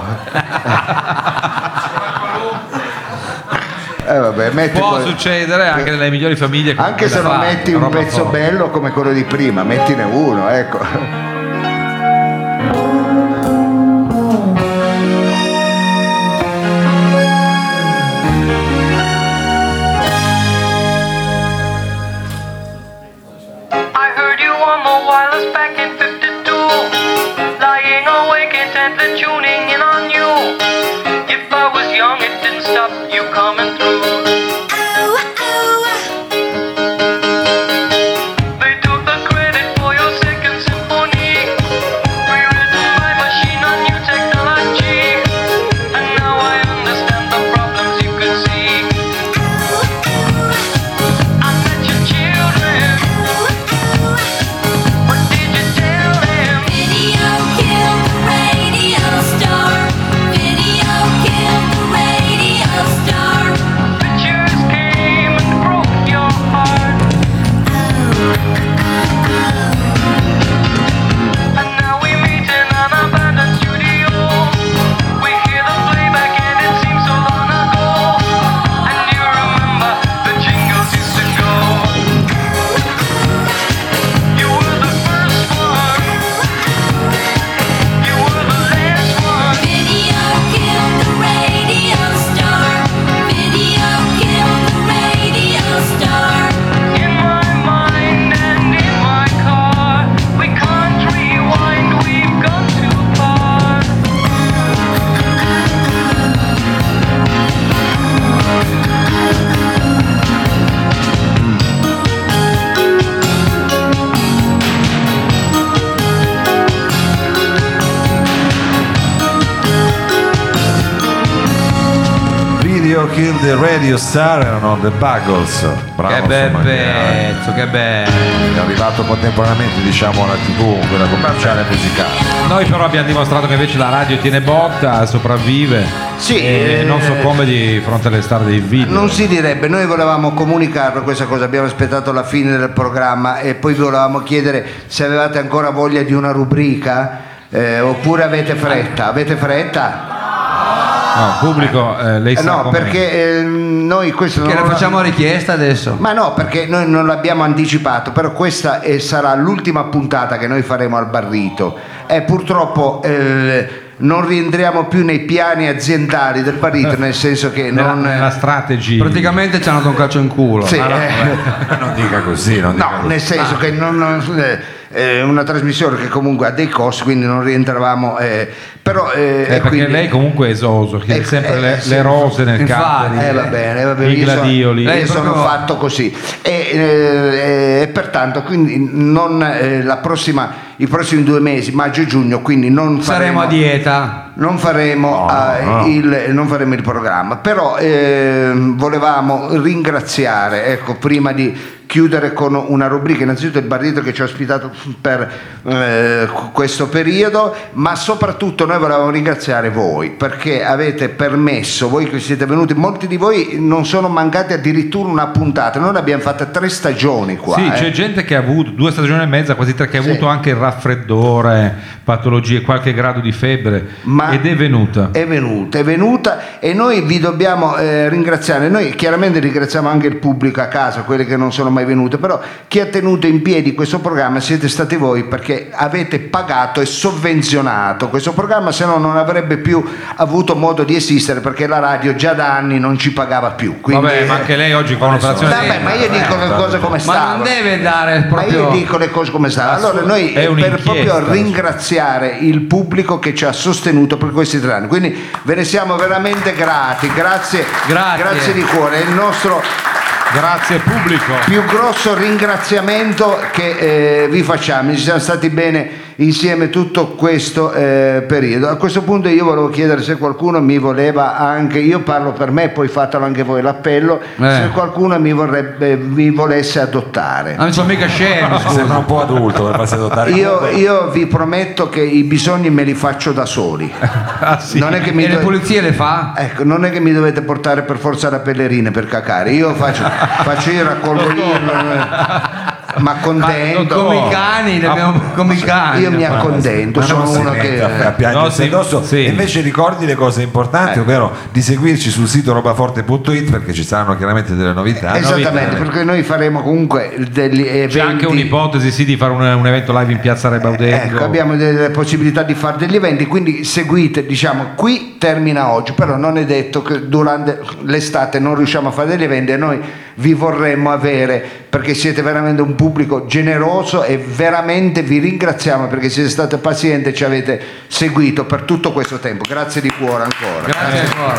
Speaker 1: Eh vabbè, metti
Speaker 3: Può
Speaker 1: poi-
Speaker 3: succedere anche nelle migliori famiglie. come
Speaker 1: anche se
Speaker 3: quella
Speaker 1: non
Speaker 3: fa,
Speaker 1: metti un
Speaker 3: roba
Speaker 1: pezzo
Speaker 3: forte.
Speaker 1: bello come quello di prima, mettine uno, ecco.
Speaker 9: I heard you on the wireless back in fifty-two, lying awake intently tuning in on you. If I was young, it didn't stop you coming through. They took the credit for your second symphony, rewritten by machine on new technology. And now I understand the problems you could see. I met your children. What did you tell them?
Speaker 6: Video killed the radio star. Video killed the radio star.
Speaker 9: Pictures came and broke your heart. And now we meet in an abandoned studio. We hear the playback and it seems so long ago. And you remember the jingles used to go. You were the first one. You were the last one.
Speaker 6: Video killed the radio star. Video killed the radio star.
Speaker 9: In my mind and in my car, we can't rewind, we've gone too far.
Speaker 2: Video Kill the Radio Star erano The Buggles. Bravo,
Speaker 8: Che bel
Speaker 2: insomma, che
Speaker 8: pezzo, che bello.
Speaker 2: è arrivato contemporaneamente, diciamo, alla tivù, quella commerciale musicale.
Speaker 3: Noi però abbiamo dimostrato che invece la radio tiene botta, sopravvive
Speaker 1: Sì,
Speaker 3: e
Speaker 1: eh,
Speaker 3: non soccombe di fronte alle star dei video.
Speaker 1: Non si direbbe, noi volevamo comunicarlo questa cosa, abbiamo aspettato la fine del programma e poi vi volevamo chiedere se avevate ancora voglia di una rubrica eh, oppure avete fretta. Avete fretta?
Speaker 3: No, pubblico, eh, lei
Speaker 1: Eh,
Speaker 3: sa
Speaker 1: no,
Speaker 3: come-
Speaker 1: perché eh, noi questo
Speaker 8: Che
Speaker 1: non
Speaker 8: le
Speaker 1: lo-
Speaker 8: facciamo richiesta adesso?
Speaker 1: Ma no, perché noi non l'abbiamo anticipato, però questa eh, sarà l'ultima puntata che noi faremo al Barrito e purtroppo eh, non rientriamo più nei piani aziendali del Barrito, nel senso che
Speaker 3: nella,
Speaker 1: non...
Speaker 3: nella strategy.
Speaker 8: Praticamente ci hanno dato un calcio in culo.
Speaker 1: Sì,
Speaker 3: Ah, no,
Speaker 1: eh,
Speaker 2: Non dica così, non dica
Speaker 1: no,
Speaker 2: così.
Speaker 1: nel senso che non, non- eh, è una trasmissione che comunque ha dei costi, quindi non rientravamo, eh, però... eh,
Speaker 3: Eh,
Speaker 1: e
Speaker 3: perché
Speaker 1: quindi-
Speaker 3: lei comunque è esoso, chiede
Speaker 1: Eh,
Speaker 3: sempre
Speaker 1: eh,
Speaker 3: le,
Speaker 1: sì.
Speaker 3: le rose nel
Speaker 8: Infatti,
Speaker 3: campo.
Speaker 1: Eh, va bene, va bene,
Speaker 3: I
Speaker 1: io sono-
Speaker 3: gladioli.
Speaker 1: io
Speaker 8: Lei
Speaker 1: sono
Speaker 8: proprio-
Speaker 1: fatto così e, eh, e pertanto quindi non, eh, la prossima, i prossimi due mesi, maggio e giugno, quindi non
Speaker 8: Saremo
Speaker 1: faremo,
Speaker 8: a dieta.
Speaker 1: non faremo,
Speaker 2: No,
Speaker 1: eh,
Speaker 2: no.
Speaker 1: Il, non faremo il programma, però eh, volevamo ringraziare, ecco, prima di chiudere con una rubrica, innanzitutto il Barrietto che ci ha ospitato per eh, questo periodo, ma soprattutto noi volevamo ringraziare voi perché avete permesso, voi che siete venuti, molti di voi non sono mancati addirittura una puntata, noi ne abbiamo fatte tre stagioni qua.
Speaker 3: Sì,
Speaker 1: eh.
Speaker 3: c'è gente che ha avuto due stagioni e mezza, quasi tre, che ha
Speaker 1: Sì.
Speaker 3: avuto anche il raffreddore, patologie, qualche grado di febbre,
Speaker 1: Ma
Speaker 3: ed è venuta.
Speaker 1: È venuta, è venuta e noi vi dobbiamo eh, ringraziare. Noi chiaramente ringraziamo anche il pubblico a casa, quelli che non sono mai venute, però chi ha tenuto in piedi questo programma siete stati voi perché avete pagato e sovvenzionato questo programma, se no non avrebbe più avuto modo di esistere perché la radio già da anni non ci pagava più. Quindi,
Speaker 3: Vabbè, ma anche lei oggi fa un'operazione.
Speaker 1: Vabbè, ma io dico le cose come
Speaker 8: Ma
Speaker 1: stavano.
Speaker 8: non deve dare
Speaker 1: Ma
Speaker 8: proprio.
Speaker 1: io dico le cose come stanno. Allora noi
Speaker 3: È
Speaker 1: eh, per
Speaker 3: un'inchiesta.
Speaker 1: proprio ringraziare il pubblico che ci ha sostenuto per questi tre anni. Quindi ve ne siamo veramente grati. Grazie,
Speaker 8: Grazie.
Speaker 1: grazie di cuore. È il nostro
Speaker 3: Grazie pubblico.
Speaker 1: più grosso ringraziamento che eh, vi facciamo. Ci siamo stati bene insieme tutto questo eh, periodo. A questo punto io volevo chiedere se qualcuno mi voleva anche, io parlo per me, poi fatelo anche voi l'appello,
Speaker 8: Eh.
Speaker 1: se qualcuno mi vorrebbe, mi volesse adottare.
Speaker 8: Ah, non sono mica scemo.
Speaker 2: Mi sembra un po' adulto per farsi adottare.
Speaker 1: Io, io vi prometto che i bisogni me li faccio da soli.
Speaker 3: Ah, sì.
Speaker 1: Non è che mi
Speaker 8: E le
Speaker 1: dove-
Speaker 8: pulizie le fa?
Speaker 1: Ecco, non è che mi dovete portare per forza la pellerina per cacare. Io faccio, faccio io raccolgo io, ma contento.
Speaker 8: Come i cani, ne abbiamo come i cani.
Speaker 1: Io mi accontento,
Speaker 2: Ma
Speaker 1: sono
Speaker 2: non si
Speaker 1: uno
Speaker 2: mette
Speaker 1: che
Speaker 2: a piangersi
Speaker 3: No, sì,
Speaker 2: addosso.
Speaker 3: sì.
Speaker 2: E invece ricordi le cose importanti,
Speaker 1: Eh.
Speaker 2: ovvero di seguirci sul sito robaforte punto it perché ci saranno chiaramente delle novità.
Speaker 1: esattamente,
Speaker 2: Novità.
Speaker 1: perché noi faremo comunque degli eventi.
Speaker 3: C'è anche un'ipotesi sì, di fare un, un evento live in piazza Rebaudengo.
Speaker 1: Ecco, abbiamo delle possibilità di fare degli eventi, quindi seguite, diciamo, qui termina oggi, però non è detto che durante l'estate non riusciamo a fare degli eventi e noi vi vorremmo avere perché siete veramente un pubblico generoso e veramente vi ringraziamo perché siete state pazienti e ci avete seguito per tutto questo tempo. Grazie di cuore ancora.
Speaker 8: Grazie ancora.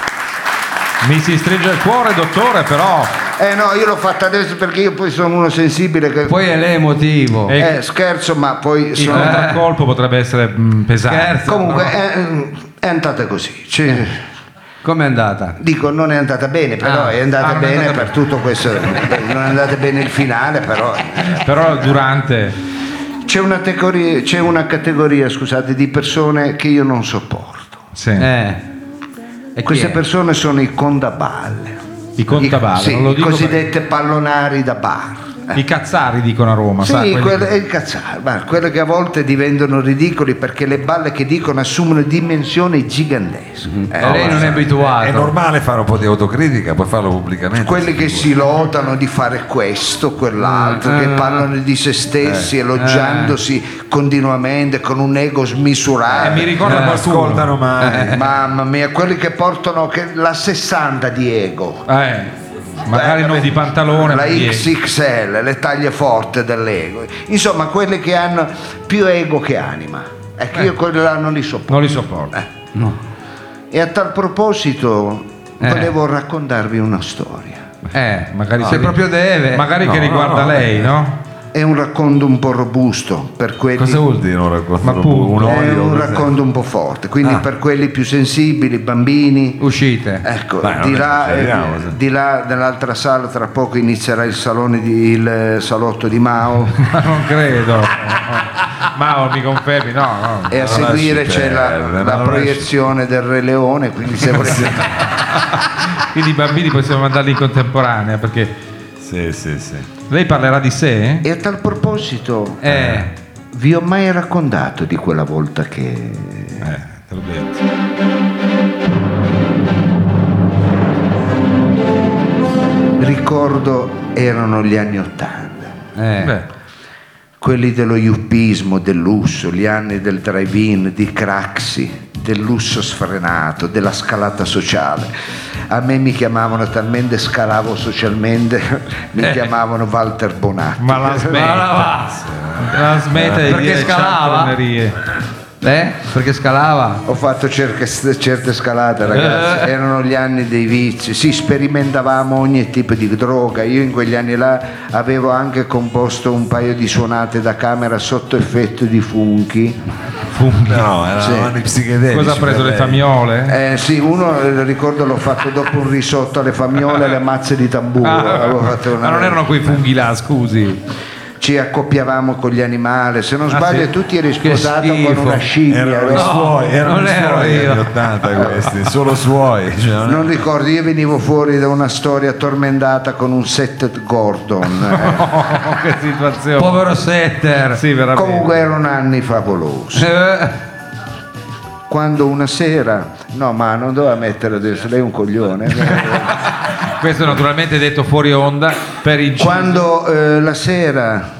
Speaker 3: Mi si stringe il cuore, dottore, però.
Speaker 1: Eh no, io l'ho fatta adesso perché io poi sono uno sensibile che
Speaker 8: Poi è lei emotivo.
Speaker 3: Eh,
Speaker 1: eh, scherzo, ma poi
Speaker 3: il
Speaker 1: sono...
Speaker 3: contraccolpo potrebbe essere mh, pesante.
Speaker 8: Scherzo.
Speaker 1: Comunque è, è andata così. Cioè,
Speaker 8: Com'è andata?
Speaker 1: dico, non è andata bene, però
Speaker 8: Ah.
Speaker 1: è andata
Speaker 3: Ah, non è
Speaker 1: bene
Speaker 3: andata
Speaker 1: per tutto questo. Non è andata bene il finale, però.
Speaker 3: Però durante.
Speaker 1: C'è una, categoria, c'è una categoria, scusate, di persone che io non sopporto.
Speaker 3: Sì.
Speaker 8: Eh. E
Speaker 1: Queste
Speaker 8: chi è?
Speaker 1: persone sono i condaballe.
Speaker 3: I contaballe,
Speaker 1: I, sì,
Speaker 3: non lo
Speaker 1: i
Speaker 3: dico
Speaker 1: cosiddette pallonari da bar.
Speaker 3: I cazzari dicono a Roma,
Speaker 1: Sì,
Speaker 3: sa, quelli
Speaker 1: quelle,
Speaker 3: che-
Speaker 1: è il cazzare, ma quelle che a volte diventano ridicoli perché le balle che dicono assumono dimensioni gigantesche. Eh,
Speaker 8: E lei non è abituato.
Speaker 2: È normale fare un po' di autocritica, puoi farlo pubblicamente.
Speaker 1: quelli che si lodano di fare questo, quell'altro,
Speaker 8: Mm,
Speaker 1: che
Speaker 8: mm.
Speaker 1: parlano di se stessi, elogiandosi continuamente con un ego smisurato.
Speaker 3: Eh, mi ricorda
Speaker 2: Non
Speaker 3: qualcuno.
Speaker 2: ascoltano mai.
Speaker 1: Mamma mia, quelli che portano che- la sessanta di ego.
Speaker 3: Eh, magari
Speaker 1: Eh,
Speaker 3: non
Speaker 1: vabbè,
Speaker 3: di pantalone,
Speaker 1: la
Speaker 3: ma di-
Speaker 1: X X L, le taglie forti dell'ego. Insomma, quelli che hanno più ego che anima. Ecco, io quelli là non li sopporto.
Speaker 3: non li sopporto.
Speaker 1: E a tal proposito
Speaker 8: Eh.
Speaker 1: volevo raccontarvi una storia.
Speaker 8: Eh,
Speaker 3: Magari
Speaker 8: se
Speaker 3: se-
Speaker 8: proprio deve.
Speaker 3: Magari
Speaker 2: No,
Speaker 3: che
Speaker 2: no,
Speaker 3: riguarda
Speaker 2: no,
Speaker 3: lei,
Speaker 2: eh.
Speaker 3: no?
Speaker 1: È un racconto un po' robusto per quelli.
Speaker 2: Cosa vuol dire un racconto?
Speaker 3: Ma appunto,
Speaker 2: un
Speaker 1: È
Speaker 2: odio?
Speaker 1: un
Speaker 2: cos'è?
Speaker 1: racconto un po' forte, quindi
Speaker 2: Ah.
Speaker 1: per quelli più sensibili, bambini.
Speaker 8: Uscite.
Speaker 1: Ecco,
Speaker 2: Beh,
Speaker 1: di
Speaker 2: non
Speaker 1: là,
Speaker 2: esageriamo,
Speaker 1: eh,
Speaker 2: sì.
Speaker 1: di là nell'altra sala tra poco inizierà il salone di, il salotto di Mao
Speaker 3: Ma non credo. Mao, mi confermi? No, no.
Speaker 1: e a
Speaker 2: Ma
Speaker 1: seguire
Speaker 2: lasci
Speaker 1: c'è la,
Speaker 2: perdere,
Speaker 1: la
Speaker 2: ma
Speaker 1: proiezione del Re Leone, quindi se volete.
Speaker 3: Quindi i bambini possiamo mandarli in contemporanea perché
Speaker 2: Sì, sì, sì.
Speaker 3: lei parlerà di sé?
Speaker 1: E a tal proposito,
Speaker 8: Eh.
Speaker 1: vi ho mai raccontato di quella volta che
Speaker 2: Eh, te l'ho detto.
Speaker 1: ricordo erano gli anni Ottanta,
Speaker 8: Eh.
Speaker 3: Beh,
Speaker 1: quelli dello yuppismo, del lusso, gli anni del drive-in, di Craxi, del lusso sfrenato, della scalata sociale. A me mi chiamavano talmente scalavo socialmente, mi
Speaker 3: Eh.
Speaker 1: chiamavano Walter Bonatti.
Speaker 3: ma la smetta.
Speaker 8: Ma la va.
Speaker 3: La smetta di
Speaker 8: Perché
Speaker 3: dire
Speaker 8: scalava?
Speaker 3: cialtronerie.
Speaker 8: Eh? Perché scalava?
Speaker 1: Ho fatto cerche- certe scalate, ragazzi, erano gli anni dei vizi, sì, sperimentavamo ogni tipo di droga. Io in quegli anni là avevo anche composto un paio di suonate da camera sotto effetto di funky.
Speaker 2: No, erano
Speaker 1: Sì.
Speaker 2: anni psichedelici.
Speaker 3: Cosa ha preso,
Speaker 2: per
Speaker 3: le
Speaker 2: lei.
Speaker 3: famiole?
Speaker 1: Eh sì, uno eh, ricordo l'ho fatto dopo un risotto alle famiole e alle mazze di tamburo. Avevo fatto una-
Speaker 3: Ma non erano quei funghi là, scusi.
Speaker 1: Ci accoppiavamo con gli animali, se non sbaglio
Speaker 3: sì?
Speaker 1: tu ti eri
Speaker 8: Che
Speaker 1: sposato con
Speaker 8: schifo.
Speaker 1: una scimmia.
Speaker 2: Erano
Speaker 1: vero?
Speaker 2: i suoi, erano
Speaker 8: non
Speaker 2: i
Speaker 8: ero
Speaker 2: suoi
Speaker 8: io.
Speaker 2: anni ottanta questi, solo suoi. Cioè, non è-
Speaker 1: Non ricordo, io venivo fuori da una storia tormentata con un set Gordon. eh.
Speaker 3: Oh, che situazione.
Speaker 8: Povero setter.
Speaker 3: Sì, veramente.
Speaker 1: Comunque erano anni favolosi.
Speaker 8: Eh,
Speaker 1: Quando una sera, no, ma non doveva mettere adesso, lei è un coglione.
Speaker 3: Questo naturalmente detto fuori onda per inciso.
Speaker 1: Quando eh, la sera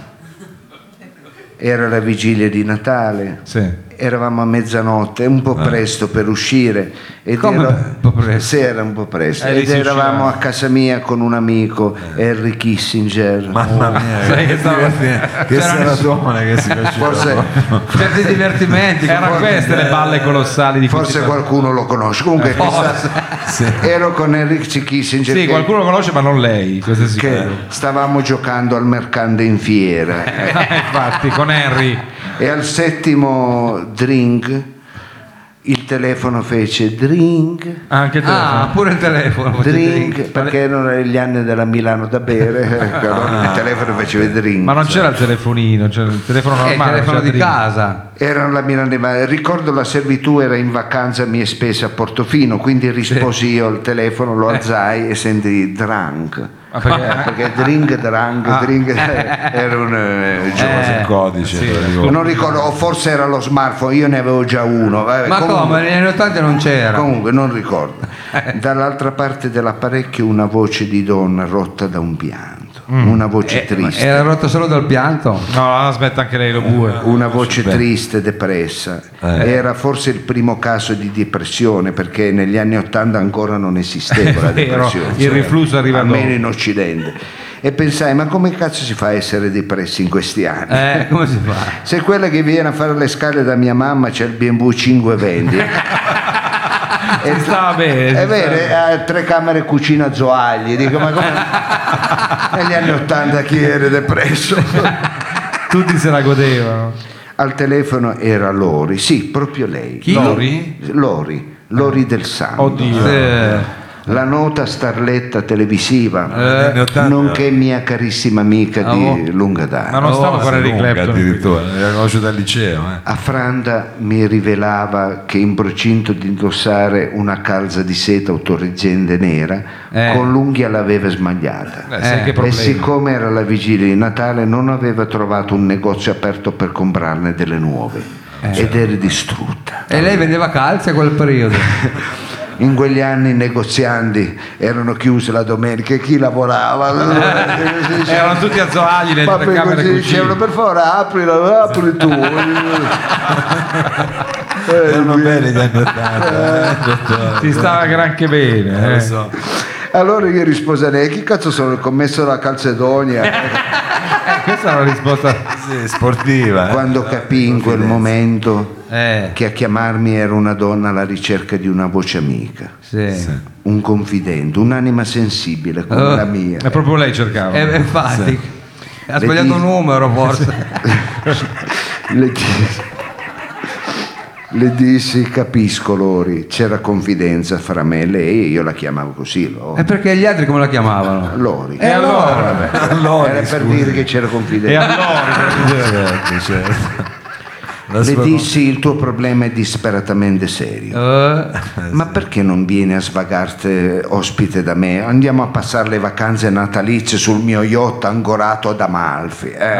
Speaker 1: era la vigilia di Natale,
Speaker 3: Sì.
Speaker 1: eravamo a mezzanotte, un po' presto per uscire. Ed
Speaker 8: Come
Speaker 1: era-
Speaker 8: un po' presto?
Speaker 1: Sì, era un po' presto.
Speaker 3: Eh, lì
Speaker 1: Ed
Speaker 3: si
Speaker 1: eravamo
Speaker 3: usciva.
Speaker 1: a casa mia con un amico, Henry Kissinger.
Speaker 2: Mamma mia,
Speaker 3: Sai che
Speaker 2: che,
Speaker 3: stava-
Speaker 2: che seratone che si faceva.
Speaker 1: Forse,
Speaker 8: certi divertimenti.
Speaker 3: Erano queste le balle colossali di cui
Speaker 1: forse
Speaker 3: si parla.
Speaker 1: qualcuno lo conosce. Comunque
Speaker 8: Forse.
Speaker 1: ero con Henry Kissinger
Speaker 3: Sì,
Speaker 1: che,
Speaker 3: qualcuno lo conosce ma non lei, questo è sicuro.
Speaker 1: che stavamo giocando al mercante in fiera.
Speaker 3: Infatti con Henry.
Speaker 1: E al settimo drink il telefono fece drink,
Speaker 3: Anche te.
Speaker 8: Ah, pure il telefono.
Speaker 1: drink, perché erano gli anni della Milano da bere, ecco, allora il telefono faceva drink.
Speaker 3: Ma non c'era il telefonino, c'era il telefono
Speaker 8: Eh, il
Speaker 3: normale.
Speaker 8: telefono
Speaker 3: non c'era
Speaker 8: di
Speaker 3: drink.
Speaker 8: casa.
Speaker 1: Erano la Milano, ma ricordo la servitù era in vacanza a mie spese a Portofino, quindi risposi io al telefono, lo alzai e sentii drunk.
Speaker 3: Ma perché-
Speaker 1: Perché drink, drunk, drink era un eh, gioco.
Speaker 2: Il codice.
Speaker 3: sì,
Speaker 2: te lo ricordo.
Speaker 1: Non ricordo, o forse era lo smartphone, io ne avevo già uno. vabbè,
Speaker 8: Ma
Speaker 1: comunque-
Speaker 8: come? Negli anni ottanta non c'era.
Speaker 1: Comunque non ricordo. Dall'altra parte dell'apparecchio una voce di donna rotta da un pianto, una voce triste,
Speaker 8: Era rotta solo dal pianto.
Speaker 3: No, aspetta anche lei lo bue.
Speaker 1: una voce triste, depressa. Era forse il primo caso di depressione perché negli anni Ottanta ancora non esisteva la
Speaker 3: È vero,
Speaker 1: depressione.
Speaker 3: il riflusso arriva
Speaker 1: almeno
Speaker 3: dopo.
Speaker 1: in Occidente. E pensai, ma come cazzo si fa a essere depressi in questi anni?
Speaker 8: Eh, come si fa?
Speaker 1: Se quella che viene a fare le scale da mia mamma c'è il B and W cinquecentoventi e
Speaker 3: Si stava bene. si
Speaker 1: è
Speaker 3: stava
Speaker 1: vero,
Speaker 3: bene.
Speaker 1: ha tre camere cucina zoagli, dico ma come negli anni ottanta chi era depresso?
Speaker 3: Tutti se la godevano.
Speaker 1: Al telefono era Lori, sì, proprio lei.
Speaker 8: Chi?
Speaker 3: Lori?
Speaker 1: Lori, Lori del Santo.
Speaker 3: Oddio.
Speaker 8: Eh,
Speaker 1: La nota starletta televisiva,
Speaker 2: Negli anni ottanta-
Speaker 1: nonché mia carissima amica
Speaker 8: Ah, oh.
Speaker 1: di lunga data.
Speaker 3: Ma non stavo
Speaker 2: Oh,
Speaker 3: con Eric
Speaker 2: lunga
Speaker 3: Clapton.
Speaker 2: addirittura, l'aveva conosciuta al liceo. Eh.
Speaker 1: Afranda mi rivelava che in procinto di indossare una calza di seta autoreggente nera,
Speaker 8: Eh.
Speaker 1: con l'unghia l'aveva smagliata.
Speaker 3: Eh, sai che
Speaker 1: E
Speaker 3: problemi.
Speaker 1: siccome era la vigilia di Natale non aveva trovato un negozio aperto per comprarne delle nuove ed era distrutta.
Speaker 8: E lei vendeva calze a quel periodo.
Speaker 1: In quegli anni i negozianti erano chiusi la domenica e chi lavorava?
Speaker 3: Erano tutti a zoagli le
Speaker 1: Ma
Speaker 3: tre
Speaker 1: poi
Speaker 3: camere
Speaker 1: così
Speaker 3: cucina.
Speaker 1: dicevano per favore aprila, apri tu.
Speaker 2: Erano belli gli anni ottanta. eh, dottore.
Speaker 3: Si stava granché bene.
Speaker 2: Eh,
Speaker 3: eh.
Speaker 2: lo so.
Speaker 1: Allora io risposi a lei, chi cazzo sono il commesso della Calcedonia?
Speaker 3: Eh, questa è una risposta.
Speaker 2: Sì, sportiva. eh.
Speaker 1: Quando capì in quel momento
Speaker 8: Eh,
Speaker 1: che a chiamarmi era una donna alla ricerca di una voce amica,
Speaker 8: sì.
Speaker 1: un confidente, un'anima sensibile come
Speaker 8: Oh.
Speaker 1: la mia.
Speaker 3: È proprio lei cercava.
Speaker 8: E infatti, ha sbagliato
Speaker 1: dis-
Speaker 8: un numero forse.
Speaker 1: Le, dis- le dissi, capisco Lori, c'era confidenza fra me e lei, io la chiamavo così, Lori.
Speaker 8: E perché gli altri come la chiamavano?
Speaker 1: Lori.
Speaker 8: E allora?
Speaker 2: Allora,
Speaker 1: Era per
Speaker 2: scusi.
Speaker 1: dire che c'era
Speaker 3: E
Speaker 1: confidenza.
Speaker 3: allora?
Speaker 2: Certo, certo. La
Speaker 1: Le
Speaker 2: sua-
Speaker 1: dissi il tuo problema è disperatamente serio.
Speaker 8: Eh,
Speaker 1: Ma perché non vieni a svagarti ospite da me? Andiamo a passare le vacanze natalizie sul mio yacht ancorato ad Amalfi. Eh.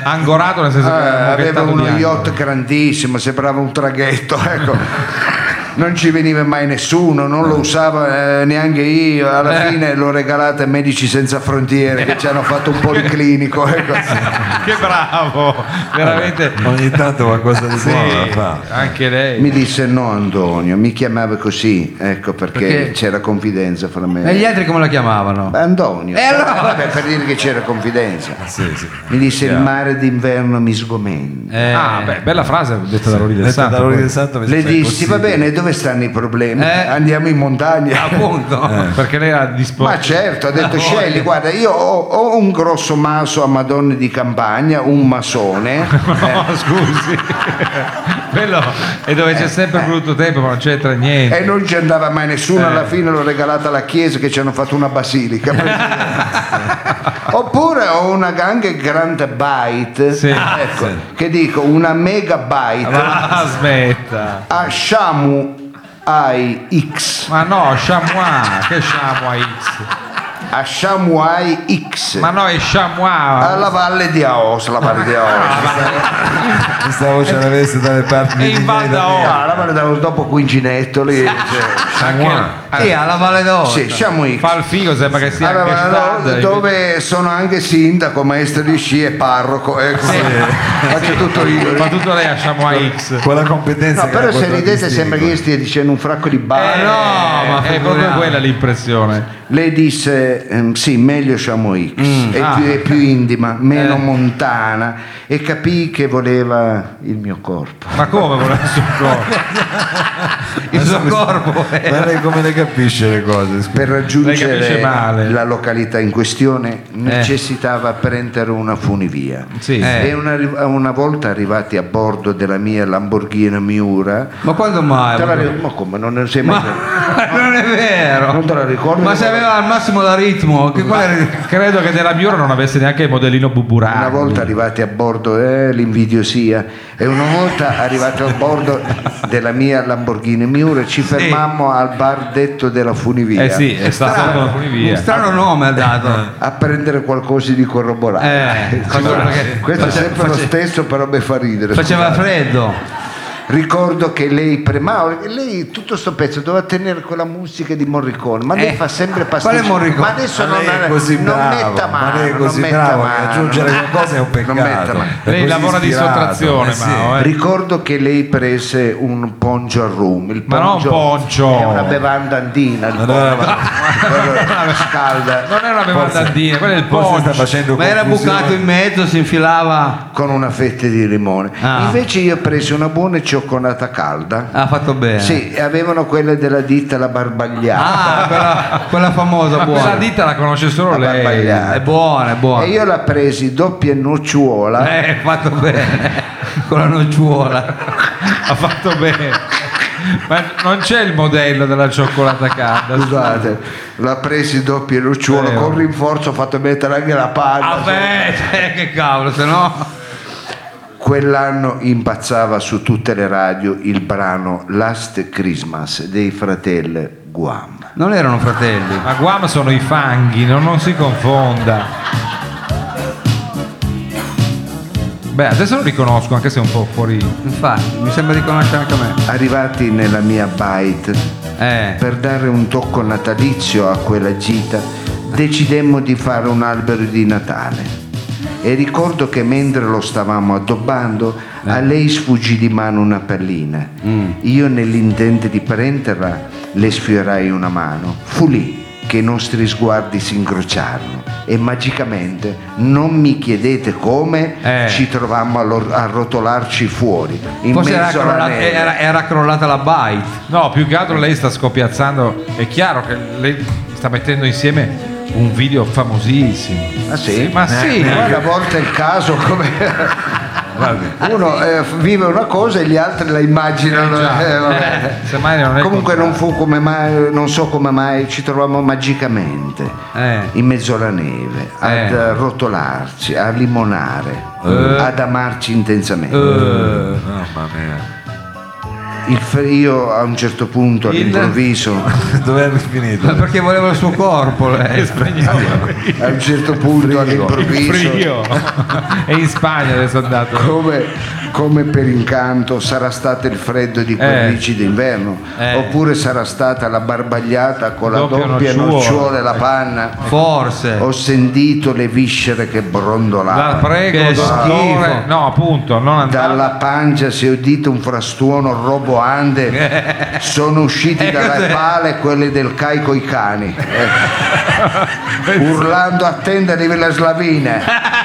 Speaker 3: Angorato nel senso che
Speaker 1: Eh,
Speaker 3: era
Speaker 1: aveva
Speaker 3: mochettato
Speaker 1: uno
Speaker 3: bianco.
Speaker 1: yacht grandissimo, sembrava un traghetto. Ecco. non ci veniva mai nessuno, non lo usava eh, neanche io, alla fine l'ho regalata ai Medici Senza Frontiere che ci hanno fatto un policlinico e così.
Speaker 3: Che bravo, veramente.
Speaker 2: Ogni tanto qualcosa di
Speaker 3: Sì,
Speaker 2: buono la fa.
Speaker 3: anche lei.
Speaker 1: Mi disse no Antonio, mi chiamava così, ecco perché,
Speaker 8: Perché?
Speaker 1: c'era confidenza fra me
Speaker 8: E gli altri come la chiamavano?
Speaker 1: Antonio.
Speaker 8: E allora?
Speaker 1: Eh, vabbè, per dire che c'era confidenza.
Speaker 2: Sì, sì.
Speaker 1: Mi disse il mare d'inverno mi sgomenta.
Speaker 8: Eh,
Speaker 3: Ah, beh, bella frase detta da Lori del
Speaker 2: Detta
Speaker 3: Santo.
Speaker 2: da Lori
Speaker 3: poi.
Speaker 2: del Santo mi
Speaker 1: Le
Speaker 2: sembra
Speaker 1: dissi va
Speaker 2: impossibile.
Speaker 1: bene, dove stanno i problemi?
Speaker 8: Eh.
Speaker 1: Andiamo in montagna.
Speaker 8: appunto.
Speaker 3: Perché lei era disposta.
Speaker 1: Ma certo, ha detto scegli, guarda, io ho, ho un grosso maso a Madonna di campagna, un masone.
Speaker 3: No, scusi. Quello è dove c'è sempre brutto tempo, ma non c'entra niente.
Speaker 1: E non ci andava mai nessuno,
Speaker 3: Eh.
Speaker 1: alla fine l'ho regalata alla chiesa che ci hanno fatto una basilica. Oppure ho una anche grande byte,
Speaker 3: Sì.
Speaker 1: ecco, che dico una megabyte
Speaker 3: Ma smetta.
Speaker 1: a Shamu Ai X,
Speaker 3: Ma no, Chamois, che Chamois X?
Speaker 1: a Shamu Ai X,
Speaker 3: Ma no, è Chamois.
Speaker 1: alla Valle di Aos, la Valle di Aos.
Speaker 2: Questa voce l'avesse dalle parti
Speaker 3: E in
Speaker 2: di
Speaker 3: Val d'Aosta.
Speaker 1: Ah, la Valle d'Aos dopo Quincinetto lì, cioè,
Speaker 3: Anche-
Speaker 8: Sì, alla Valle d'Aosta.
Speaker 1: sì, Shamu X.
Speaker 3: fa il figo, sembra che sia anche
Speaker 1: Allora,
Speaker 3: standard.
Speaker 1: dove sono anche sindaco, maestro di sci e parroco, ecco, faccio tutto io.
Speaker 3: Ma tutto lei a Chamois X.
Speaker 2: Quella competenza
Speaker 1: No,
Speaker 2: che
Speaker 1: però
Speaker 2: era
Speaker 1: se ridete
Speaker 2: contraddistingue.
Speaker 1: sembra che io stia dicendo un fracco di
Speaker 3: Eh,
Speaker 1: balle.
Speaker 3: no, ma è
Speaker 8: figuriamo.
Speaker 3: proprio quella l'impressione.
Speaker 1: Lei disse ehm, sì, meglio Shamu X, è,
Speaker 3: ah.
Speaker 1: più, è più intima, meno
Speaker 3: Eh.
Speaker 1: montana, e capii che voleva il mio corpo.
Speaker 3: Ma come voleva il suo corpo?
Speaker 8: Il suo corpo. eh.
Speaker 2: Ma lei come le capisce le cose? Scusa.
Speaker 1: Per
Speaker 3: Lei capisce
Speaker 1: raggiungere
Speaker 3: male.
Speaker 1: la località in questione necessitava prendere una funivia.
Speaker 3: Sì.
Speaker 8: Eh.
Speaker 1: E una, una volta arrivati a bordo della mia Lamborghini Miura,
Speaker 8: Ma quando mai?
Speaker 1: te la ri- ma come non ne sei mai
Speaker 8: Ma non è vero.
Speaker 1: non te la ricordi?
Speaker 8: Ma se aveva al massimo la ritmo, che qual era?
Speaker 3: Credo che della Miura non avesse neanche il modellino Buburani.
Speaker 1: Una volta arrivati a bordo, eh, l'invidiosia, e una volta arrivati a bordo della mia Lamborghini Miura ci fermammo al bar detto della funivia
Speaker 3: Eh sì, è stato una funivia.
Speaker 8: Un strano nome ha dato.
Speaker 1: a prendere qualcosa di corroborato.
Speaker 8: Eh,
Speaker 1: Allora,
Speaker 8: perché-
Speaker 1: questo è
Speaker 8: face-
Speaker 1: sempre lo
Speaker 8: face-
Speaker 1: stesso, però mi fa ridere.
Speaker 8: Faceva
Speaker 1: scusate.
Speaker 8: freddo.
Speaker 1: Ricordo che lei premava, lei tutto sto pezzo doveva tenere quella musica di Morricone, ma lei
Speaker 8: Eh,
Speaker 1: fa sempre
Speaker 8: quale
Speaker 1: pasticcio.
Speaker 8: Morricone?
Speaker 1: Ma adesso
Speaker 2: Ma
Speaker 1: non,
Speaker 2: lei è così
Speaker 1: non
Speaker 2: bravo,
Speaker 1: metta
Speaker 2: ma
Speaker 1: mano,
Speaker 2: lei è così
Speaker 1: non metta
Speaker 2: bravo che
Speaker 1: mano,
Speaker 2: aggiungere
Speaker 1: non-
Speaker 2: qualcosa è un
Speaker 1: non metta
Speaker 2: peccato.
Speaker 1: mano.
Speaker 2: È
Speaker 3: Lei
Speaker 2: così
Speaker 3: lavora di
Speaker 2: ispirato.
Speaker 3: sottrazione,
Speaker 2: Eh sì.
Speaker 3: Mao, eh.
Speaker 1: Ricordo che lei prese un poncio al rum. Il
Speaker 3: Ma non
Speaker 1: poncio
Speaker 3: poncio.
Speaker 1: è una bevanda andina. Il
Speaker 2: Ma dove
Speaker 1: poncio. Quello scalda
Speaker 3: Non è una bevanda andina, quello è il
Speaker 2: Forse sta
Speaker 3: poncio.
Speaker 2: facendo
Speaker 8: Ma era
Speaker 2: confusione.
Speaker 8: bucato in mezzo, si infilava.
Speaker 1: con una fetta di limone.
Speaker 8: Ah.
Speaker 1: Invece io presi una buona cioccolata calda.
Speaker 8: Ha fatto bene.
Speaker 1: Sì, e avevano quelle della ditta La Barbagliata.
Speaker 8: Ah, quella, quella famosa
Speaker 3: Ma quella
Speaker 8: buona.
Speaker 3: ditta la conosce solo
Speaker 1: La
Speaker 3: lei.
Speaker 1: Barbagliata.
Speaker 8: È buona, è buona.
Speaker 1: E io la presi doppia nocciola.
Speaker 8: Eh, fatto bene. Con la nocciola.
Speaker 3: Ha fatto bene. Ma non c'è il modello della cioccolata calda.
Speaker 1: Scusate, la presi doppia nocciola
Speaker 3: Eh,
Speaker 1: con
Speaker 3: oh.
Speaker 1: rinforzo, ho fatto mettere anche la panna.
Speaker 8: Vabbè, cioè, che cavolo, se no.
Speaker 1: Quell'anno impazzava su tutte le radio il brano Last Christmas dei fratelli Guam.
Speaker 8: Non erano fratelli.
Speaker 3: Ma Guam sono i fanghi, non, non si confonda. Beh, adesso lo riconosco, anche se è un po' fuori.
Speaker 8: Infatti, mi sembra di conoscere anche a me.
Speaker 1: Arrivati nella mia bite,
Speaker 8: Eh.
Speaker 1: per dare un tocco natalizio a quella gita, decidemmo di fare un albero di Natale. E ricordo che mentre lo stavamo addobbando, a lei sfuggì di mano una pallina. Io, nell'intento di prenderla, le sfiorai una mano. Fu lì che i nostri sguardi si incrociarono e magicamente, non mi chiedete come,
Speaker 3: Eh.
Speaker 1: ci trovammo a, lo- a rotolarci fuori in
Speaker 8: Forse era
Speaker 1: mezzo alla
Speaker 8: crollata,
Speaker 1: neve.
Speaker 8: era, era crollata la bite.
Speaker 3: No, più che altro lei sta scoppiazzando. È chiaro che lei sta mettendo insieme un video famosissimo.
Speaker 1: Ah, sì?
Speaker 3: Ma sì,
Speaker 1: Guarda, a volte è il caso come uno eh, vive una cosa e gli altri la immaginano.
Speaker 3: Eh, già.
Speaker 1: eh, vabbè.
Speaker 3: Eh, semmai non è il
Speaker 1: Comunque non
Speaker 3: contrario.
Speaker 1: fu come mai, non so come mai ci trovammo magicamente
Speaker 8: Eh.
Speaker 1: in mezzo alla neve ad
Speaker 8: Eh.
Speaker 1: rotolarci, a limonare,
Speaker 3: Eh.
Speaker 1: ad amarci intensamente.
Speaker 2: Mamma mia.
Speaker 1: il fre- io a un certo punto all'improvviso
Speaker 2: Dove è finito?
Speaker 8: Ma perché voleva il suo corpo lei?
Speaker 1: a un certo punto all'improvviso
Speaker 3: Frio. E in Spagna adesso è andato.
Speaker 1: come, come per incanto sarà stato il freddo di quel
Speaker 3: Eh.
Speaker 1: bici d'inverno
Speaker 3: Eh.
Speaker 1: oppure sarà stata la barbagliata con la
Speaker 3: Doppia
Speaker 1: doppia
Speaker 3: nocciola.
Speaker 1: nocciola e la panna.
Speaker 8: Forse.
Speaker 1: Ho sentito le viscere che
Speaker 3: La
Speaker 1: brondolavano.
Speaker 3: prego,
Speaker 8: Che
Speaker 3: dottore.
Speaker 8: schifo.
Speaker 3: No, appunto, non andare.
Speaker 1: Dalla pancia si è udito un frastuono roboante, sono usciti dalle pale quelle del Cai coi cani, eh. urlando a tenda di Villa Slavina.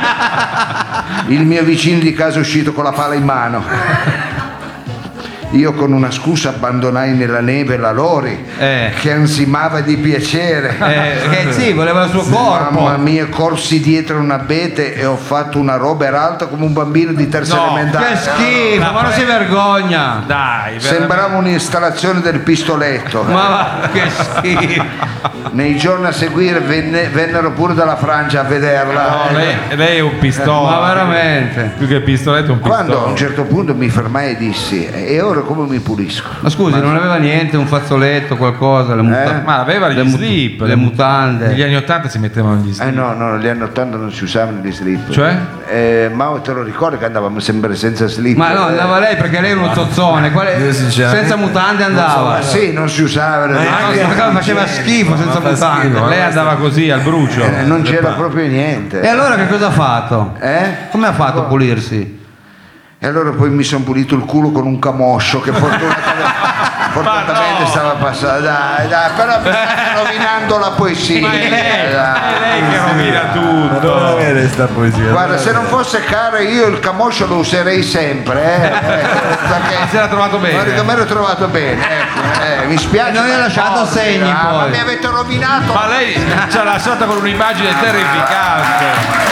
Speaker 1: Il mio vicino di casa è uscito con la pala in mano. Io con una scusa abbandonai nella neve la Lori,
Speaker 8: Eh.
Speaker 1: che ansimava di piacere.
Speaker 8: Eh, che sì, voleva il suo corpo.
Speaker 1: Mamma mia, corsi dietro un abete e ho fatto una roba era alta come un bambino di terza
Speaker 3: No,
Speaker 1: elementare.
Speaker 8: Che schifo, ma non si vergogna.
Speaker 3: Dai,
Speaker 1: Sembrava un'installazione del pistoletto.
Speaker 8: Ma va, che schifo.
Speaker 1: Nei giorni a seguire venne- vennero pure dalla Francia a vederla.
Speaker 3: No, lei, lei è un pistola.
Speaker 8: Ma veramente.
Speaker 3: Più che il pistoletto è un pistola.
Speaker 1: Quando a un certo punto mi fermai e dissi: e ora come mi pulisco?
Speaker 8: Ma scusi, non aveva niente, un fazzoletto, qualcosa, le muta-
Speaker 1: Eh?
Speaker 3: Ma aveva gli
Speaker 8: le mut-
Speaker 3: slip,
Speaker 8: le mutande.
Speaker 3: Negli anni ottanta si mettevano gli slip.
Speaker 1: Eh no, no, negli anni ottanta non si usavano gli slip.
Speaker 3: Cioè?
Speaker 1: Eh, ma te lo ricordi che andavamo sempre senza slip?
Speaker 8: Ma no,
Speaker 1: Eh,
Speaker 8: andava lei perché lei è uno zozzone, quale-
Speaker 2: Io sinceramente-
Speaker 8: senza mutande andava.
Speaker 1: Ma sì, non si usavano.
Speaker 8: Ma
Speaker 1: neanche-
Speaker 8: no, perché faceva schifo senza
Speaker 2: fa
Speaker 8: mutande.
Speaker 2: schifo.
Speaker 3: Lei andava così al brucio.
Speaker 1: Eh, non c'era proprio niente.
Speaker 8: E allora che cosa ha fatto?
Speaker 1: Eh?
Speaker 8: Come ha fatto a pulirsi?
Speaker 1: E allora poi mi sono pulito il culo con un camoscio che fortunatamente, fortunatamente
Speaker 3: no.
Speaker 1: stava passando. Dai, dai, però mi stai rovinando la poesia.
Speaker 3: Ma è lei,
Speaker 1: dai.
Speaker 3: è lei che rovina
Speaker 2: Ma non
Speaker 3: tutto.
Speaker 2: avere sta poesia.
Speaker 1: Guarda, se non fosse caro io il camoscio lo userei sempre, eh, eh, perché
Speaker 3: Si era trovato bene.
Speaker 1: guarda come ero trovato bene, ecco, eh, mi spiace.
Speaker 8: E non gli ha
Speaker 1: ma
Speaker 8: lasciato
Speaker 1: forse,
Speaker 8: segni,
Speaker 1: ah,
Speaker 8: poi.
Speaker 1: Ma mi avete rovinato.
Speaker 3: Ma lei ci ha lasciata con un'immagine terrificante.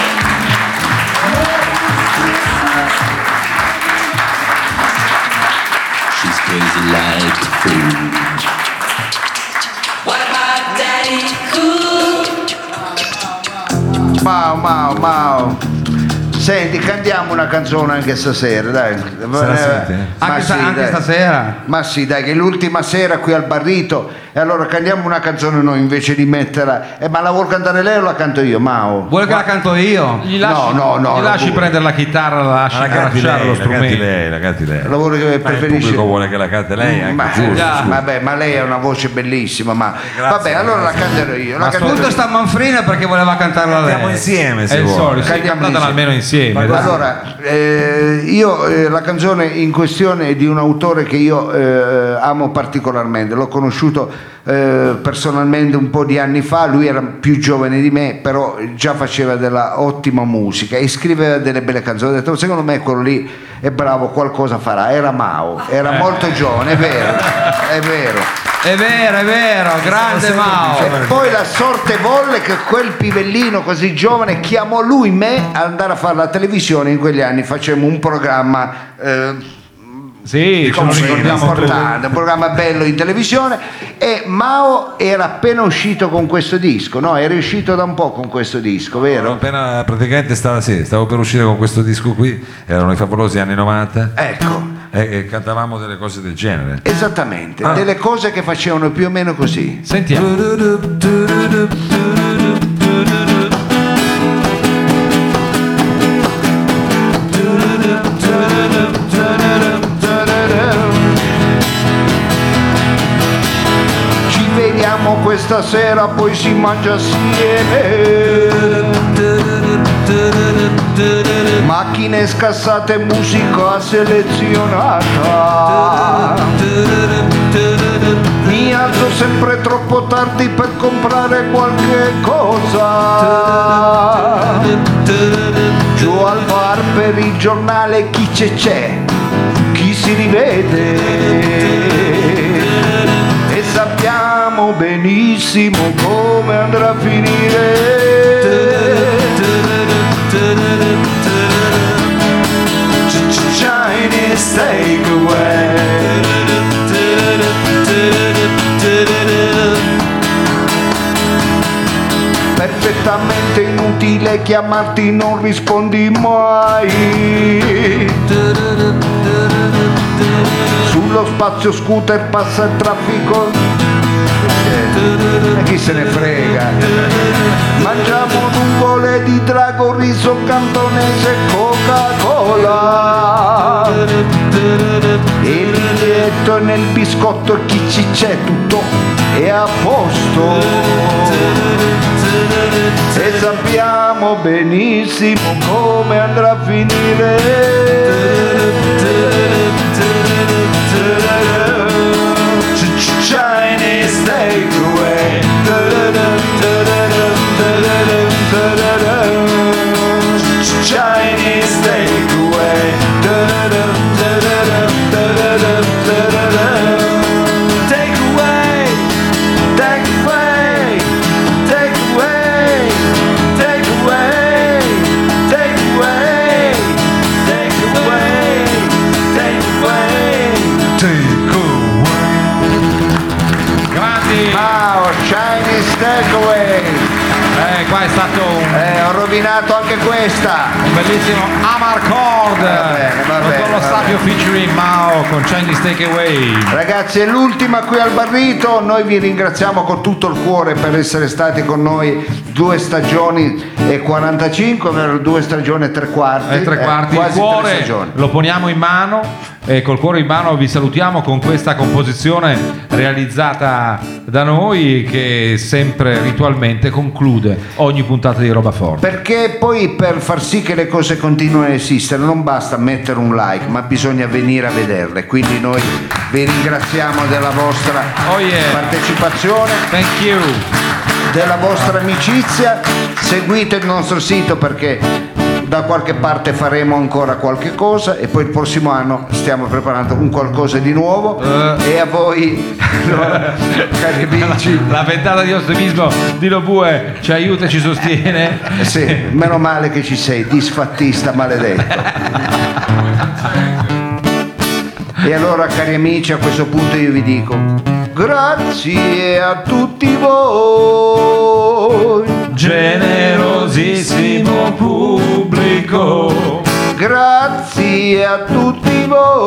Speaker 10: She's crazy like food. What about Daddy Cool?
Speaker 1: Mao, Mao, Mao. Senti, cantiamo una canzone anche stasera, dai.
Speaker 2: Se la sente, eh?
Speaker 1: Ma
Speaker 8: Anche,
Speaker 1: sì,
Speaker 8: sta- anche
Speaker 1: dai.
Speaker 8: stasera?
Speaker 1: Ma sì, dai, che è l'ultima sera qui al Barrito e allora cantiamo una canzone noi invece di metterla. Eh, ma la vuol cantare lei o la canto io, Mao?
Speaker 8: Vuole che la canto io?
Speaker 3: Gli lasci,
Speaker 1: No, no, no,
Speaker 3: gli
Speaker 1: no,
Speaker 3: lasci
Speaker 1: no.
Speaker 3: prendere la chitarra, la lasci
Speaker 2: Ma la canti
Speaker 3: lasciare
Speaker 2: lei,
Speaker 3: lo
Speaker 2: la canti
Speaker 3: strumento.
Speaker 2: lei, la canti lei.
Speaker 1: Lavoro che
Speaker 2: Ma il
Speaker 1: preferisce.
Speaker 2: pubblico vuole che la canti lei, anche
Speaker 1: Ma,
Speaker 2: giusto.
Speaker 1: già,
Speaker 2: scusa.
Speaker 1: vabbè, ma lei ha una voce bellissima, ma
Speaker 2: grazie,
Speaker 1: vabbè, allora la canterò io. La canterò
Speaker 8: Tutto
Speaker 1: io.
Speaker 8: sta manfrina perché voleva cantarla
Speaker 2: Andiamo
Speaker 8: lei.
Speaker 2: insieme
Speaker 3: È
Speaker 2: se
Speaker 3: il
Speaker 2: vuole.
Speaker 3: solito, sì,
Speaker 1: Cantiamo
Speaker 3: cantatela
Speaker 1: insieme.
Speaker 3: almeno insieme. dai.
Speaker 1: Allora, eh, io eh, la canzone in questione è di un autore che io eh, amo particolarmente, l'ho conosciuto eh, personalmente un po' di anni fa, lui era più giovane di me, però già faceva della ottima musica e scriveva delle belle canzoni. Ho detto, secondo me quello lì è bravo, qualcosa farà. Era Mao, era molto giovane, è vero, è vero.
Speaker 8: È vero, è vero, grande Mao.
Speaker 1: E poi la sorte volle che quel pivellino così giovane chiamò lui me ad andare a fare la televisione. In quegli anni facevamo un programma eh,
Speaker 3: Sì, ce lo
Speaker 1: come
Speaker 3: ricordiamo tutti.
Speaker 1: importante, un programma bello in televisione e Mao era appena uscito con questo disco, no? Era uscito da un po' con questo disco, vero?
Speaker 2: Appena praticamente stava, sì, stavo per uscire con questo disco qui, erano i favolosi anni novanta
Speaker 1: Ecco,
Speaker 2: e, e cantavamo delle cose del genere.
Speaker 1: esattamente,
Speaker 2: Ah.
Speaker 1: delle cose che facevano più o meno così.
Speaker 3: Sentiamo.
Speaker 1: Ci vediamo questa sera, poi si mangia assieme. Macchine scassate, musica selezionata. Mi alzo sempre troppo tardi per comprare qualche cosa. Giù al bar per il giornale chi c'è c'è, chi si rivede. E sappiamo benissimo come andrà a finire. Chinese takeaway. Perfettamente inutile chiamarti, non rispondi mai. sullo spazio scooter passa il traffico, e chi se ne frega. Mangiamo nuvole di drago, riso cantonese, Coca-Cola, e il biglietto nel biscotto, chi ci c'è, tutto è a posto, e sappiamo benissimo come andrà a finire. Chinese takeaway. Chinese takeaway. Takeaway. Takeaway. Takeaway. Takeaway. Takeaway. Takeaway. Takeaway.
Speaker 3: Grandi.
Speaker 1: Ciao, Chinese takeaway.
Speaker 3: Eh, qua è stato un,
Speaker 1: Eh, ho rovinato anche questa.
Speaker 3: un bellissimo Amarcord.
Speaker 1: Va bene, va bene,
Speaker 3: Dottor Lo
Speaker 1: va
Speaker 3: Sapio
Speaker 1: bene.
Speaker 3: featuring Mao con Chinese Takeaway.
Speaker 1: Ragazzi, è l'ultima qui al Barrito. Noi vi ringraziamo con tutto il cuore per essere stati con noi due stagioni e quarantacinque, ovvero due stagioni e tre quarti.
Speaker 3: E tre
Speaker 1: eh,
Speaker 3: quarti. Il
Speaker 1: quasi tre
Speaker 3: cuore
Speaker 1: stagioni.
Speaker 3: lo poniamo in mano e col cuore in mano vi salutiamo con questa composizione realizzata da noi che sempre ritualmente conclude ogni puntata di Roba Forte.
Speaker 1: Perché poi per far sì che le cose continuino a esistere non basta mettere un like, ma bisogna venire a vederle. Quindi noi vi ringraziamo della vostra
Speaker 3: Oh yeah.
Speaker 1: partecipazione,
Speaker 3: Thank you.
Speaker 1: della vostra amicizia. Seguite il nostro sito perché da qualche parte faremo ancora qualche cosa e poi il prossimo anno stiamo preparando un qualcosa di nuovo.
Speaker 3: Uh.
Speaker 1: E a voi, allora, cari amici,
Speaker 3: La ventata di ottimismo di Lobue ci aiuta e ci sostiene.
Speaker 1: eh sì, meno male che ci sei, disfattista maledetto. E allora, cari amici, a questo punto io vi dico grazie a tutti voi,
Speaker 3: Generosissimo pubblico,
Speaker 1: grazie a tutti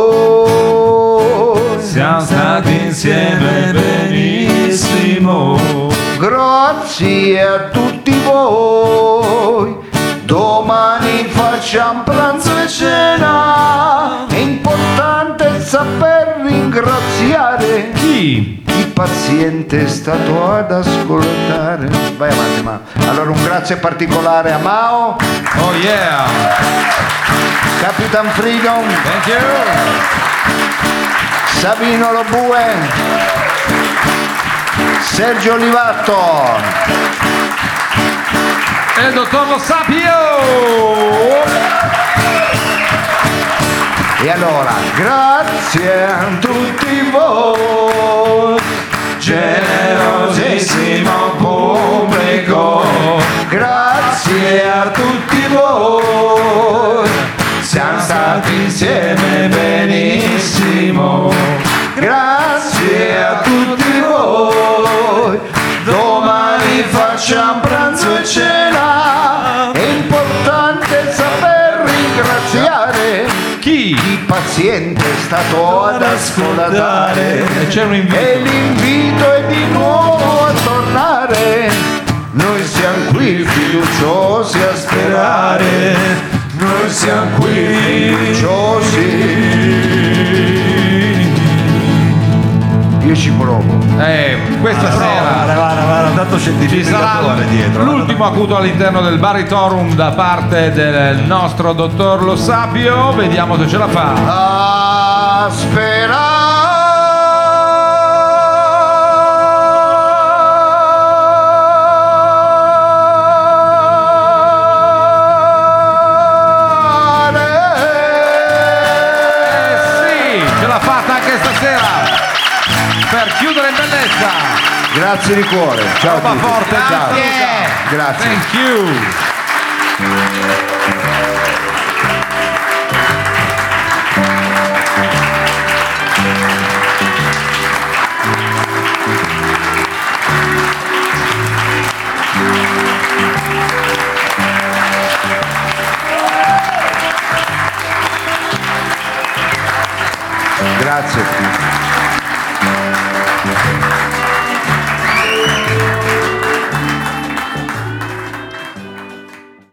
Speaker 1: voi,
Speaker 3: siamo stati insieme benissimo.
Speaker 1: grazie a tutti voi. Domani facciamo pranzo e cena, è importante saper ringraziare
Speaker 3: Chi?
Speaker 1: il paziente è stato ad ascoltare. Vai avanti, Mao. Allora un grazie particolare a Mao,
Speaker 3: Oh yeah.
Speaker 1: Capitan Freedom,
Speaker 3: Thank you.
Speaker 1: Savino Lobue, Sergio Olivatto
Speaker 3: E il dottor Lo Sapio.
Speaker 1: e allora grazie a tutti voi, generosissimo pubblico, grazie a tutti voi, siamo stati insieme benissimo, grazie a tutti voi. Domani facciamo pranzo e cena, è importante saper ringraziare
Speaker 3: Chi?
Speaker 1: il paziente è stato ad ascoltare.
Speaker 3: E c'è un invito.
Speaker 1: E l'invito è di nuovo a tornare. Noi siamo qui fiduciosi a sperare. Noi siamo qui fiduciosi. Io ci provo.
Speaker 3: Eh, questa sera
Speaker 11: Guarda, guarda, guarda, tanto
Speaker 3: ci sarà
Speaker 11: scientificatore dietro.
Speaker 3: l'ultimo acuto all'interno del Baritorum da parte del nostro dottor Lo Sapio. Vediamo se ce la fa.
Speaker 1: A
Speaker 3: Eh sì, ce l'ha fatta anche stasera per chiudere in bellezza.
Speaker 1: Grazie di cuore. Ciao a
Speaker 3: Roba
Speaker 1: tutti.
Speaker 3: forte,
Speaker 1: Ciao.
Speaker 3: Luca.
Speaker 1: Grazie.
Speaker 3: Thank you.
Speaker 1: grazie.